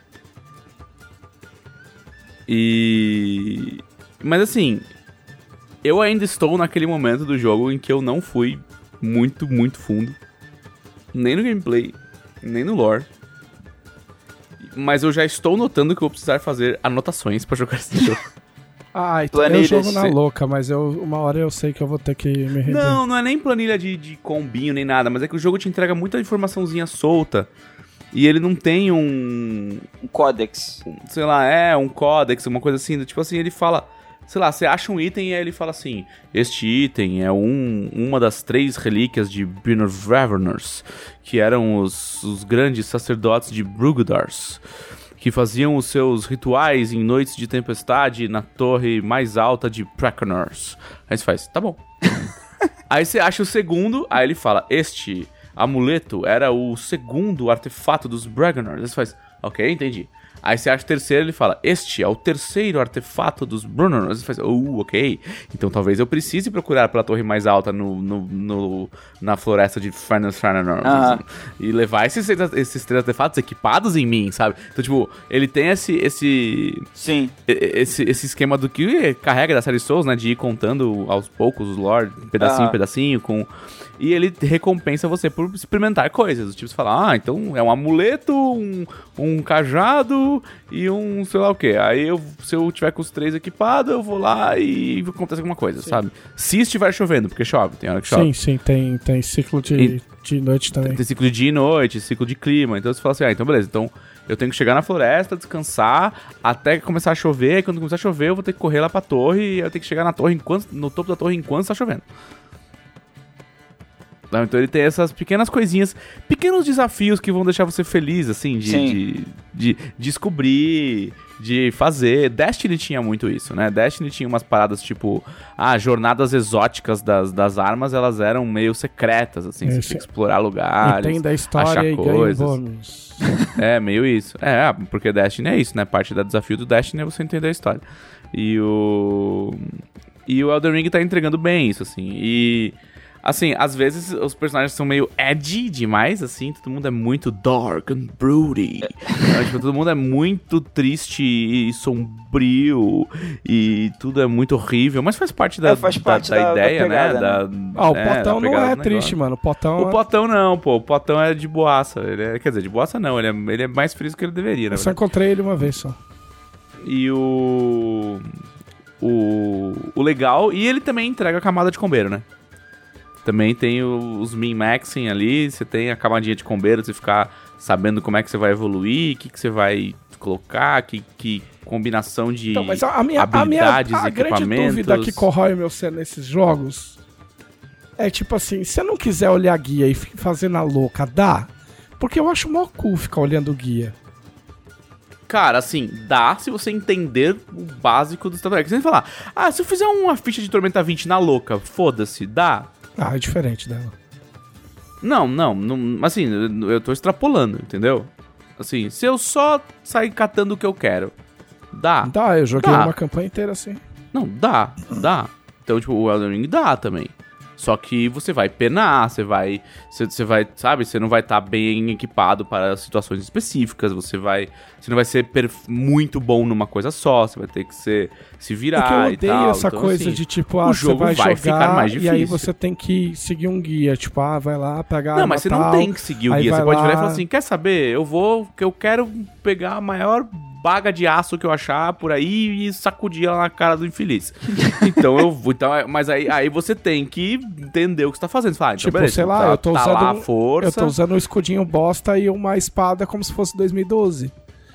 E... Mas assim, eu ainda estou naquele momento do jogo em que eu não fui muito, muito fundo. Nem no gameplay, nem no lore. Mas eu já estou notando que eu vou precisar fazer anotações pra jogar esse jogo. Ah, então eu Planilhas, jogo na sim. louca, mas eu, uma hora eu sei que eu vou ter que me render. Não, não é nem planilha de, de combinho nem nada, mas é que o jogo te entrega muita informaçãozinha solta. E ele não tem um, Um códex. sei lá, é um códex, uma coisa assim. Tipo assim, ele fala, sei lá, você acha um item e aí ele fala assim: este item é um, uma das três relíquias de Birnor Raverners, que eram os, os grandes sacerdotes de Brugdars, que faziam os seus rituais em noites de tempestade na torre mais alta de Prakanors. Aí você faz, tá bom. Aí você acha o segundo, aí ele fala, este amuleto era o segundo artefato dos Braggoners. Aí você faz, ok, entendi. Aí você acha o terceiro, ele fala, este é o terceiro artefato dos Brunner. Você faz, oh, ok. Então talvez eu precise procurar pela torre mais alta no, no, no, na floresta de Fernanor. Ah. Assim, e levar esses, esses três artefatos equipados em mim, sabe? Então, tipo, ele tem esse... esse Sim. Esse, esse esquema do que carrega da série Souls, né? De ir contando aos poucos os lore, pedacinho, ah. pedacinho, com... E ele recompensa você por experimentar coisas. Tipo, você fala, ah, então é um amuleto, um, um cajado e um sei lá o que. Aí eu, se eu tiver com os três equipados, eu vou lá e acontece alguma coisa, sim. sabe? Se estiver chovendo, porque chove, tem hora que chove. Sim, sim, tem, tem ciclo de, e, de noite também. Tem ciclo de dia e noite, ciclo de clima. Então você fala assim, ah, então beleza, então eu tenho que chegar na floresta, descansar, até começar a chover. E quando começar a chover, eu vou ter que correr lá pra torre e eu tenho que chegar na torre enquanto, no topo da torre enquanto está chovendo. Então ele tem essas pequenas coisinhas, pequenos desafios que vão deixar você feliz, assim, de, de, de descobrir, de fazer. Destiny tinha muito isso, né? Destiny tinha umas paradas tipo, ah, jornadas exóticas das, das armas, elas eram meio secretas, assim, Esse... você tinha que explorar lugares, entenda a história achar e coisas. ganha bônus. É, meio isso. É, porque Destiny é isso, né? Parte do desafio do Destiny é você entender a história. E o... E o Elden Ring tá entregando bem isso, assim, e... Assim, às vezes os personagens são meio edgy demais, assim, todo mundo é muito dark and broody. Então, tipo, todo mundo é muito triste e sombrio e tudo é muito horrível, mas faz parte da, é, faz parte da, da, da ideia, da pegada, né? Da, ah, o é, Potão não é triste, mano. O Potão O Potão não, pô. O Potão é de boaça. Ele é, quer dizer, de boaça não, ele é, ele é mais frio do que ele deveria, né? Eu só encontrei ele uma vez só. E o... O, o legal... E ele também entrega a camada de combeiro, né? Também tem o, os min-maxing ali, você tem a camadinha de combeiro, você ficar sabendo como é que você vai evoluir, o que, que você vai colocar, que, que combinação de então, mas a minha, habilidades, a minha, a equipamentos... grande dúvida que corrói meu ser nesses jogos é tipo assim, se eu não quiser olhar a guia e fazer na louca, dá? Porque eu acho mó cool ficar olhando o guia. Cara, assim, dá se você entender o básico do estratégia. Você vai falar, ah, se eu fizer uma ficha de Tormenta vinte na louca, foda-se, dá? Ah, é diferente dela. Não, não, não, assim, eu tô extrapolando, entendeu? Assim, se eu só sair catando o que eu quero, dá? Dá, eu joguei dá. uma campanha inteira assim. Não, dá, dá. Então, tipo, o Elden Ring dá também. Só que você vai penar, você vai, você, você vai, sabe, você não vai estar tá bem equipado para situações específicas, você vai, você não vai ser perf- muito bom numa coisa só, você vai ter que ser, se virar é que eu e odeio tal. essa então, coisa assim, de tipo, ah, o você jogo vai, vai jogar ficar mais difícil. E aí você tem que seguir um guia, tipo, ah, vai lá pegar Não, mas você tal, não tem que seguir o guia, você pode lá... virar e falar assim, quer saber, eu vou, que eu quero pegar a maior baga de aço que eu achar por aí e sacudir ela na cara do infeliz. Então eu vou, então, mas aí, aí você tem que entender o que você tá fazendo. Você fala, ah, então tipo, beleza, sei lá, tá, eu tô tá usando lá a um, força. eu tô usando um escudinho bosta e uma espada como se fosse dois mil e doze.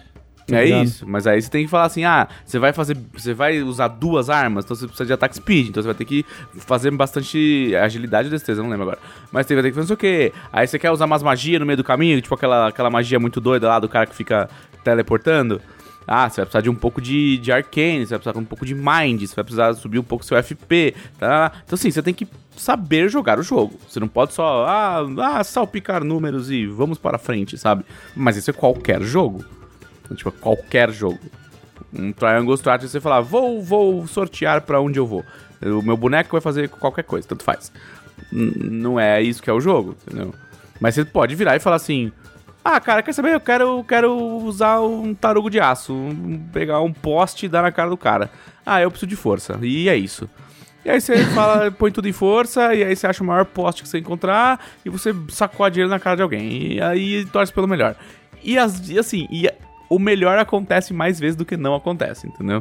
É isso, mas aí você tem que falar assim, ah, você vai fazer, você vai usar duas armas, então você precisa de ataque speed, então você vai ter que fazer bastante agilidade e destreza, não lembro agora. Mas você vai ter que fazer não sei o quê. Aí você quer usar umas magias no meio do caminho, tipo aquela, aquela magia muito doida lá do cara que fica teleportando. Ah, você vai precisar de um pouco de, de arcane, você vai precisar de um pouco de mind, você vai precisar subir um pouco seu F P, tá? Então assim, você tem que saber jogar o jogo. Você não pode só, ah, ah, salpicar números e vamos para frente, sabe? Mas isso é qualquer jogo. Tipo, qualquer jogo. Um Triangle Strategy, você falar, vou, vou sortear pra onde eu vou. O meu boneco vai fazer qualquer coisa, tanto faz. N- não é isso que é o jogo, entendeu? Mas você pode virar e falar assim, ah, cara, quer saber? Eu quero, quero usar um tarugo de aço, um, pegar um poste e dar na cara do cara. Ah, eu preciso de força. E é isso. E aí você fala, põe tudo em força, e aí você acha o maior poste que você encontrar, e você sacode ele na cara de alguém. E aí torce pelo melhor. E, as, e assim, e o melhor acontece mais vezes do que não acontece, entendeu?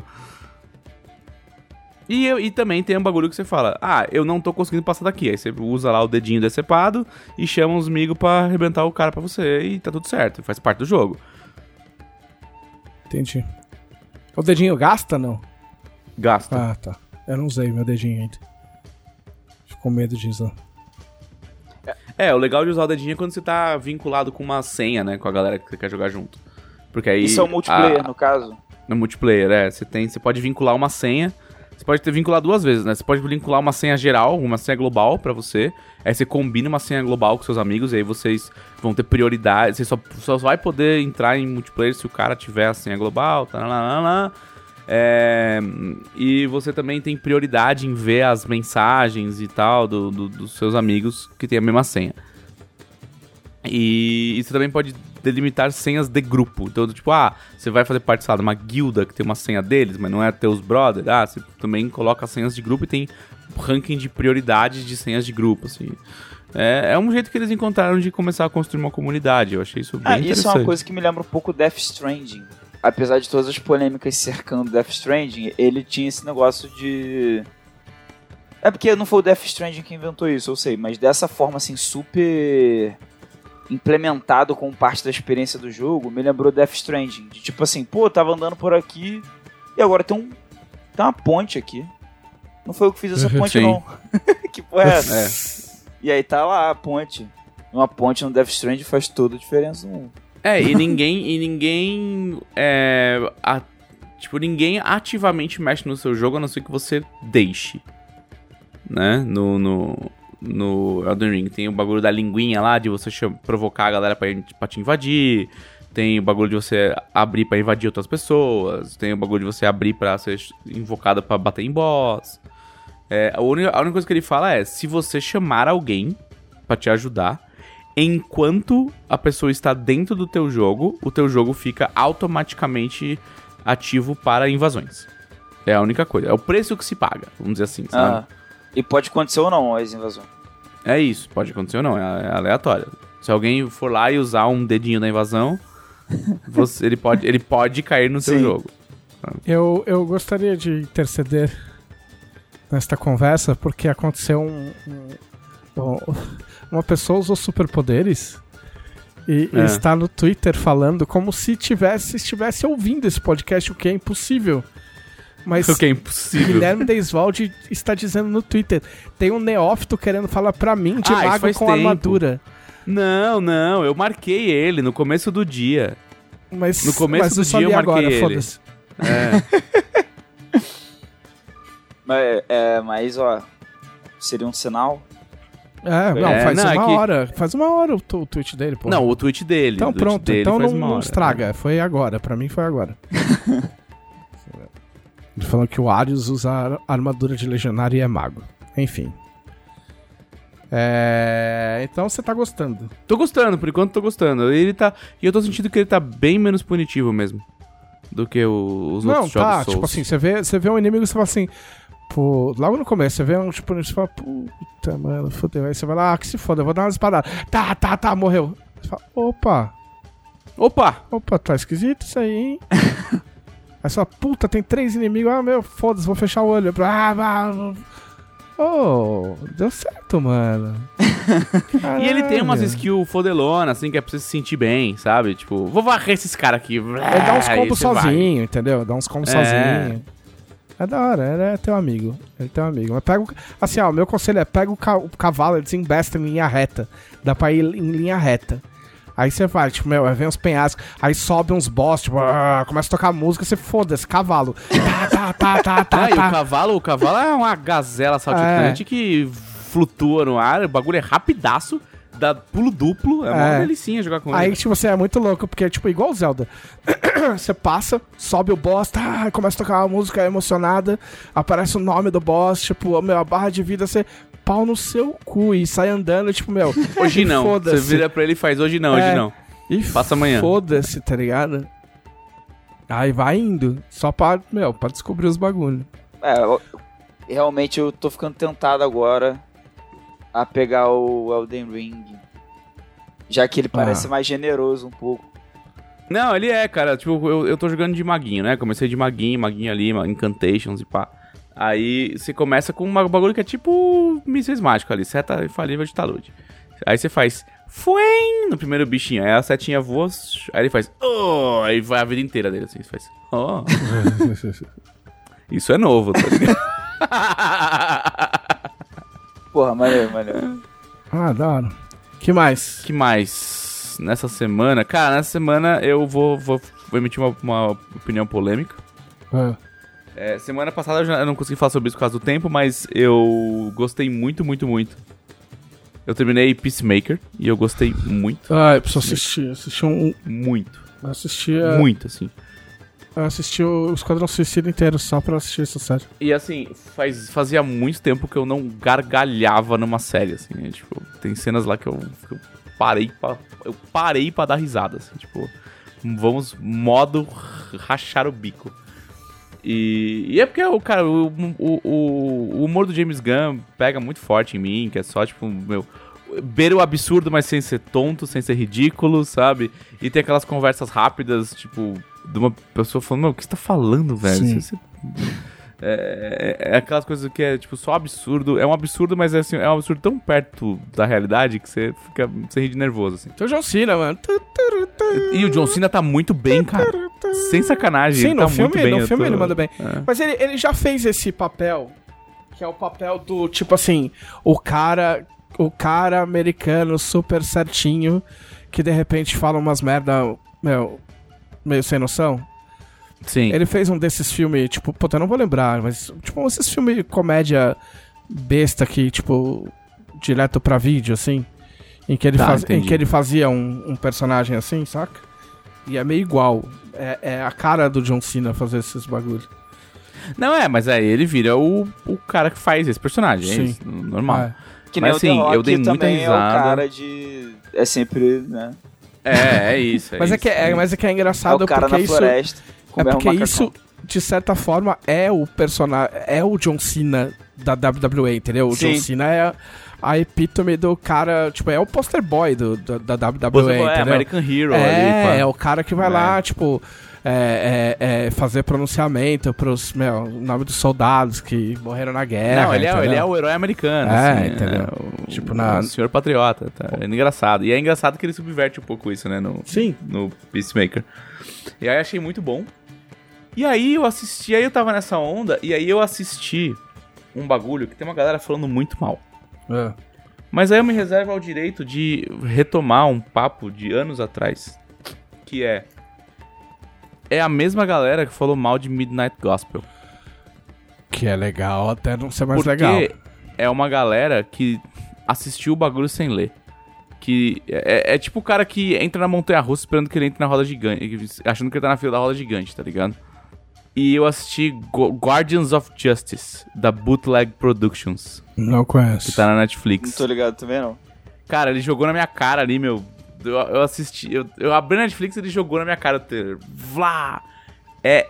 E, eu, e também tem um bagulho que você fala, ah, eu não tô conseguindo passar daqui. Aí você usa lá o dedinho decepado e chama uns amigos pra arrebentar o cara pra você e tá tudo certo, faz parte do jogo. Entendi. O dedinho gasta, não? Gasta. Ah, tá. Eu não usei meu dedinho ainda. Fico com medo de usar. É, o legal de usar o dedinho é quando você tá vinculado com uma senha, né, com a galera que você quer jogar junto. Porque aí... Isso é o multiplayer, a, no caso? No multiplayer, é. Você, tem, você pode vincular uma senha Você pode ter vincular duas vezes, né? Você pode vincular uma senha geral, uma senha global pra você. Aí você combina uma senha global com seus amigos. E aí vocês vão ter prioridade. Você só, só vai poder entrar em multiplayer se o cara tiver a senha global. Talalala. É, e você também tem prioridade em ver as mensagens e tal do, do, dos seus amigos que tem a mesma senha. E, e você também pode delimitar senhas de grupo. Então, tipo, ah, você vai fazer parte, sei lá, de uma guilda que tem uma senha deles, mas não é teus brothers. Ah, você também coloca senhas de grupo e tem ranking de prioridade de senhas de grupo, assim. É, é um jeito que eles encontraram de começar a construir uma comunidade. Eu achei isso bem ah, interessante. Isso é uma coisa que me lembra um pouco Death Stranding. Apesar de todas as polêmicas cercando Death Stranding, ele tinha esse negócio de... É porque não foi o Death Stranding que inventou isso, eu sei, mas dessa forma, assim, super implementado como parte da experiência do jogo, me lembrou Death Stranding. De tipo assim, pô, tava andando por aqui e agora tem um tem uma ponte aqui. Não foi eu que fiz essa ponte, não. Que porra é essa? É. E aí tá lá a ponte. Uma ponte no Death Stranding faz toda a diferença no mundo. É, e ninguém, e ninguém é, a, tipo, ninguém ativamente mexe no seu jogo, a não ser que você deixe, né, no, no, no Elden Ring. Tem o bagulho da linguinha lá, de você cham- provocar a galera pra, pra te invadir, tem o bagulho de você abrir pra invadir outras pessoas, tem o bagulho de você abrir pra ser invocado pra bater em boss. É, a, única, a única coisa que ele fala é, se você chamar alguém pra te ajudar, enquanto a pessoa está dentro do teu jogo, o teu jogo fica automaticamente ativo para invasões. É a única coisa. É o preço que se paga, vamos dizer assim, sabe? Ah, e pode acontecer ou não as invasões. É isso, pode acontecer ou não, é, é aleatório. Se alguém for lá e usar um dedinho da invasão, você, ele, pode, ele pode cair no seu Sim. jogo. Eu, eu gostaria de interceder nesta conversa, porque aconteceu um... um, um uma pessoa usou superpoderes e, É. e está no Twitter falando como se tivesse, estivesse ouvindo esse podcast, o que é impossível. Mas O que é impossível. Guilherme Deisvalde está dizendo no Twitter, tem um neófito querendo falar pra mim de Ah, isso mago faz com tempo. armadura. Não, não, eu marquei ele no começo do dia. Mas, No começo mas do eu só dia li eu marquei agora, ele. foda-se. É. Mas, é, mas, ó, seria um sinal? É, não, É, faz não, é uma que- hora. Faz uma hora o, tu- o tweet dele, pô. Não, o tweet dele. Então o tweet pronto, dele então faz não, uma não hora. estraga. Foi agora, pra mim foi agora. Ele falou que o Arius usa ar- armadura de legionário e é mago. Enfim. É... Então você tá gostando. Tô gostando, por enquanto tô gostando. Ele tá. E eu tô sentindo que ele tá bem menos punitivo mesmo. Do que o- os Não, outros tá, jogos tipo Souls. assim, você vê, você vê um inimigo e você fala assim, pô, logo no começo, você vê um tipo, você fala, puta, mano, fodeu. Aí você vai lá, ah, que se foda, eu vou dar uma espadada. Tá, tá, tá, morreu. Você fala, opa, Opa! opa, tá esquisito isso aí, hein? Aí você fala, puta, tem três inimigos, ah, meu, foda-se, vou fechar o olho. Ah, ah, oh, deu certo, mano. E ele tem umas Caralho. skills fodelona, assim, que é pra você se sentir bem, sabe? Tipo, vou varrer esses caras aqui. Ele dá uns Aí combos você vai. sozinho, entendeu? Dá uns combos É. sozinho. É da hora, ele é teu amigo. Ele é teu amigo. Mas pega o... Assim, ó, meu conselho é pega o, ca... o cavalo, ele desembesta em linha reta. Dá pra ir em linha reta. Aí você vai, tipo, meu, aí vem uns penhascos, aí sobe uns boss, tipo, ah, começa a tocar música, você foda-se, cavalo. Tá, tá, tá, tá, tá, Ah, e o tá. cavalo, o cavalo é uma gazela saltitante que flutua no ar, o bagulho é rapidaço, dá pulo duplo, é uma É. delicinha jogar com Aí, ele. tipo, você é muito louco, porque é tipo igual o Zelda. Você passa, sobe o boss, tá, começa a tocar uma música emocionada, aparece o nome do boss, tipo, meu, a barra de vida, você pau no seu cu e sai andando, tipo, meu. Hoje e não, você foda-se. vira pra ele e faz hoje não, É. hoje não. E Passa amanhã. Foda-se, tá ligado? Aí vai indo, só pra, meu, pra descobrir os bagulhos. É, eu- realmente eu tô ficando tentado agora a pegar o Elden Ring. Já que ele parece Ah. mais generoso um pouco. Não, ele é, cara, tipo, eu, eu tô jogando de maguinho, né? Comecei de maguinho, maguinho ali, ma- incantations e pá. Aí você começa com um bagulho que é tipo mísseis mágicos ali, seta infalível de talude. Aí você faz fuem no primeiro bichinho, aí a setinha voa, aí ele faz oh, aí vai a vida inteira dele assim, você faz oh. Isso é novo, tá ligado? Porra, maneiro, maneiro. Ah, da hora. Que mais? Que mais? Nessa semana, cara, nessa semana eu vou, vou, vou emitir uma, uma opinião polêmica. Ah. É, semana passada eu, já, eu não consegui falar sobre isso por causa do tempo, mas eu gostei muito, muito, muito. Eu terminei Peacemaker e eu gostei muito. Ah, eu preciso assistir. Assisti um... Muito. Eu assisti... A... Muito, assim. Eu assisti o Esquadrão Suicida inteiro só pra assistir essa série. E assim, faz, fazia muito tempo que eu não gargalhava numa série, assim. Né? Tipo, tem cenas lá que eu, que eu parei pra... Eu parei pra dar risada, assim. Tipo, vamos modo rachar o bico. E, e é porque, o cara, o, o, o, o humor do James Gunn pega muito forte em mim, que é só, tipo, meu... Beira o absurdo, mas sem ser tonto, sem ser ridículo, sabe? E tem aquelas conversas rápidas, tipo, de uma pessoa falando, meu, o que você tá falando, velho? Você, você... É, é, é aquelas coisas que é, tipo, só absurdo. É um absurdo, mas é, assim, é um absurdo tão perto da realidade que você fica, você ri de nervoso, assim. Tem o John Cena, mano. E o John Cena tá muito bem, cara. Sem sacanagem, Sim, ele no tá filme, muito bem. no filme tô... ele manda bem. É. Mas ele, ele já fez esse papel, que é o papel do, tipo assim, o cara, o cara americano super certinho, que de repente fala umas merda, meu, meio sem noção. Sim. Ele fez um desses filmes, tipo, puta, eu não vou lembrar, mas, tipo, esses filmes de comédia besta que, tipo, direto pra vídeo, assim, em que ele, Tá, faz, em entendi. que ele fazia um, um personagem assim, saca? E é meio igual. É, é a cara do John Cena fazer esses bagulhos. Não é, mas aí ele vira o, o cara que faz esse personagem, Sim. é isso, normal. É. Que nem Mas, o The assim, Rock eu dei muita também é o risada. cara de... É sempre, né? É, é isso. É Mas, é isso. que é, mas é que é É engraçado o cara porque na isso... floresta. É comendo porque macacão. isso, de certa forma, é o personagem... É o John Cena da W W E, entendeu? O Sim. John Cena é a epítome do cara... Tipo, é o poster boy do, do- da W W E, Você, é, entendeu? American Hero ali. É, pá. é o cara que vai É. lá, tipo, é, é, é, fazer pronunciamento pros, meu, nome dos soldados que morreram na guerra. Não, ele é, entendeu? ele é o herói americano. É, assim, entendeu? É, o, Tipo, na- o senhor patriota. Tá? É engraçado. E é engraçado que ele subverte um pouco isso, né? No, Sim. no Peacemaker. E aí achei muito bom. E aí eu assisti, aí eu tava nessa onda, e aí eu assisti um bagulho que tem uma galera falando muito mal. É. Mas aí eu me reservo ao direito de retomar um papo de anos atrás. Que é... É a mesma galera que falou mal de Midnight Gospel. Que é legal, até não ser mais Porque legal. é uma galera que assistiu o bagulho sem ler. Que é, é tipo o cara que entra na montanha-russa esperando que ele entre na roda gigante, achando que ele tá na fila da roda gigante, tá ligado? E eu assisti Gu- Guardians of Justice, da Bootleg Productions, Não conheço. que tá na Não Netflix. tô ligado também, não. Cara, ele jogou na minha cara ali, meu. Eu, eu assisti, eu, eu abri a Netflix e ele jogou na minha cara o trailer. Vlá! É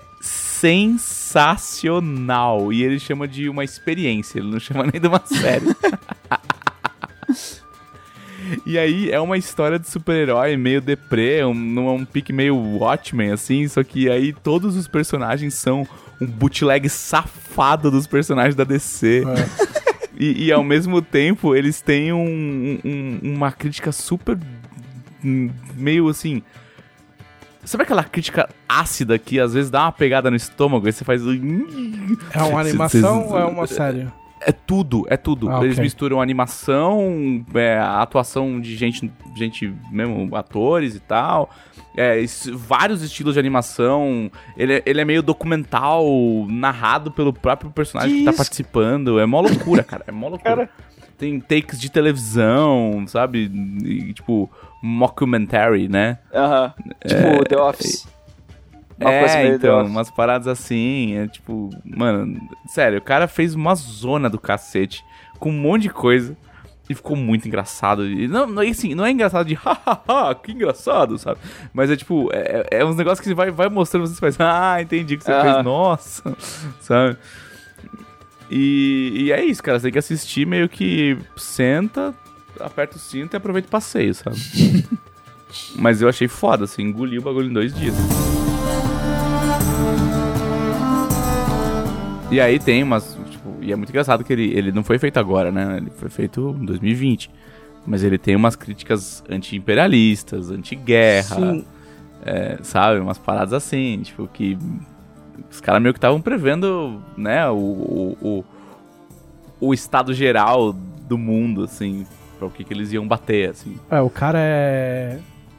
sensacional. E ele chama de uma experiência, ele não chama nem de uma série. E aí é uma história de super-herói meio deprê, um, num um pique meio Watchmen, assim, só que aí todos os personagens são um bootleg safado dos personagens da D C. E, e ao mesmo tempo eles têm um, um- uma crítica super hum, meio assim. Sabe aquela crítica ácida que às vezes dá uma pegada no estômago e você faz. É uma animação ou é uma série? É tudo, é tudo. Ah, Eles ok. misturam animação, é, a atuação de gente, gente mesmo, atores e tal. É, es- vários estilos de animação. Ele, é- ele é meio documental, narrado pelo próprio personagem que, Que tá isso? participando. É mó loucura, cara. É mó loucura. Cara. Tem takes de televisão, sabe? E, tipo, mockumentary, né? Aham. Tipo, The Office. Uma é, coisa meio The então, Office. umas paradas assim, é tipo, mano, sério, o cara fez uma zona do cacete, com um monte de coisa, e ficou muito engraçado. E não, não, e assim, não é engraçado de hahaha, que engraçado, sabe? Mas é tipo, é, é uns negócios que você vai, vai mostrando, você faz, ah, entendi o que você Aham. fez, nossa, sabe? E, e é isso, cara, você tem que assistir meio que senta, aperta o cinto e aproveita o passeio, sabe? Mas eu achei foda, assim, engoli o bagulho em dois dias. E aí tem umas, tipo, e é muito engraçado que ele, ele não foi feito agora, né? Ele foi feito em dois mil e vinte. Mas ele tem umas críticas anti-imperialistas, anti-guerra, Sim. é, sabe? Umas paradas assim, tipo, que os caras meio que estavam prevendo, né, o, o, o, o estado geral do mundo, assim, pra o que, que eles iam bater, assim. É, o cara é... O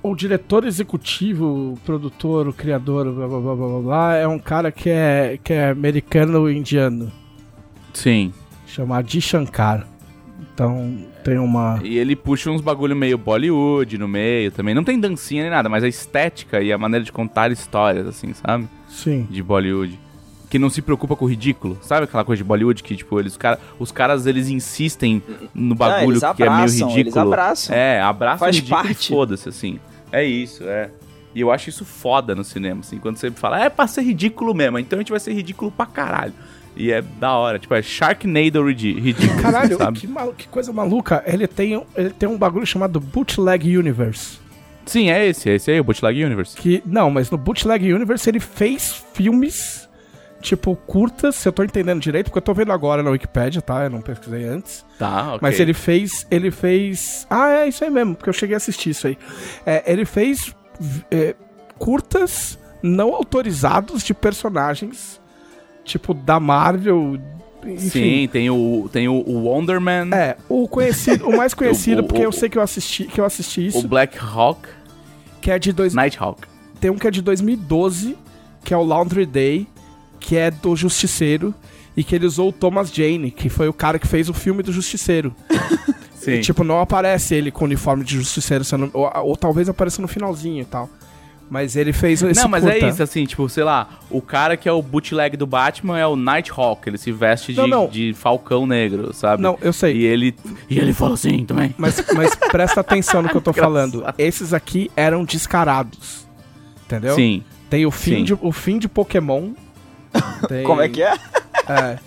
o diretor executivo, o produtor, o criador, blá blá blá blá blá, blá é um cara que é, que é americano-indiano. Sim. Chama Adi Shankar. Então tem uma... E ele puxa uns bagulho meio Bollywood no meio também. Não tem dancinha nem nada, mas a estética e a maneira de contar histórias, assim, sabe? Sim. De Bollywood. Que não se preocupa com o ridículo. Sabe aquela coisa de Bollywood que, tipo, eles, cara, os caras, eles insistem no bagulho não, que é meio ridículo. Eles abraçam. É, abraçam Faz o ridículo parte. e foda-se, assim. É isso, é. E eu acho isso foda no cinema, assim. Quando você fala, é pra ser ridículo mesmo, então a gente vai ser ridículo pra caralho. E é da hora, tipo, é Sharknado ridículo. Caralho, sabe? que, malu- que coisa maluca. Ele tem, um- ele tem um bagulho chamado Bootleg Universe. Sim, é esse, é esse aí, o Bootleg Universe. Que, não, mas no Bootleg Universe ele fez filmes, tipo, curtas, se eu tô entendendo direito, porque eu tô vendo agora na Wikipedia, tá? Eu não pesquisei antes. Tá, ok. Mas ele fez, ele fez... Ah, é isso aí mesmo, porque eu cheguei a assistir isso aí. É, ele fez é, curtas não autorizados de personagens, tipo, da Marvel, enfim. Sim, tem o, tem o, o Wonder Man, É, o conhecido, o mais conhecido, O- o- porque eu o- sei que eu assisti, que eu assisti isso, o Black Hawk, que é de dois, Nighthawk. tem um que é de dois mil e doze, que é o Laundry Day, que é do Justiceiro, e que ele usou o Thomas Jane, que foi o cara que fez o filme do Justiceiro. Sim. E, tipo, não aparece ele com o uniforme de Justiceiro, sendo, ou, ou talvez apareça no finalzinho e tal. Mas ele fez esse Não, mas curta. é isso, assim, tipo, sei lá, o cara que é o bootleg do Batman é o Nighthawk, ele se veste de, Não, não. de falcão negro, sabe? Não, eu sei. E ele, e ele fala assim também. Mas, mas presta atenção no que eu tô Engraçado. falando. Esses aqui eram descarados. Entendeu? Sim. Tem o fim, Sim. de, o fim de Pokémon. Tem, Como é que é? É.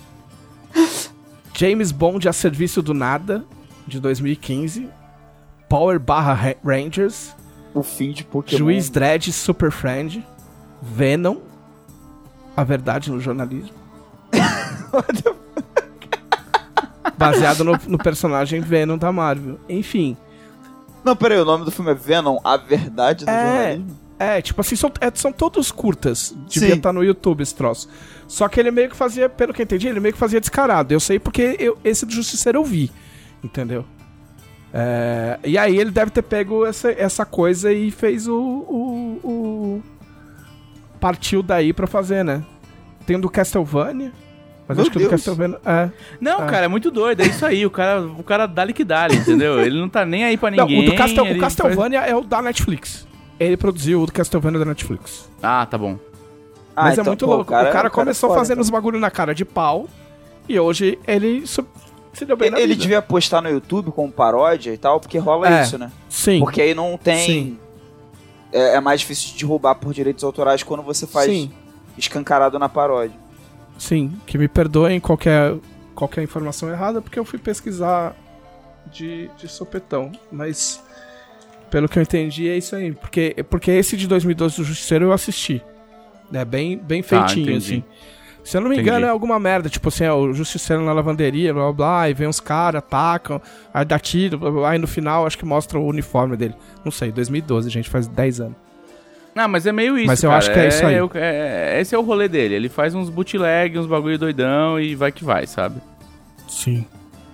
James Bond a serviço do nada, de dois mil e quinze. Power barra Ra- Rangers. O fim de Pokémon. Juiz Dredd Super Friend. Venom. A verdade no jornalismo. Baseado no, no personagem Venom da Marvel. Enfim. Não, peraí, o nome do filme é Venom, A Verdade do É, Jornalismo? é, tipo assim, são, é, são todos curtas. Devia Sim. estar no YouTube esse troço. Só que ele meio que fazia, pelo que eu entendi, ele meio que fazia descarado. Eu sei porque eu, esse do Justiceiro eu vi. Entendeu? É, e aí ele deve ter pego essa, essa coisa e fez o, o, o... Partiu daí pra fazer, né? Tem o do Castlevania. Mas Meu acho que o do Deus. Castlevania... É. Não, Ah. cara, é muito doido, é isso aí, o cara, o cara dá-lhe que dá-lhe, entendeu? Ele não tá nem aí pra Não, ninguém. o do Castel, ele o Castlevania é o da Netflix. Ele produziu o do Castlevania da Netflix. faz- Ah, tá bom. Ah, Mas então, é muito pô, louco. O cara, é começou foda, fazendo então. os bagulho na cara de pau. E hoje ele su- se deu bem na Ele vida. devia postar no YouTube como paródia e tal, porque rola É. isso, né? Sim. Porque aí não tem... Sim. É, é mais difícil de derrubar por direitos autorais quando você faz Sim. escancarado na paródia. Sim. Que me perdoem qualquer, qualquer informação errada, porque eu fui pesquisar de, de sopetão. Mas, pelo que eu entendi, é isso aí. Porque, porque esse de dois mil e doze do Justiceiro eu assisti. É bem, bem Tá, feitinho, entendi. assim. Se eu não me Entendi. engano, é alguma merda. Tipo assim, é o Justiceiro na lavanderia, blá blá blá, e vem uns caras, atacam, aí dá tiro, blá blá blá, e no final acho que mostra o uniforme dele. Não sei, dois mil e doze, gente, faz dez anos. Não, mas é meio isso, Mas eu cara. acho que é isso aí. o- é- esse é o rolê dele, ele faz uns bootleg, uns bagulho doidão e vai que vai, sabe? Sim.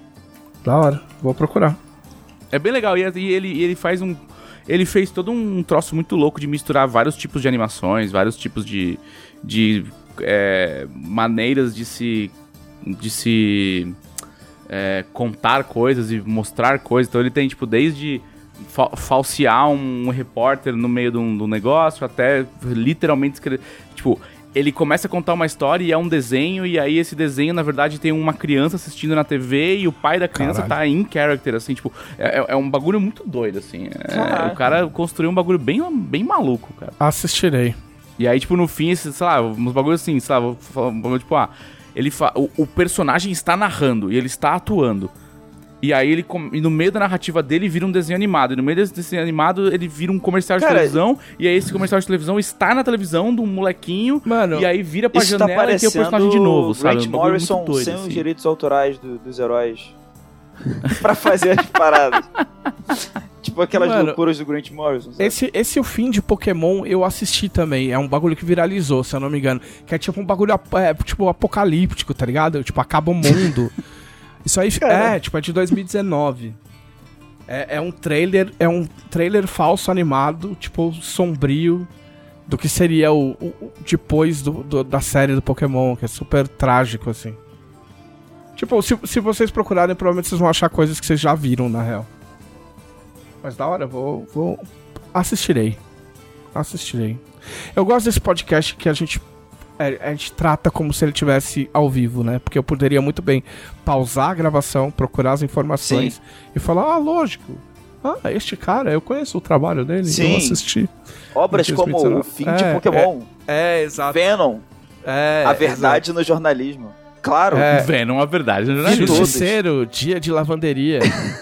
Da hora, vou procurar. É bem legal, e, e ele, e ele faz um... Ele fez todo um troço muito louco de misturar vários tipos de animações, vários tipos de... de é, maneiras de se... de se... é, contar coisas e mostrar coisas. Então ele tem, tipo, desde fa- falsear um repórter no meio de um, de um negócio, até literalmente escrever... Tipo, ele começa a contar uma história e é um desenho, e aí esse desenho, na verdade, tem uma criança assistindo na T V e o pai da criança Caralho. tá in character, assim, tipo... É, é- é um bagulho muito doido, assim. É, Caraca. o cara construiu um bagulho bem, bem maluco, cara. Assistirei. E aí, tipo, no fim, esse, sei lá, uns bagulhos assim, sei lá, vou falar um bagulho, tipo, ah, ele fa... o, o personagem está narrando e ele está atuando. E aí, ele com- e no meio da narrativa dele, vira um desenho animado. E no meio desse desenho animado, ele vira um comercial de Cara, televisão. E aí, esse comercial de televisão está na televisão de um molequinho. Mano, E aí, vira pra Isso tá janela e tem o parecendo personagem de novo, sabe? Grant Um bagulho Morrison muito doido, sem os assim. direitos autorais do- dos heróis. Pra fazer as paradas. Tipo aquelas Mano, loucuras do Grant Morrison, sabe? Esse, esse o fim de Pokémon eu assisti também. É um bagulho que viralizou, se eu não me engano. Que é tipo um bagulho ap- é, tipo apocalíptico, tá ligado? Tipo, acaba o mundo. Isso aí Cara. é, tipo, é de dois mil e dezenove. É, é um trailer, é um trailer falso animado, tipo, sombrio, do que seria o, o, o depois do, do, da série do Pokémon, que é super trágico, assim. Tipo, se, se vocês procurarem, provavelmente vocês vão achar coisas que vocês já viram, na real. Mas da hora, vou, vou... Assistirei. Assistirei. Eu gosto desse podcast que a gente, a gente trata como se ele estivesse ao vivo, né? Porque eu poderia muito bem pausar a gravação, procurar as informações Sim. e falar, ah, lógico. Ah, este cara, eu conheço o trabalho dele, Sim. então eu assisti. Obras como O Fim é, de Pokémon. É, é, exato. Venom. É, a Verdade exato. no Jornalismo. Claro. É, Venom, a Verdade no Jornalismo. Justiceiro, Dia de Lavanderia.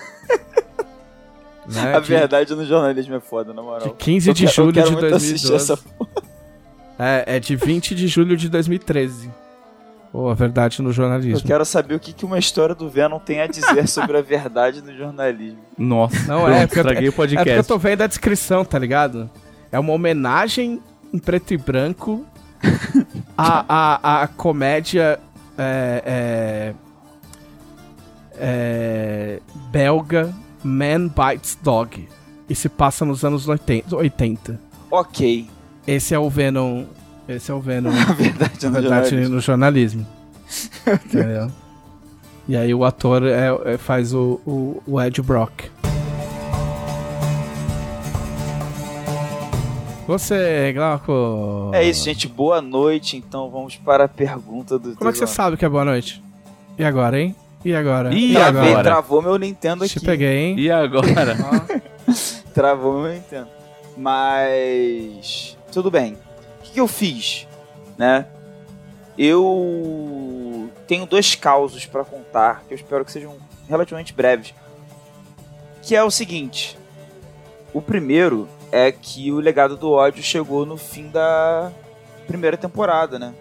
Né, a de... Verdade no Jornalismo é foda, na moral. De quinze de eu julho quero, eu de quero dois mil e doze. Essa... É, é de vinte de julho de dois mil e treze. Ou oh, A Verdade no Jornalismo. Eu quero saber o que, que uma história do Venom tem a dizer sobre a verdade no jornalismo. Nossa, não pronto, é, porque estraguei eu, o podcast. É porque eu tô vendo a descrição, tá ligado? É uma homenagem em preto e branco à, à, à comédia é, é, é, belga Man Bites Dog. E se passa nos anos oitenta. Ok. Esse é o Venom. Esse é o Venom. A verdade, a no, verdade jornalismo. no jornalismo. Entendeu? E aí o ator é, é, faz o, o, o Ed Brock. Você, Glauco. É isso, gente. Boa noite. Então vamos para a pergunta do. Como é que você sabe que é boa noite? E agora, hein? E agora? E, e agora? agora? Travou meu Nintendo aqui. Te peguei, hein? E agora? Travou meu Nintendo. Mas... Tudo bem. O que, que eu fiz? Né? Eu tenho dois causos pra contar, que eu espero que sejam relativamente breves. Que é o seguinte. O primeiro é que o Legado do Ódio chegou no fim da primeira temporada, né?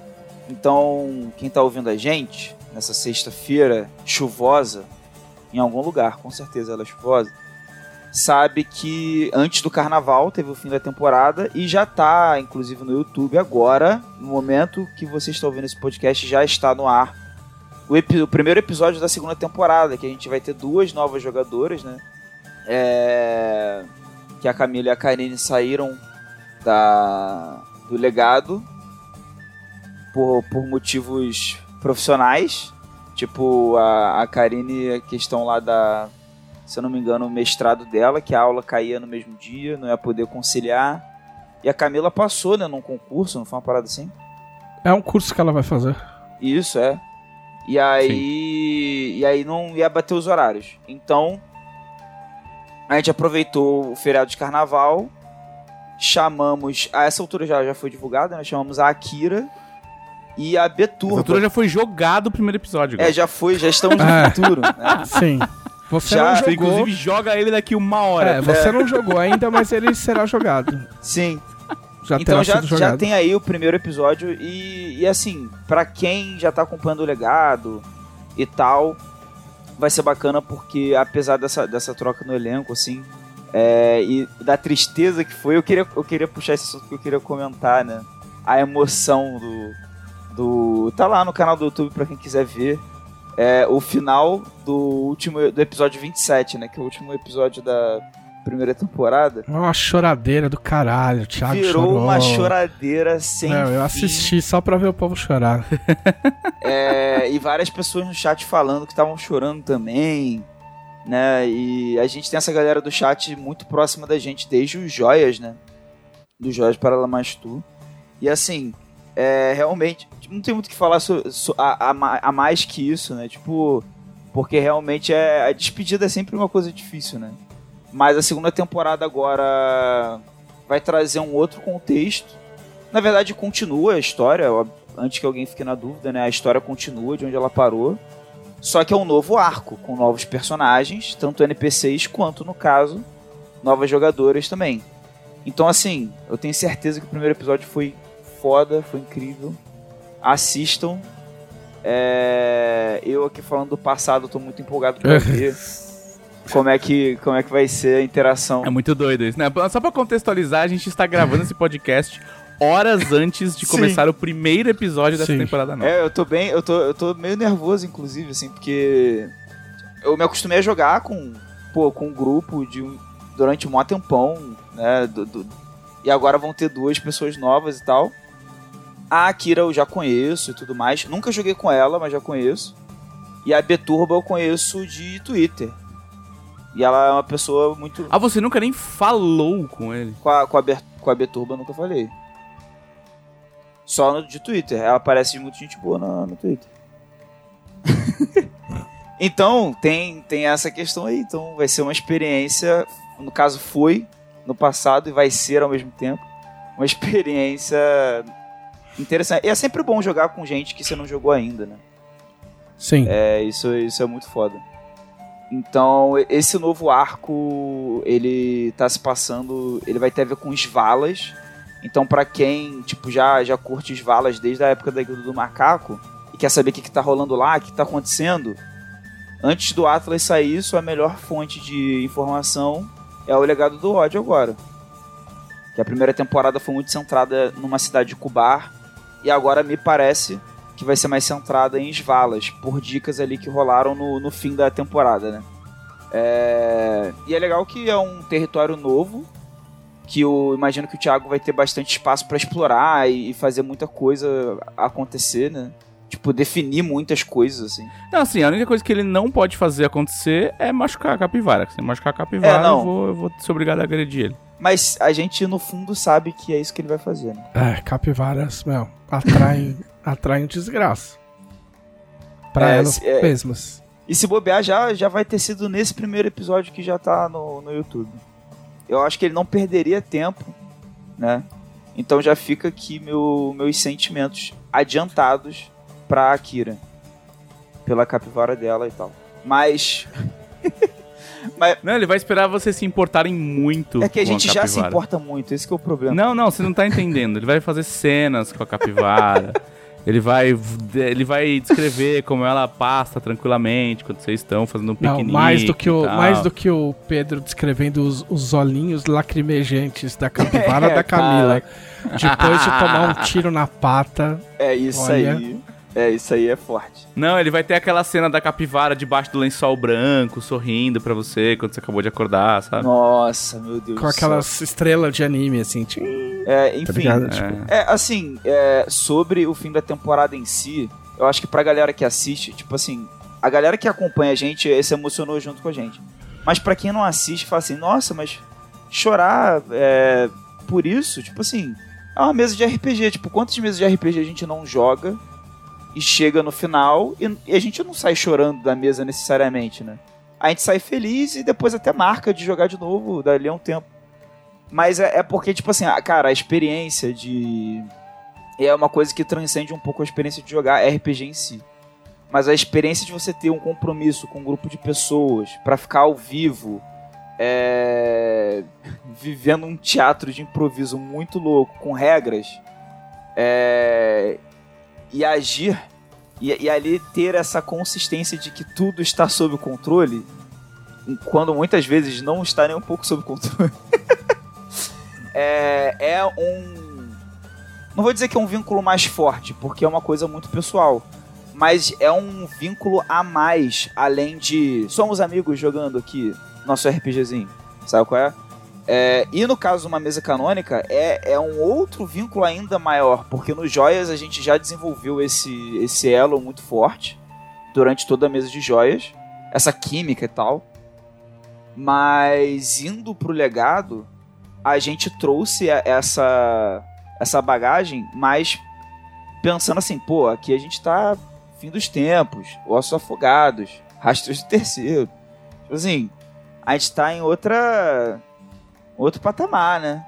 Então, quem tá ouvindo a gente... nessa sexta-feira chuvosa, em algum lugar, com certeza ela é chuvosa, sabe que antes do carnaval teve o fim da temporada e já tá, inclusive no YouTube agora, no momento que você está ouvindo esse podcast, já está no ar o, epi- o primeiro episódio da segunda temporada, que a gente vai ter duas novas jogadoras, né? É... que a Camila e a Karine saíram da... do Legado por, por motivos profissionais, tipo a, a Karine, a questão lá da, se eu não me engano, o mestrado dela, que a aula caía no mesmo dia, não ia poder conciliar, e a Camila passou, né, num concurso, não foi uma parada assim? É um curso que ela vai fazer. Isso, é. E aí, e aí não ia bater os horários. Então, a gente aproveitou o feriado de carnaval, chamamos, a essa altura já, já foi divulgado, né, chamamos a Akira e a Beturba. Essa altura já foi jogado o primeiro episódio. É, já foi, já estamos no É. futuro. Né? Sim. Você Já, não Você, jogou. inclusive, joga ele daqui uma hora. É, você não jogou ainda, mas ele será jogado. Sim. Já Então terá já, sido jogado. já tem aí o primeiro episódio e, e assim, pra quem já tá acompanhando o Legado e tal, vai ser bacana porque apesar dessa, dessa troca no elenco, assim, é, e da tristeza que foi, eu queria, eu queria puxar esse assunto que eu queria comentar, né? A emoção do... do tá lá no canal do YouTube pra quem quiser ver. É, o final do último do episódio vinte e sete, né? Que é o último episódio da primeira temporada. Uma choradeira do caralho, o Thiago Virou chorou. uma choradeira sem Não, eu fim. assisti só pra ver o povo chorar. É, e várias pessoas no chat falando que estavam chorando também, né? E a gente tem essa galera do chat muito próxima da gente, desde os Joias, né? Do Joias para Lamastu. E assim, é, realmente, não tem muito o que falar so, so, a, a, a mais que isso, né? Tipo, porque realmente é, a despedida é sempre uma coisa difícil, né? Mas a segunda temporada agora vai trazer um outro contexto. Na verdade, continua a história, antes que alguém fique na dúvida, né? A história continua de onde ela parou. Só que é um novo arco, com novos personagens, tanto N P Cs quanto, no caso, novas jogadoras também. Então, assim, eu tenho certeza que o primeiro episódio foi foda, foi incrível. Assistam. É... Eu aqui falando do passado, tô muito empolgado pra ver como é, que, como é que vai ser a interação. É muito doido isso, né? Só pra contextualizar, a gente está gravando esse podcast horas antes de Sim. começar o primeiro episódio dessa Sim. temporada nova. É, eu tô bem, eu tô, eu tô meio nervoso, inclusive, assim, porque eu me acostumei a jogar com, pô, com um grupo de um, durante um maior tempão, né? Do, do, e agora vão ter duas pessoas novas e tal. A Akira eu já conheço e tudo mais. Nunca joguei com ela, mas já conheço. E a Beturba eu conheço de Twitter. E ela é uma pessoa muito... Ah, você nunca nem falou com ele? Com a, com a, Ber, com a Beturba eu nunca falei. Só no, de Twitter. Ela parece muito gente boa no, no Twitter. Então, tem, tem essa questão aí. Então, vai ser uma experiência... No caso, foi no passado e vai ser ao mesmo tempo. Uma experiência interessante. E é sempre bom jogar com gente que você não jogou ainda, né? Sim. É, isso, isso é muito foda. Então, esse novo arco, ele tá se passando... Ele vai ter a ver com Svalas. Então, pra quem, tipo, já, já curte Svalas desde a época da Guilda do Macaco e quer saber o que, que tá rolando lá, o que tá acontecendo, antes do Atlas sair, sua melhor fonte de informação é o Legado do Ódio agora. Que a primeira temporada foi muito centrada numa cidade de Kubar, e agora me parece que vai ser mais centrada em Svalas, por dicas ali que rolaram no, no fim da temporada, né? É... E é legal que é um território novo, que eu imagino que o Thiago vai ter bastante espaço pra explorar e fazer muita coisa acontecer, né? Tipo, definir muitas coisas, assim. Não, assim, a única coisa que ele não pode fazer acontecer é machucar a capivara. Se machucar a capivara, É, não. eu, vou, eu vou ser obrigado a agredir ele. Mas a gente, no fundo, sabe que é isso que ele vai fazer, né? É, capivaras, meu, atraem, atraem desgraça. Pra É, elas se- é- mesmas. E se bobear, já, já vai ter sido nesse primeiro episódio que já tá no, no YouTube. Eu acho que ele não perderia tempo, né? Então já fica aqui meu, meus sentimentos adiantados pra Akira. Pela capivara dela e tal. Mas... Mas Não, ele vai esperar vocês se importarem muito é que a com gente já se capivara. importa muito, esse que é o problema. Não, não, você não tá entendendo. Ele vai fazer cenas com a capivara. Ele vai, ele vai descrever como ela passa tranquilamente quando vocês estão fazendo um Não, piquenique. mais do que o, e tal. mais do que o Pedro descrevendo os, os olhinhos lacrimejantes da capivara É, da Camila. Depois de tomar um tiro na pata. É isso Olha. aí. É, isso aí é forte. Não, ele vai ter aquela cena da capivara debaixo do lençol branco, sorrindo pra você quando você acabou de acordar, sabe? Nossa, meu Deus Com do céu. aquelas estrelas de anime, assim. Tchim, É, tá enfim, ligado? É. Tipo, É, assim, é, sobre o fim da temporada em si, eu acho que pra galera que assiste, tipo assim, a galera que acompanha a gente se emocionou junto com a gente. Mas pra quem não assiste, fala assim, nossa, mas chorar é, por isso, tipo assim, é uma mesa de R P G. Tipo, quantas mesas de R P G a gente não joga e chega no final e, e a gente não sai chorando da mesa necessariamente, né? A gente sai feliz e depois até marca de jogar de novo dali a um tempo. Mas é, é porque, tipo assim, a- cara, a experiência de... É uma coisa que transcende um pouco a experiência de jogar R P G em si. Mas a experiência de você ter um compromisso com um grupo de pessoas pra ficar ao vivo, é... vivendo um teatro de improviso muito louco, com regras, é... e agir, e, e ali ter essa consistência de que tudo está sob controle, quando muitas vezes não está nem um pouco sob controle. É, é um... Não vou dizer que é um vínculo mais forte, porque é uma coisa muito pessoal. Mas é um vínculo a mais, além de... Somos amigos jogando aqui nosso RPGzinho, sabe qual é? É, e no caso de uma mesa canônica, é, é um outro vínculo ainda maior, porque no Joias a gente já desenvolveu esse, esse elo muito forte durante toda a mesa de Joias, essa química e tal. Mas indo pro legado, a gente trouxe essa, essa bagagem, mas pensando assim, pô, aqui a gente tá fim dos tempos, ossos afogados, rastros do terceiro. Tipo assim, a gente tá em outra... outro patamar, né?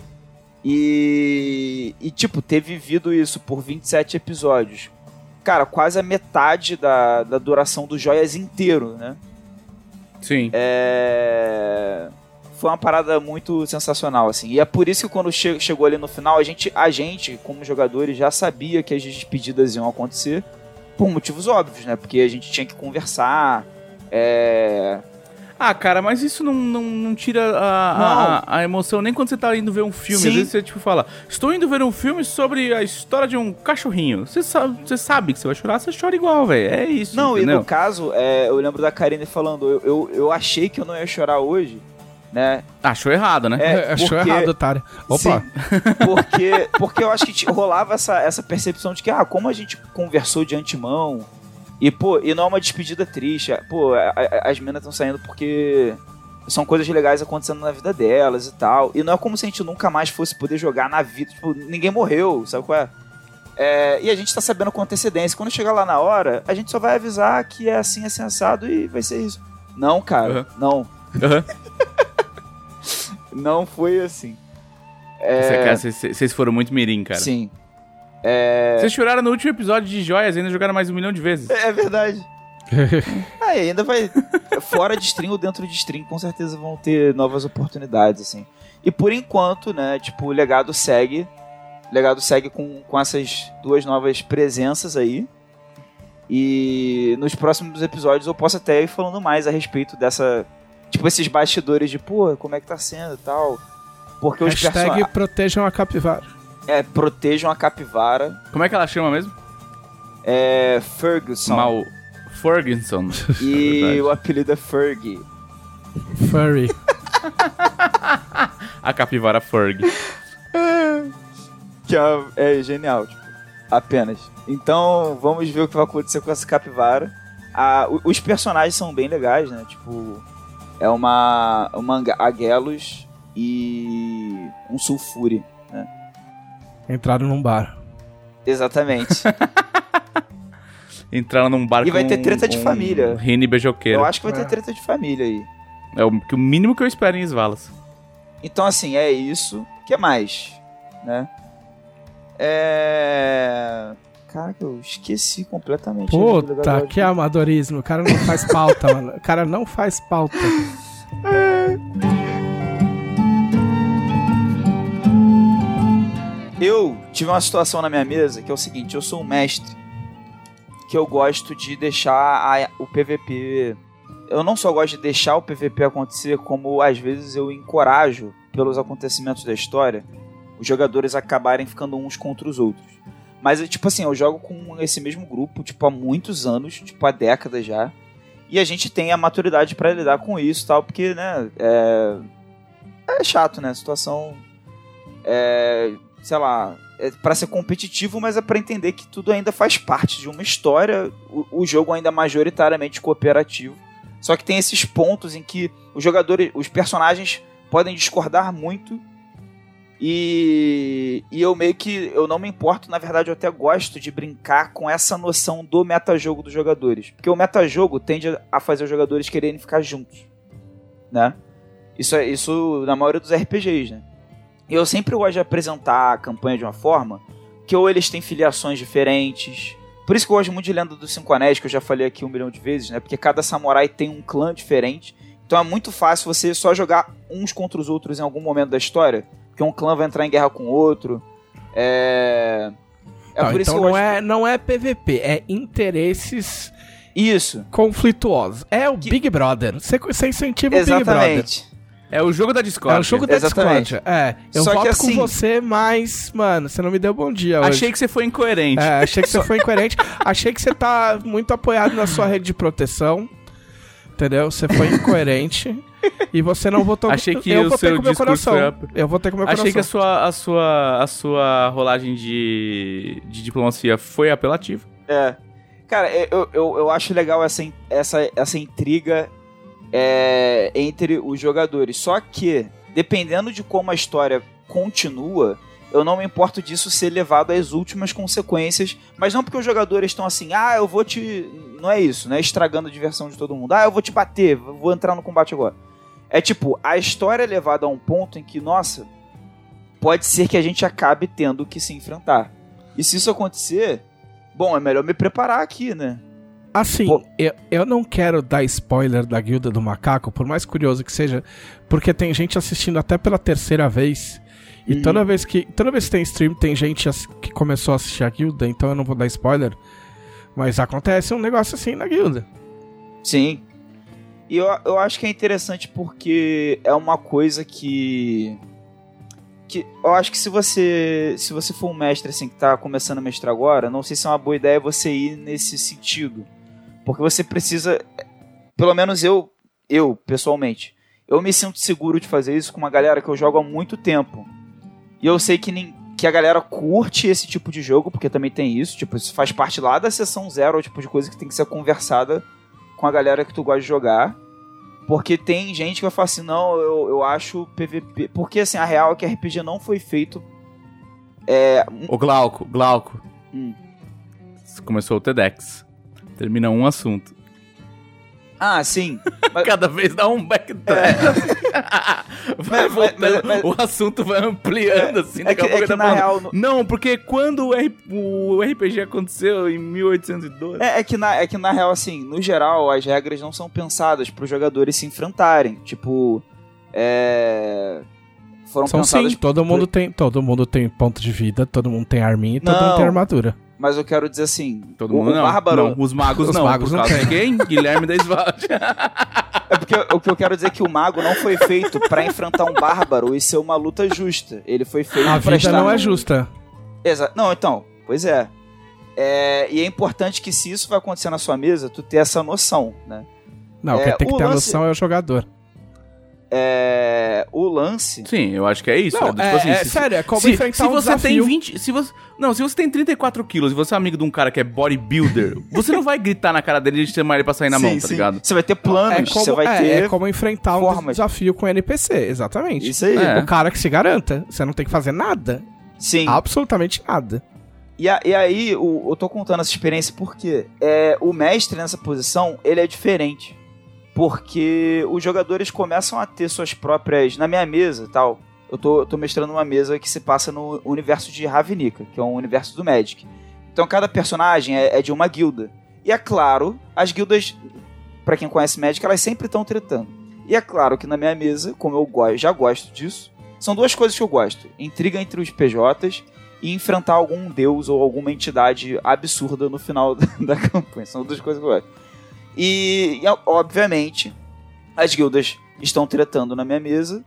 E, e, tipo, ter vivido isso por vinte e sete episódios, cara, quase a metade da, da duração do Joias inteiro, né? Sim. É... Foi uma parada muito sensacional, assim. E é por isso que quando che- chegou ali no final, a gente, a gente, como jogadores, já sabia que as despedidas iam acontecer por motivos óbvios, né? Porque a gente tinha que conversar, é... Ah, cara, mas isso não, não, não tira a, a, a emoção nem quando você tá indo ver um filme. Sim. Às vezes você, tipo, fala, estou indo ver um filme sobre a história de um cachorrinho. Você sabe, você sabe que você vai chorar, você chora igual, velho. É isso, Não, entendeu? e no caso, é, eu lembro da Karine falando, eu, eu, eu achei que eu não ia chorar hoje, né? Achou errado, né? É, Achou porque- errado, otário. Opa. Sim, porque, porque eu acho que t- rolava essa, essa percepção de que, ah, como a gente conversou de antemão, e, pô, e não é uma despedida triste, é, pô, a- a- as meninas estão saindo porque são coisas legais acontecendo na vida delas e tal, e não é como se a gente nunca mais fosse poder jogar na vida, tipo, ninguém morreu, sabe qual é? É, e a gente tá sabendo com antecedência, quando chegar lá na hora, a gente só vai avisar que é assim, é sensado e vai ser isso. Não, cara, não, Aham. não foi assim. Você- cara, Vocês vocês foram muito mirim, cara. Sim. É... Vocês choraram no último episódio de Joias e ainda jogaram mais um milhão de vezes. É verdade. Ah, e ainda vai. Fora de stream ou dentro de stream, com certeza vão ter novas oportunidades, assim. E por enquanto, né, tipo, o legado segue. O legado segue com, com essas duas novas presenças aí. E nos próximos episódios eu posso até ir falando mais a respeito dessa. Tipo, esses bastidores de, pô, como é que tá sendo e tal. Porque os Hashtag personagens. protejam a capivara. É, protejam a capivara. Como é que ela chama mesmo? É. Ferguson. Mal... Ferguson. E Verdade. o apelido é Fergie. Furry. A capivara Ferg. Que é, é genial, tipo, apenas. Então, vamos ver o que vai acontecer com essa capivara. Ah, o- os personagens são bem legais, né? Tipo, é uma, uma Anga- Aguelos e um Sulfure, né? Entraram num bar. Exatamente. Entraram num bar E vai com ter treta de um família. Rene beijoqueiro. Eu acho que vai ter É. treta de família aí. É o, que o mínimo que eu espero em Isvalas. Então, assim, é isso. O que mais? Né? É... Caraca, eu esqueci completamente. a vida do Puta, Legado que amadorismo. O cara não faz pauta, mano. O cara não faz pauta. Eu tive uma situação na minha mesa que é o seguinte, eu sou um mestre que eu gosto de deixar a- o P V P... Eu não só gosto de deixar o P V P acontecer, como às vezes eu encorajo, pelos acontecimentos da história, os jogadores acabarem ficando uns contra os outros. Mas, tipo assim, eu jogo com esse mesmo grupo, tipo, há muitos anos, tipo, há décadas já, e a gente tem a maturidade pra lidar com isso e tal, porque, né, é... é chato, né, a situação... É... sei lá, é pra ser competitivo, mas é pra entender que tudo ainda faz parte de uma história, o, o jogo ainda é majoritariamente cooperativo, só que tem esses pontos em que os jogadores, os personagens podem discordar muito e, e eu meio que, eu não me importo, na verdade eu até gosto de brincar com essa noção do metajogo dos jogadores, porque o metajogo tende a fazer os jogadores quererem ficar juntos, né? Isso, é, isso na maioria dos R P Gs, né? E eu sempre gosto de apresentar a campanha de uma forma que ou eles têm filiações diferentes. Por isso que eu gosto muito de Lenda dos Cinco Anéis, que eu já falei aqui um milhão de vezes, né? Porque cada samurai tem um clã diferente. Então é muito fácil você só jogar uns contra os outros em algum momento da história. Porque um clã vai entrar em guerra com o outro. É... É Não, por isso então que eu não, gosto... é, não é P V P, é interesses Isso. conflituosos. É o Que- Big Brother. Você, você incentiva o Big Brother. Exatamente. É o jogo da Discord. É o jogo da Exatamente. Discord. É, eu Só que voto assim- com você, mas, mano, você não me deu bom dia hoje. Achei que você foi incoerente. É, achei que você foi incoerente. Achei que você tá muito apoiado na sua rede de proteção. Entendeu? Você foi incoerente. E você não votou Achei que eu o votei seu com o meu discurso coração. foi- Eu votei com o meu Achei que a coração. sua, a sua, a sua rolagem de, de diplomacia foi apelativa. É. Cara, eu, eu, eu acho legal essa, in- essa, essa intriga é, entre os jogadores. Só que, dependendo de como a história continua, eu não me importo disso ser levado às últimas consequências. Mas não porque os jogadores estão assim, ah, eu vou te... Não é isso, né? Estragando a diversão de todo mundo. Ah, eu vou te bater, vou entrar no combate agora. É tipo, a história é levada a um ponto em que, nossa, pode ser que a gente acabe tendo que se enfrentar. E se isso acontecer, bom, é melhor me preparar aqui, né? Assim, Pô. eu, eu não quero dar spoiler da Guilda do Macaco, por mais curioso que seja, porque tem gente assistindo até pela terceira vez. E Uhum. toda vez que toda vez que tem stream, tem gente ass- que começou a assistir a Guilda, então eu não vou dar spoiler. Mas acontece um negócio assim na Guilda. Sim. E eu, eu acho que é interessante porque é uma coisa que... que eu acho que se você se você for um mestre assim que tá começando a mestrar agora, não sei se é uma boa ideia você ir nesse sentido. Porque você precisa... Pelo menos eu, eu pessoalmente, eu me sinto seguro de fazer isso com uma galera que eu jogo há muito tempo. E eu sei que, nem, que a galera curte esse tipo de jogo, porque também tem isso. Tipo, isso faz parte lá da sessão zero, é o tipo de coisa que tem que ser conversada com a galera que tu gosta de jogar. Porque tem gente que vai falar assim, não, eu, eu acho P V P... Porque, assim, a real é que R P G não foi feito... É... Ô, Glauco, Glauco. Hum. Começou o TEDx. Termina um assunto. Ah, sim. Mas... Cada vez dá um backtrack. É. Vai mas, voltando, mas, mas, o assunto vai ampliando, assim. É que, é que na real... No... Não, porque quando o, R... o R P G aconteceu em mil oitocentos e doze... É, é, que na, é que na real, assim, no geral, as regras não são pensadas para os jogadores se enfrentarem. Tipo, é... Foram São pensadas... sim, todo mundo, tem, todo mundo tem ponto de vida, todo mundo tem arminha e todo Não. mundo tem armadura. Mas eu quero dizer assim... Todo o, mundo o não. Bárbaro... Não, os magos Os não. magos por não causa tem. de quem? Guilherme da Svald. É porque o que eu quero dizer é que o mago não foi feito pra enfrentar um bárbaro e ser uma luta justa. Ele foi feito A pra vida estar não é no- justa. Exa- Não, então, pois é. é. E é importante que se isso vai acontecer na sua mesa, tu ter essa noção, né? Não, É, quem tem que o ter a lance- noção é o jogador. É... O lance... Sim, eu acho que é isso. Não, é, do- é, tipo assim, é se- sério, é como se, enfrentar se um você desafio. tem vinte... Se você, não, se você tem trinta e quatro quilos e você é amigo de um cara que é bodybuilder, você não vai gritar na cara dele e chamar ele pra sair na Sim, mão, tá sim. ligado? Você vai ter planos, É como, você vai é, ter... é como enfrentar um formas. desafio com N P C, exatamente. Isso aí. É. O cara que se garanta, você não tem que fazer nada. Sim. Absolutamente nada. E, a- e aí, o- eu tô contando essa experiência porque é, o mestre nessa posição, ele é diferente. Porque os jogadores começam a ter suas próprias... Na minha mesa e tal, eu tô, eu tô mestrando uma mesa que se passa no universo de Ravnica, que é um universo do Magic. Então cada personagem é, é de uma guilda. E é claro, as guildas, pra quem conhece Magic, elas sempre estão tretando. E é claro que na minha mesa, como eu go- já gosto disso, são duas coisas que eu gosto. Intriga entre os P Js e enfrentar algum deus ou alguma entidade absurda no final da campanha. São duas coisas que eu gosto. E, e, obviamente, as guildas estão tretando na minha mesa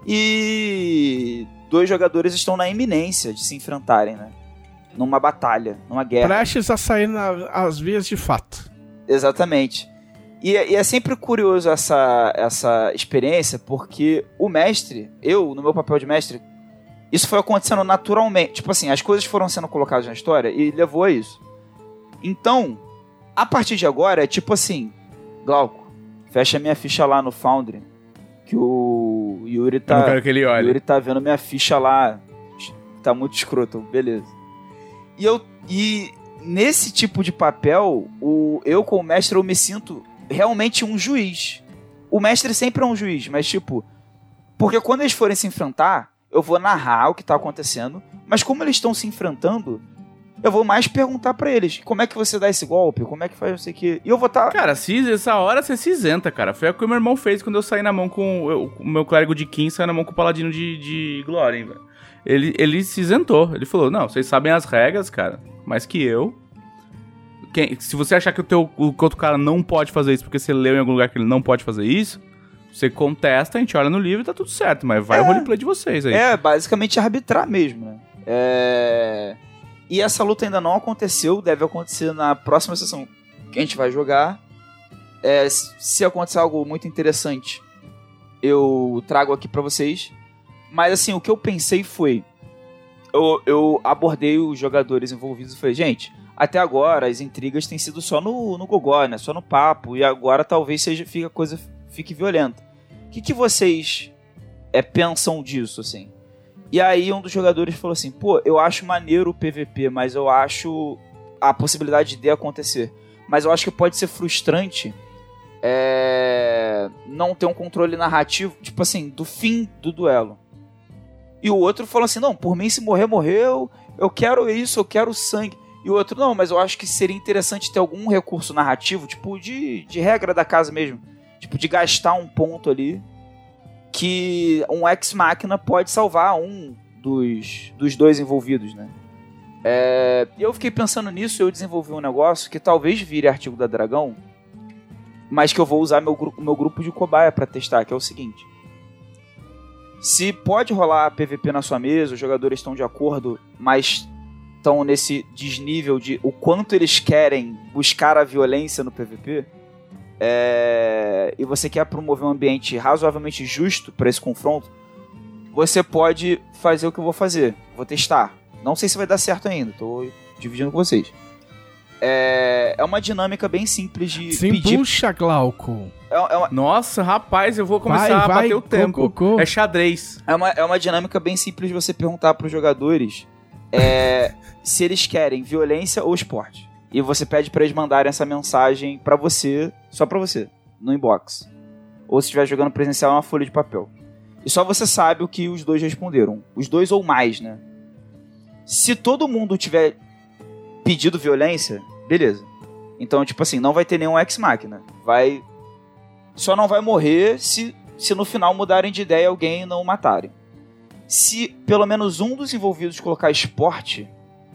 e dois jogadores estão na iminência de se enfrentarem, né? Numa batalha, numa guerra. Prestes a sair nas vias de fato. Exatamente. E, é- e é sempre curioso essa, essa experiência, porque o mestre, eu, no meu papel de mestre, isso foi acontecendo naturalmente. Tipo assim, as coisas foram sendo colocadas na história e levou a isso. Então, a partir de agora, é tipo assim, Glauco, fecha minha ficha lá no Foundry, que o Yuri Eu tá... não quero que ele O olhe. Yuri tá vendo minha ficha lá, tá muito escroto, beleza. E eu e nesse tipo de papel, o, eu como mestre, eu me sinto realmente um juiz. O mestre sempre é um juiz, mas tipo... Porque quando eles forem se enfrentar, eu vou narrar o que tá acontecendo, mas como eles estão se enfrentando, eu vou mais perguntar pra eles, como é que você dá esse golpe, como é que faz não sei o que... E eu vou estar... Tá... Cara, se, essa hora você se isenta, cara. Foi o que o meu irmão fez quando eu saí na mão com... Eu, o meu clérigo de Kim saiu na mão com o paladino de, de Glória, hein, velho. Ele, ele se isentou. Ele falou, não, vocês sabem as regras, cara, mais que eu. Quem, se você achar que o, teu, o outro cara não pode fazer isso porque você leu em algum lugar que ele não pode fazer isso, você contesta, a gente olha no livro e tá tudo certo. Mas vai É. o roleplay de vocês aí. É, basicamente arbitrar mesmo, né? É... E essa luta ainda não aconteceu, deve acontecer na próxima sessão que a gente vai jogar. É, se acontecer algo muito interessante, eu trago aqui pra vocês. Mas assim, o que eu pensei foi... Eu, eu abordei os jogadores envolvidos e falei, gente, até agora as intrigas têm sido só no, no gogó, né? Só no papo. E agora talvez seja, fique, a coisa fique violenta. O que, que vocês é, pensam disso, assim? E aí um dos jogadores falou assim, pô, eu acho maneiro o P V P, mas eu acho a possibilidade de acontecer. Mas eu acho que pode ser frustrante é, não ter um controle narrativo, tipo assim, do fim do duelo. E o outro falou assim, não, por mim se morrer, morreu, eu quero isso, eu quero sangue. E o outro, não, mas eu acho que seria interessante ter algum recurso narrativo, tipo de, de regra da casa mesmo, tipo de gastar um ponto ali, que um ex-máquina pode salvar um dos, dos dois envolvidos, né? É, e eu fiquei pensando nisso e eu desenvolvi um negócio que talvez vire artigo da Dragão, mas que eu vou usar meu, gru- meu grupo de cobaia pra testar, que é o seguinte. Se pode rolar P V P na sua mesa, os jogadores estão de acordo, mas estão nesse desnível de o quanto eles querem buscar a violência no P V P, é... e você quer promover um ambiente razoavelmente justo para esse confronto, você pode fazer o que eu vou fazer. Vou testar. Não sei se vai dar certo ainda, tô dividindo com vocês. É, é uma dinâmica bem simples de Sim, pedir... puxa, Glauco. É, é, uma... Nossa, rapaz, eu vou começar Vai, a vai, bater o go, tempo. go, go. É xadrez. É, uma, é uma dinâmica bem simples de você perguntar pros jogadores é, se eles querem violência ou esporte. E você pede pra eles mandarem essa mensagem pra você, só pra você, no inbox. Ou se estiver jogando presencial, é uma folha de papel. E só você sabe o que os dois responderam. Os dois ou mais, né? Se todo mundo tiver pedido violência, beleza. Então, tipo assim, não vai ter nenhum ex-máquina. Vai... Só não vai morrer se, se no final mudarem de ideia e alguém não matarem. Se pelo menos um dos envolvidos colocar esporte,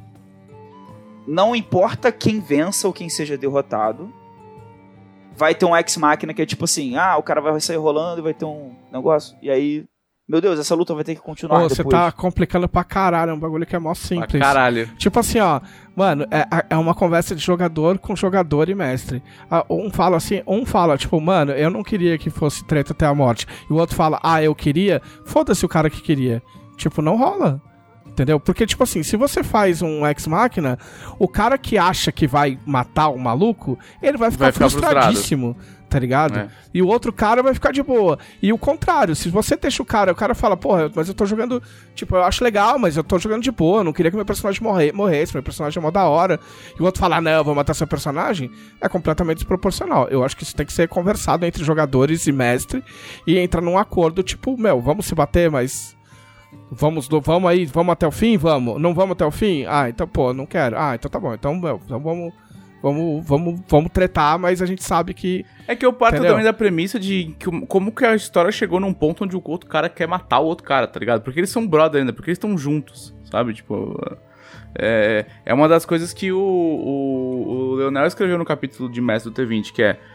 não importa quem vença ou quem seja derrotado, vai ter um ex-máquina que é tipo assim, ah, o cara vai sair rolando e vai ter um negócio. E aí, meu Deus, essa luta vai ter que continuar Ô, depois. você tá complicando pra caralho, é um bagulho que é mó simples. Pra caralho. Tipo assim, ó, mano, é, é uma conversa de jogador com jogador e mestre. Ah, um fala assim, um fala, tipo, mano, eu não queria que fosse treta até a morte. E o outro fala, ah, eu queria, foda-se o cara que queria. Tipo, não rola. Entendeu? Porque, tipo assim, se você faz um ex-máquina, o cara que acha que vai matar o maluco, ele vai ficar, Vai ficar frustradíssimo, tá ligado? É. E o outro cara vai ficar de boa. E o contrário, se você deixa o cara, o cara fala, porra, mas eu tô jogando, tipo, eu acho legal, mas eu tô jogando de boa, eu não queria que meu personagem morre, morresse, meu personagem é mó da hora. E o outro fala, não, eu vou matar seu personagem, é completamente desproporcional. Eu acho que isso tem que ser conversado entre jogadores e mestre e entrar num acordo, tipo, meu, vamos se bater, mas... Vamos, vamos aí, vamos até o fim? Vamos. Não vamos até o fim? Ah, então, pô, não quero. Ah, então tá bom. Então, meu, então vamos, vamos, vamos, vamos tretar, mas a gente sabe que... É que eu parto Entendeu? também da premissa de que, o- como que a história chegou num ponto onde o outro cara quer matar o outro cara, tá ligado? Porque eles são brother ainda, porque eles estão juntos, sabe? Tipo... É, é uma das coisas que o, o, o Leonel escreveu no capítulo de Mestre do T vinte, que é...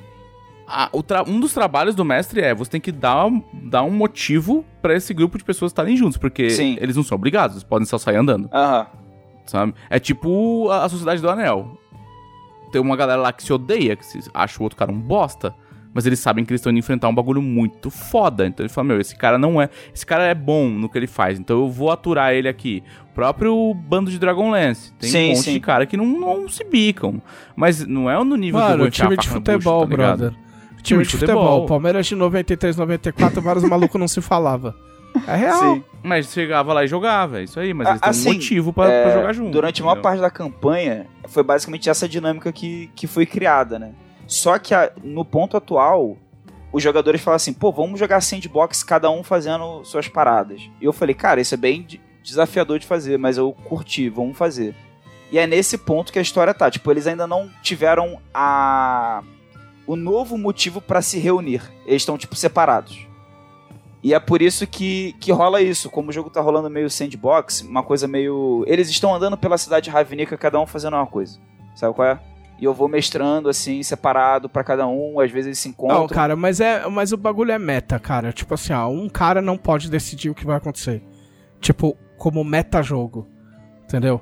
A, o tra- um dos trabalhos do mestre é você tem que dar, dar um motivo pra esse grupo de pessoas estarem juntos, porque Sim. eles não são obrigados, eles podem só sair andando, Aham. sabe? É tipo a, a Sociedade do Anel. Tem uma galera lá que se odeia, que se acha o outro cara um bosta, mas eles sabem que eles estão indo enfrentar um bagulho muito foda. Então ele fala, meu, esse cara não é... Esse cara é bom no que ele faz, então eu vou aturar ele aqui. O próprio bando de Dragonlance. Tem Sim, um monte sim. de cara que não, não se bicam. Mas não é no nível Mano, do time de Faca no futebol, bucho, tá ligado? brother. Time de futebol. Palmeiras de noventa e três, noventa e quatro, vários malucos não se falava. É real. Sim. Mas chegava lá e jogava, é isso aí. Mas Ah, eles têm assim, um motivo pra, é, pra jogar junto. Durante a maior entendeu? parte da campanha, foi basicamente essa dinâmica que, que foi criada, né? Só que a- no ponto atual, os jogadores falam assim, pô, vamos jogar sandbox, cada um fazendo suas paradas. E eu falei, cara, isso é bem de- desafiador de fazer, mas eu curti, vamos fazer. E é nesse ponto que a história tá. Tipo, eles ainda não tiveram a... o novo motivo pra se reunir. Eles estão, tipo, separados. E é por isso que, que rola isso. Como o jogo tá rolando meio sandbox, uma coisa meio... Eles estão andando pela cidade Ravnica, cada um fazendo uma coisa. Sabe qual é? E eu vou mestrando, assim, separado pra cada um. Às vezes eles se encontram. Não, cara, mas, é, mas o bagulho é meta, cara. Tipo assim, ó, um cara não pode decidir o que vai acontecer. Tipo, como meta-jogo. Entendeu?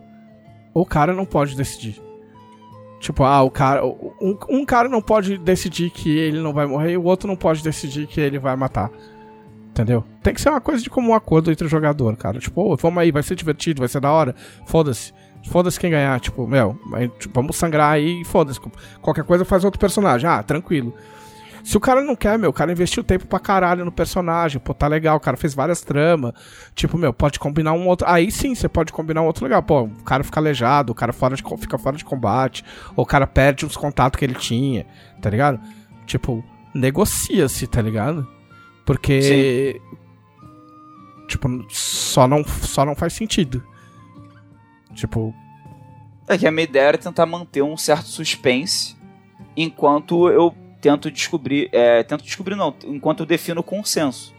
O cara não pode decidir. Tipo, ah, o cara... Um, um cara não pode decidir que ele não vai morrer e o outro não pode decidir que ele vai matar. Entendeu? Tem que ser uma coisa de comum acordo entre o jogador, cara. Tipo, ô, vamos aí, vai ser divertido, vai ser da hora. Foda-se. Foda-se quem ganhar. Tipo, meu, aí, tipo, vamos sangrar aí e foda-se. Qualquer coisa faz outro personagem. Ah, tranquilo. Se o cara não quer, meu, o cara investiu tempo pra caralho no personagem. Pô, tá legal, o cara fez várias tramas. Tipo, meu, pode combinar um outro... Aí sim, você pode combinar um outro legal. Pô, o cara fica aleijado, o cara fora de... fica fora de combate. Ou o cara perde os contatos que ele tinha, tá ligado? Tipo, negocia-se, tá ligado? Porque... Sim. Tipo, só não, só não faz sentido. Tipo... É que a minha ideia era tentar manter um certo suspense enquanto eu tento descobrir... É, tento descobrir não, enquanto eu defino o consenso.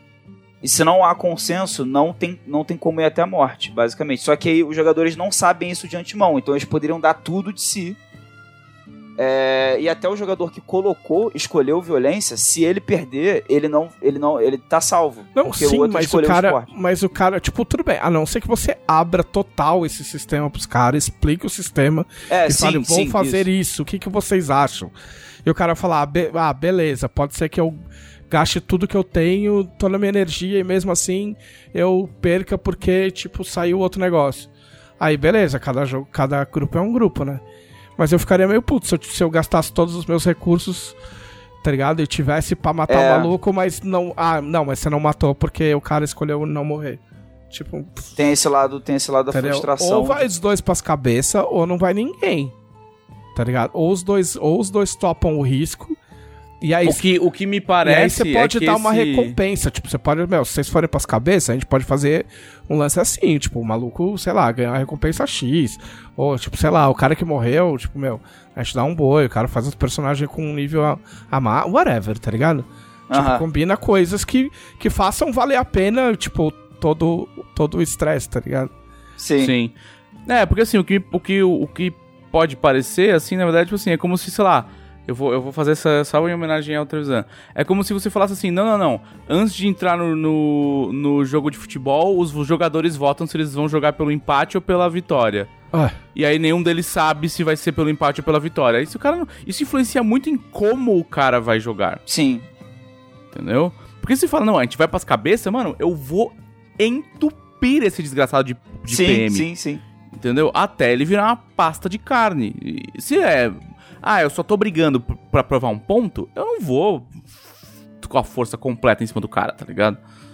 E se não há consenso, não tem, não tem como ir até a morte, basicamente. Só que aí os jogadores não sabem isso de antemão, então eles poderiam dar tudo de si É, e até o jogador que colocou, escolheu violência, se ele perder, ele não, ele não, ele tá salvo. Não, porque sim, o outro mas o escolheu cara, o esporte. mas o cara, tipo, tudo bem, a não ser que você abra total esse sistema pros caras, explique o sistema É, e sim, fale, vamos sim, fazer isso. isso. o que, que vocês acham? E o cara falar, ah, be- ah, beleza, pode ser que eu gaste tudo que eu tenho, toda a minha energia e mesmo assim eu perca porque, tipo, saiu outro negócio. Aí, beleza, cada jogo, cada grupo é um grupo, né? Mas eu ficaria meio puto se eu, se eu gastasse todos os meus recursos, tá ligado? E tivesse pra matar o É. maluco, mas não... Ah, não, mas você não matou porque o cara escolheu não morrer. Tipo... Tem esse lado, tem esse lado da entendeu? frustração. Ou vai os dois pras cabeças, ou não vai ninguém. Tá ligado? Ou os dois, ou os dois topam o risco, e aí... O que, o que me E aí parece você pode é que dar uma esse... recompensa. Tipo, você pode... Meu, se vocês forem pras cabeças, a gente pode fazer um lance assim. Tipo, o maluco, sei lá, ganhar uma recompensa X. Ou, tipo, sei lá, o cara que morreu, tipo, meu, a gente dá um boi, o cara faz outro personagem com um nível a, a mais, whatever, tá ligado? Tipo, Aham. combina coisas que, que façam valer a pena, tipo, todo, todo o estresse, tá ligado? Sim. Sim. É, porque assim, o que, o que, o que pode parecer, assim, na verdade, tipo assim, é como se, sei lá, eu vou, eu vou fazer essa salva em homenagem ao Trevisan. É como se você falasse assim, não, não, não, antes de entrar no, no, no jogo de futebol, os jogadores votam se eles vão jogar pelo empate ou pela vitória. Ah, E aí nenhum deles sabe se vai ser pelo empate ou pela vitória. Isso, o cara, não- isso influencia muito em como o cara vai jogar, Sim. entendeu? Porque se fala, não, a gente vai pras cabeças, mano, eu vou entupir esse desgraçado de, de sim, P M. sim, sim. Entendeu? Até ele virar uma pasta de carne. E se é... Ah, eu só tô brigando p- pra provar um ponto, eu não vou com a força completa em cima do cara, tá ligado?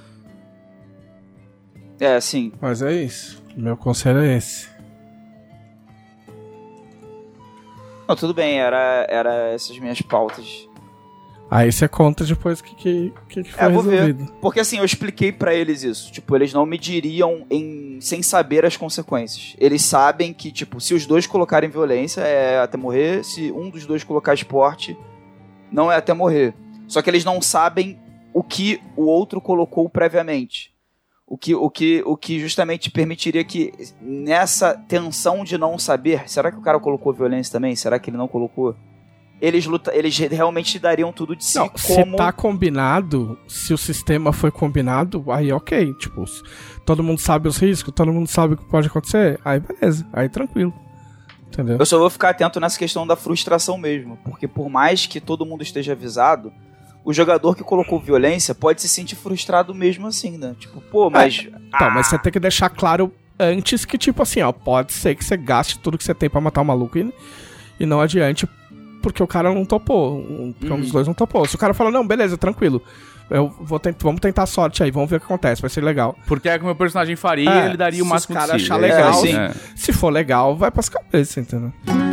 É, sim. mas é isso. Meu conselho é esse. Não, tudo bem, era, era essas minhas pautas. Aí você conta depois o que, que, que, que foi É, vou ver. resolvido. Porque assim, eu expliquei pra eles isso. Tipo, eles não me diriam em, sem saber as consequências. Eles sabem que, tipo, se os dois colocarem violência é até morrer. Se um dos dois colocar esporte, não é até morrer. Só que eles não sabem o que o outro colocou previamente. O que, o que, o que justamente permitiria que nessa tensão de não saber, será que o cara colocou violência também? Será que ele não colocou? Eles, luta, eles realmente dariam tudo de si Não, como... se tá combinado, se o sistema foi combinado, aí ok. Tipo, se todo mundo sabe os riscos, todo mundo sabe o que pode acontecer, aí beleza, aí tranquilo. Entendeu? Eu só vou ficar atento nessa questão da frustração mesmo, porque por mais que todo mundo esteja avisado, o jogador que colocou violência pode se sentir frustrado mesmo assim, né? Tipo, pô, mas... Então, mas você tem que deixar claro antes que, tipo assim, ó, pode ser que você gaste tudo que você tem pra matar o maluco e, e não adiante porque o cara não topou, um, porque um dos dois não topou. Se o cara fala, não, beleza, tranquilo, eu vou tent- vamos tentar a sorte aí, vamos ver o que acontece, vai ser legal. Porque é que o meu personagem faria, É, ele daria o se máximo os cara possível. achar É, legal, sim. é. Se for legal, vai pras cabeças, entendeu?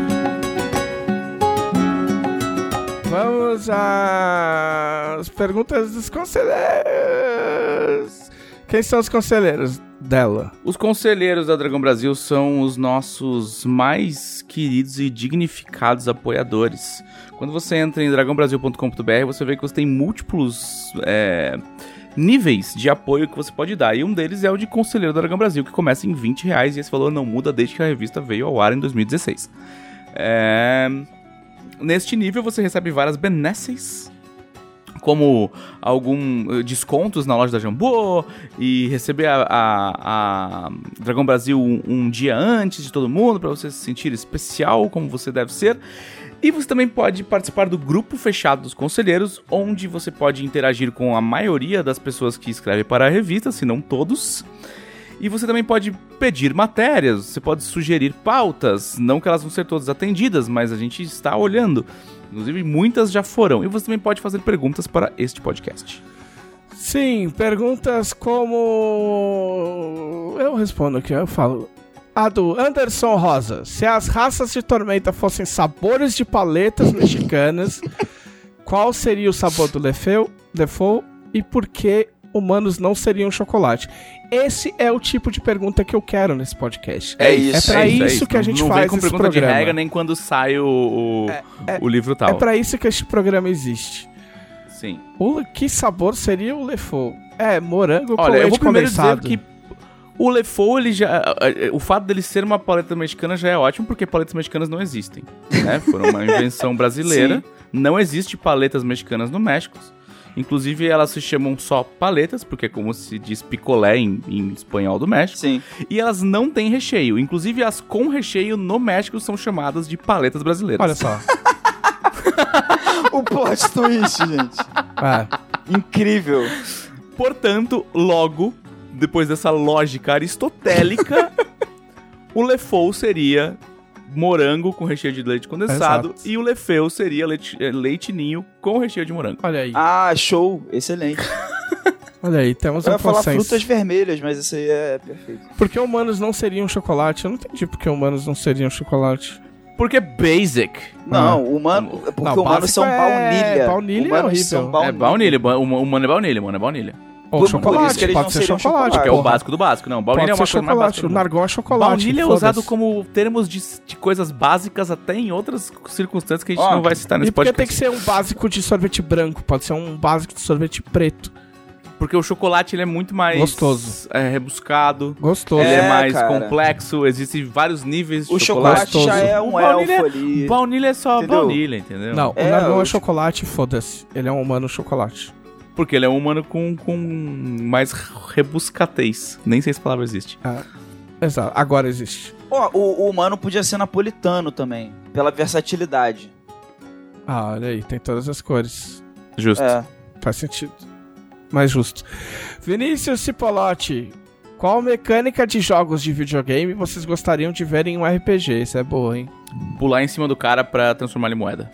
Vamos às perguntas dos conselheiros. Quem são os conselheiros dela? Os conselheiros da Dragão Brasil são os nossos mais queridos e dignificados apoiadores. Quando você entra em dragão brasil ponto com ponto b r, você vê que você tem múltiplos é, níveis de apoio que você pode dar. E um deles é o de conselheiro da Dragão Brasil, que começa em vinte reais, e esse valor não muda desde que a revista veio ao ar em dois mil e dezesseis. É... Neste nível você recebe várias benesses, como algum uh, descontos na loja da Jambô, e receber a, a, a Dragão Brasil um, um dia antes de todo mundo, para você se sentir especial, como você deve ser. E você também pode participar do grupo fechado dos conselheiros, onde você pode interagir com a maioria das pessoas que escrevem para a revista, se não todos. E você também pode pedir matérias, você pode sugerir pautas, não que elas vão ser todas atendidas, mas a gente está olhando. Inclusive, muitas já foram. E você também pode fazer perguntas para este podcast. Sim, perguntas como... Eu respondo aqui, eu falo... A do Anderson Rosa. Se as raças de Tormenta fossem sabores de paletas mexicanas, qual seria o sabor do Lefeu, Lefou e por que humanos não seriam chocolate? Esse é o tipo de pergunta que eu quero nesse podcast. É isso. É pra é isso, que a Não- gente não faz vem com esse pergunta programa. de regra, nem quando sai o, o, o livro tal. É pra isso que este programa existe. Sim. O, que sabor seria o Lefou? É, morango com Olha, eu leite vou primeiro dizer condensado. que O LeFou, ele já... O fato dele ser uma paleta mexicana já é ótimo, porque paletas mexicanas não existem, né? Foram uma invenção brasileira. Sim. Não existe paletas mexicanas no México. Inclusive, elas se chamam só paletas, porque é como se diz picolé em, em espanhol do México. Sim. E elas não têm recheio. Inclusive, as com recheio no México são chamadas de paletas brasileiras. Olha só. O plot twist, gente. É. Incrível. Portanto, logo, depois dessa lógica aristotélica, o LeFou seria morango com recheio de leite condensado. Exato. E o LeFeu seria leite, leite ninho com recheio de morango. Olha aí. Ah, show. Excelente. Olha aí, temos Eu um ia falar consenso. frutas vermelhas, mas isso aí é perfeito. Por que humanos não seriam chocolate? Eu não entendi por que humanos não seriam chocolate. Porque basic. Não, humano, porque Não, humanos básico são é- baunilha. baunilha é Humanos horrível. são baunilha. É baunilha. ba- O humano é baunilha, mano, é baunilha. Ou Por- por chocolate, isso que eles pode não ser seriam chocolate, chocolate. Que é o porra. básico do básico. Não, baunilha é Pode uma ser coisa mais básica chocolate. do O mundo. nargol é chocolate. Baunilha é foda-se. usado como termos de, de coisas básicas até em outras circunstâncias que a gente Ó, não vai citar nesse E porque podcast. tem que ser um básico de sorvete branco, pode ser um básico de sorvete preto. Porque o chocolate ele é muito mais... Gostoso. É, rebuscado. Gostoso. Ele é, É, mais cara. complexo. Existem vários níveis de O chocolate. chocolate já Gostoso. é um Baunilha- elfo ali. Baunilha é só Entendeu? baunilha, entendeu? Não, É, o nargol é o- chocolate, foda-se. Ele é um humano chocolate. Porque ele é um humano com, com mais rebuscatez. Nem sei se a palavra existe. Exato, agora existe. Ó, o, o humano podia ser napolitano também, pela versatilidade. Ah, olha aí, tem todas as cores. Justo. É. Faz sentido. Mais justo. Vinícius Cipolotti, qual mecânica de jogos de videogame vocês gostariam de ver em um R P G? Isso é boa, hein? Pular em cima do cara pra transformar ele em moeda.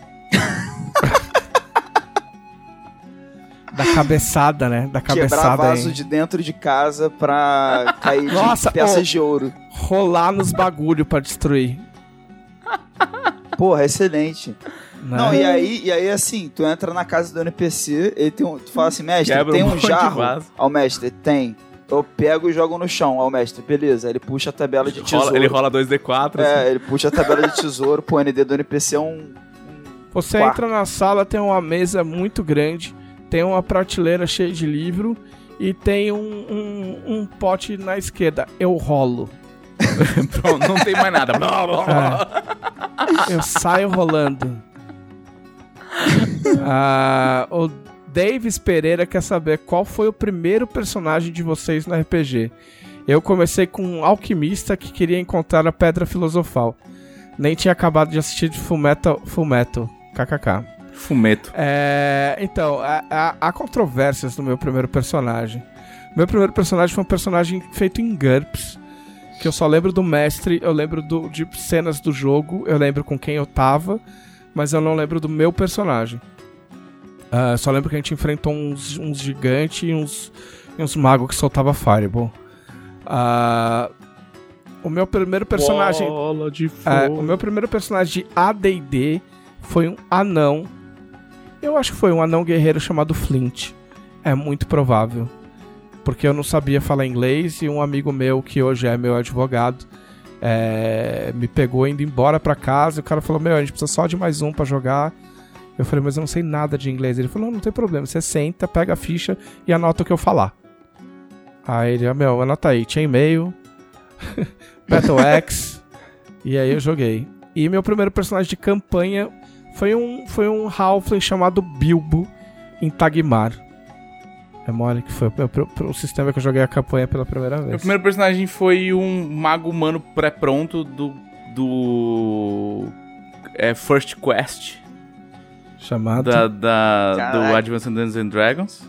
Da cabeçada, né? Da Quebrar cabeçada vaso aí. de dentro de casa pra cair de Nossa, peças ô. de ouro. Rolar nos bagulho pra destruir. Porra, excelente. Né? Não, e aí, e aí, assim, tu entra na casa do N P C, ele tem um, tu fala assim, mestre, Quebra tem um um monte de jarro? vaso. Ao mestre, tem. Eu pego e jogo no chão, ao mestre, beleza. Aí ele puxa a tabela de tesouro. Rola- ele rola dois D quatro. assim. É, ele puxa a tabela de tesouro, pô, o N D do N P C é um... Você quarto. entra na sala, tem uma mesa muito grande, tem uma prateleira cheia de livro e tem um, um, um pote na esquerda. Eu rolo. Pronto, não tem mais nada. É. Eu saio rolando. Ah, o Davis Pereira quer saber qual foi o primeiro personagem de vocês no R P G. Eu comecei com um alquimista que queria encontrar a Pedra Filosofal. Nem tinha acabado de assistir de Fullmetal, Fullmetal, kkk. Fumeto. É, então, há, há- há controvérsias no meu primeiro personagem. Meu primeiro personagem foi um personagem feito em GURPS, que eu só lembro do mestre, eu lembro do- de cenas do jogo, eu lembro com quem eu tava, mas eu não lembro do meu personagem. Ah, só lembro que a gente enfrentou uns, uns gigantes e uns, e uns magos que soltavam Fireball. Ah, o meu primeiro personagem... Bola de É, fogo. o meu primeiro personagem de A D e D foi um anão. Eu acho que foi um anão guerreiro chamado Flint. É muito provável. Porque eu não sabia falar inglês e um amigo meu, que hoje é meu advogado, é, me pegou indo embora pra casa e o cara falou, meu, a gente precisa só de mais um pra jogar. Eu falei, mas eu não sei nada de inglês. Ele falou, não, não tem problema, você senta, pega a ficha e anota o que eu falar. Aí ele, ah, meu, anota aí, Chainmail, Battle Axe, e aí eu joguei. E meu primeiro personagem de campanha foi um, foi um Halfling chamado Bilbo em Tagmar. É mole que foi o, o, o sistema que eu joguei a campanha pela primeira vez. Meu primeiro personagem foi um mago humano pré-pronto do... do... É, First Quest. Chamado. Da, da, do Caraca. Advanced Dungeons and Dragons.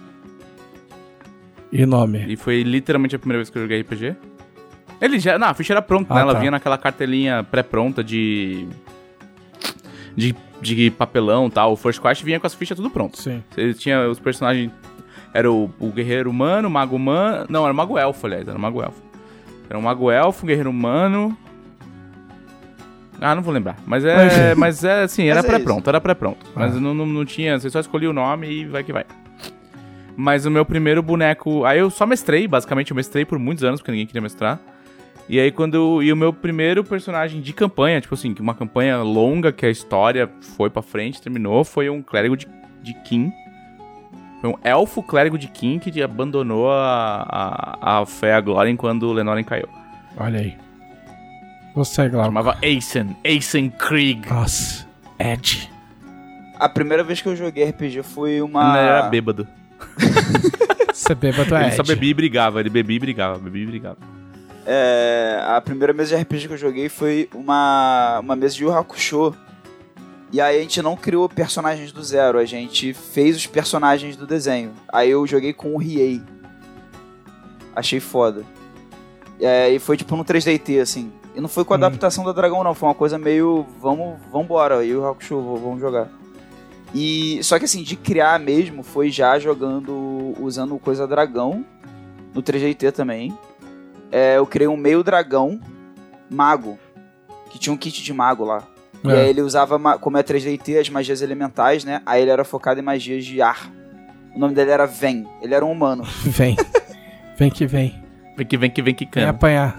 E nome? E foi literalmente a primeira vez que eu joguei R P G. Ele já... Não, a ficha era pronta, Ah, né? Ela tá. vinha naquela cartelinha pré-pronta de... de... de papelão e tal. O First Quest vinha com as fichas tudo pronto. Sim. Ele tinha os personagens... Era o, o guerreiro humano, o mago humano... Não, era o mago elfo, aliás. Era o mago elfo. Era um mago elfo, um guerreiro humano... Ah, não vou lembrar. Mas é, mas é assim, era Mas é pré-pronto, era pré-pronto. Mas Ah. não, não, não tinha... Você só escolhia o nome e vai que vai. Mas o meu primeiro boneco... Aí eu só mestrei, basicamente. Eu mestrei por muitos anos, porque ninguém queria mestrar. E aí quando... Eu, e o meu primeiro personagem de campanha, tipo assim, uma campanha longa, que a história foi pra frente, terminou, foi um clérigo de, de Kim. Foi um elfo clérigo de Kim que abandonou a, a, a fé e a glória enquanto o Lenoren caiu. Olha aí. Você, Glauco. Chamava Aesen. Aesen Krieg. Nossa. Ed. A primeira vez que eu joguei R P G foi uma... Ele era bêbado. Você bêbado é Ele Ed. só bebia e brigava. Ele bebia e brigava. Bebia e brigava. É, a primeira mesa de R P G que eu joguei foi uma, uma mesa de Yu Hakusho. E aí a gente não criou personagens do zero, a gente fez os personagens do desenho. Aí eu joguei com o Riei. Achei foda. É, e foi tipo no três D T, assim. E não foi com a hum. adaptação da Dragão, não. Foi uma coisa meio... Vamos, vambora, Yu Hakusho, vamos jogar. E, só que assim, de criar mesmo, foi já jogando, usando coisa Dragão. No três D T também. É, eu criei um meio dragão mago, que tinha um kit de mago lá. É. E aí ele usava, como é três D T, as magias elementais, né? Aí ele era focado em magias de ar. O nome dele era Ven. Ele era um humano. Vem. Vem que vem. Vem que vem que vem que Vem cana. apanhar.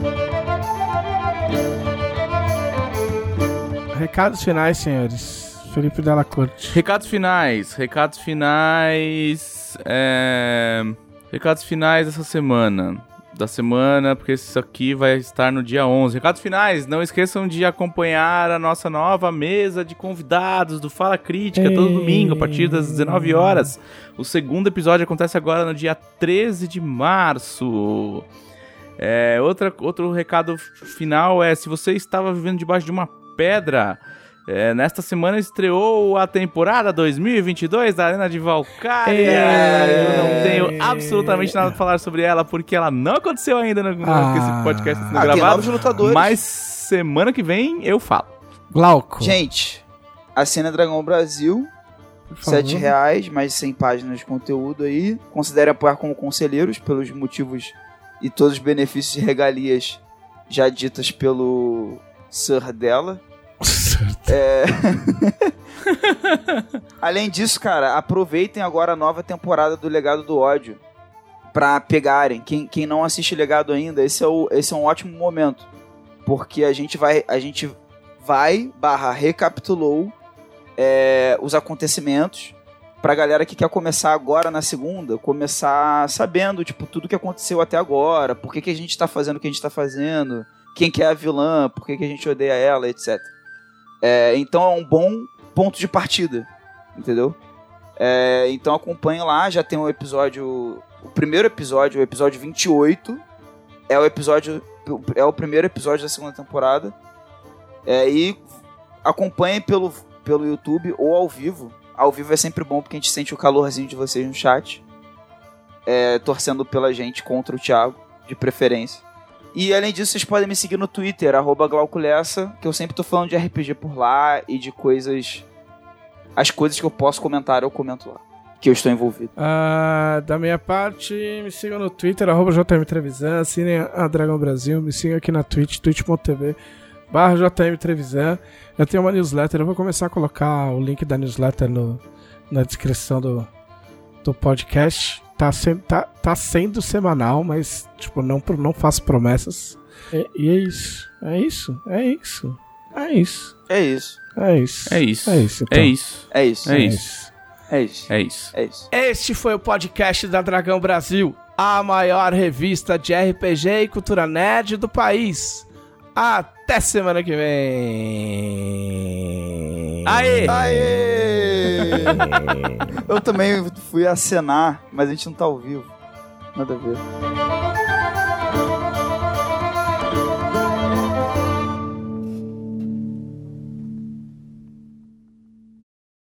Recados finais, senhores. Felipe Della Corte. Recados finais. Recados finais... É... Recados finais dessa semana. Da semana, porque isso aqui vai estar no dia onze. Recados finais, não esqueçam de acompanhar a nossa nova mesa de convidados do Fala Crítica, todo domingo, a partir das dezenove horas. O segundo episódio acontece agora no dia treze de março. É, outra, outro recado final é, se você estava vivendo debaixo de uma pedra... É, nesta semana estreou a temporada dois mil e vinte e dois da Arena de Valkyria. É. Eu não tenho absolutamente nada pra falar sobre ela, porque ela não aconteceu ainda no, no ah. esse podcast sendo ah, gravado. Mas semana que vem eu falo. Glauco. Gente, assina Dragão Brasil, sete reais, mais de cem páginas de conteúdo aí. Considere apoiar como conselheiros pelos motivos e todos os benefícios e regalias já ditas pelo Sir dela. É... Além disso, cara, aproveitem agora a nova temporada do Legado do Ódio pra pegarem. Quem, quem não assiste Legado ainda, esse é, o, esse é um ótimo momento, porque a gente vai, a gente vai barra recapitulou é, os acontecimentos pra galera que quer começar agora na segunda, começar sabendo tipo, tudo que aconteceu até agora, por que, que a gente tá fazendo o que a gente tá fazendo, quem que é a vilã, por que, que a gente odeia ela, etcétera. É, então é um bom ponto de partida, entendeu? É, então acompanhe lá, já tem um episódio, o primeiro episódio, o episódio vinte e oito, é o episódio, é o primeiro episódio da segunda temporada, é, e acompanhe pelo, pelo YouTube ou ao vivo. Ao vivo é sempre bom porque a gente sente o calorzinho de vocês no chat, é, torcendo pela gente contra o Thiago, de preferência. E além disso, vocês podem me seguir no Twitter, arroba Glauculessa, que eu sempre tô falando de R P G por lá e de coisas... As coisas que eu posso comentar, eu comento lá, que eu estou envolvido. Uh, da minha parte, me sigam no Twitter, arroba J M Trevisan, assinem a Dragão Brasil, me sigam aqui na Twitch, twitch ponto tv barra J M Trevisan. Eu tenho uma newsletter, eu vou começar a colocar o link da newsletter no, na descrição do, do podcast. Tá sendo, tá, tá sendo semanal, mas tipo, não, não faço promessas. E, e é isso. É isso. É isso. É isso. É isso. É isso. É isso. É isso. Então. É isso. É isso. É isso. É isso. É isso. É isso. Este foi o podcast da Dragão Brasil, a maior revista de R P G e cultura nerd do país. Até semana que vem. Aê! Aê! Eu também fui acenar, mas a gente não tá ao vivo. Nada a ver.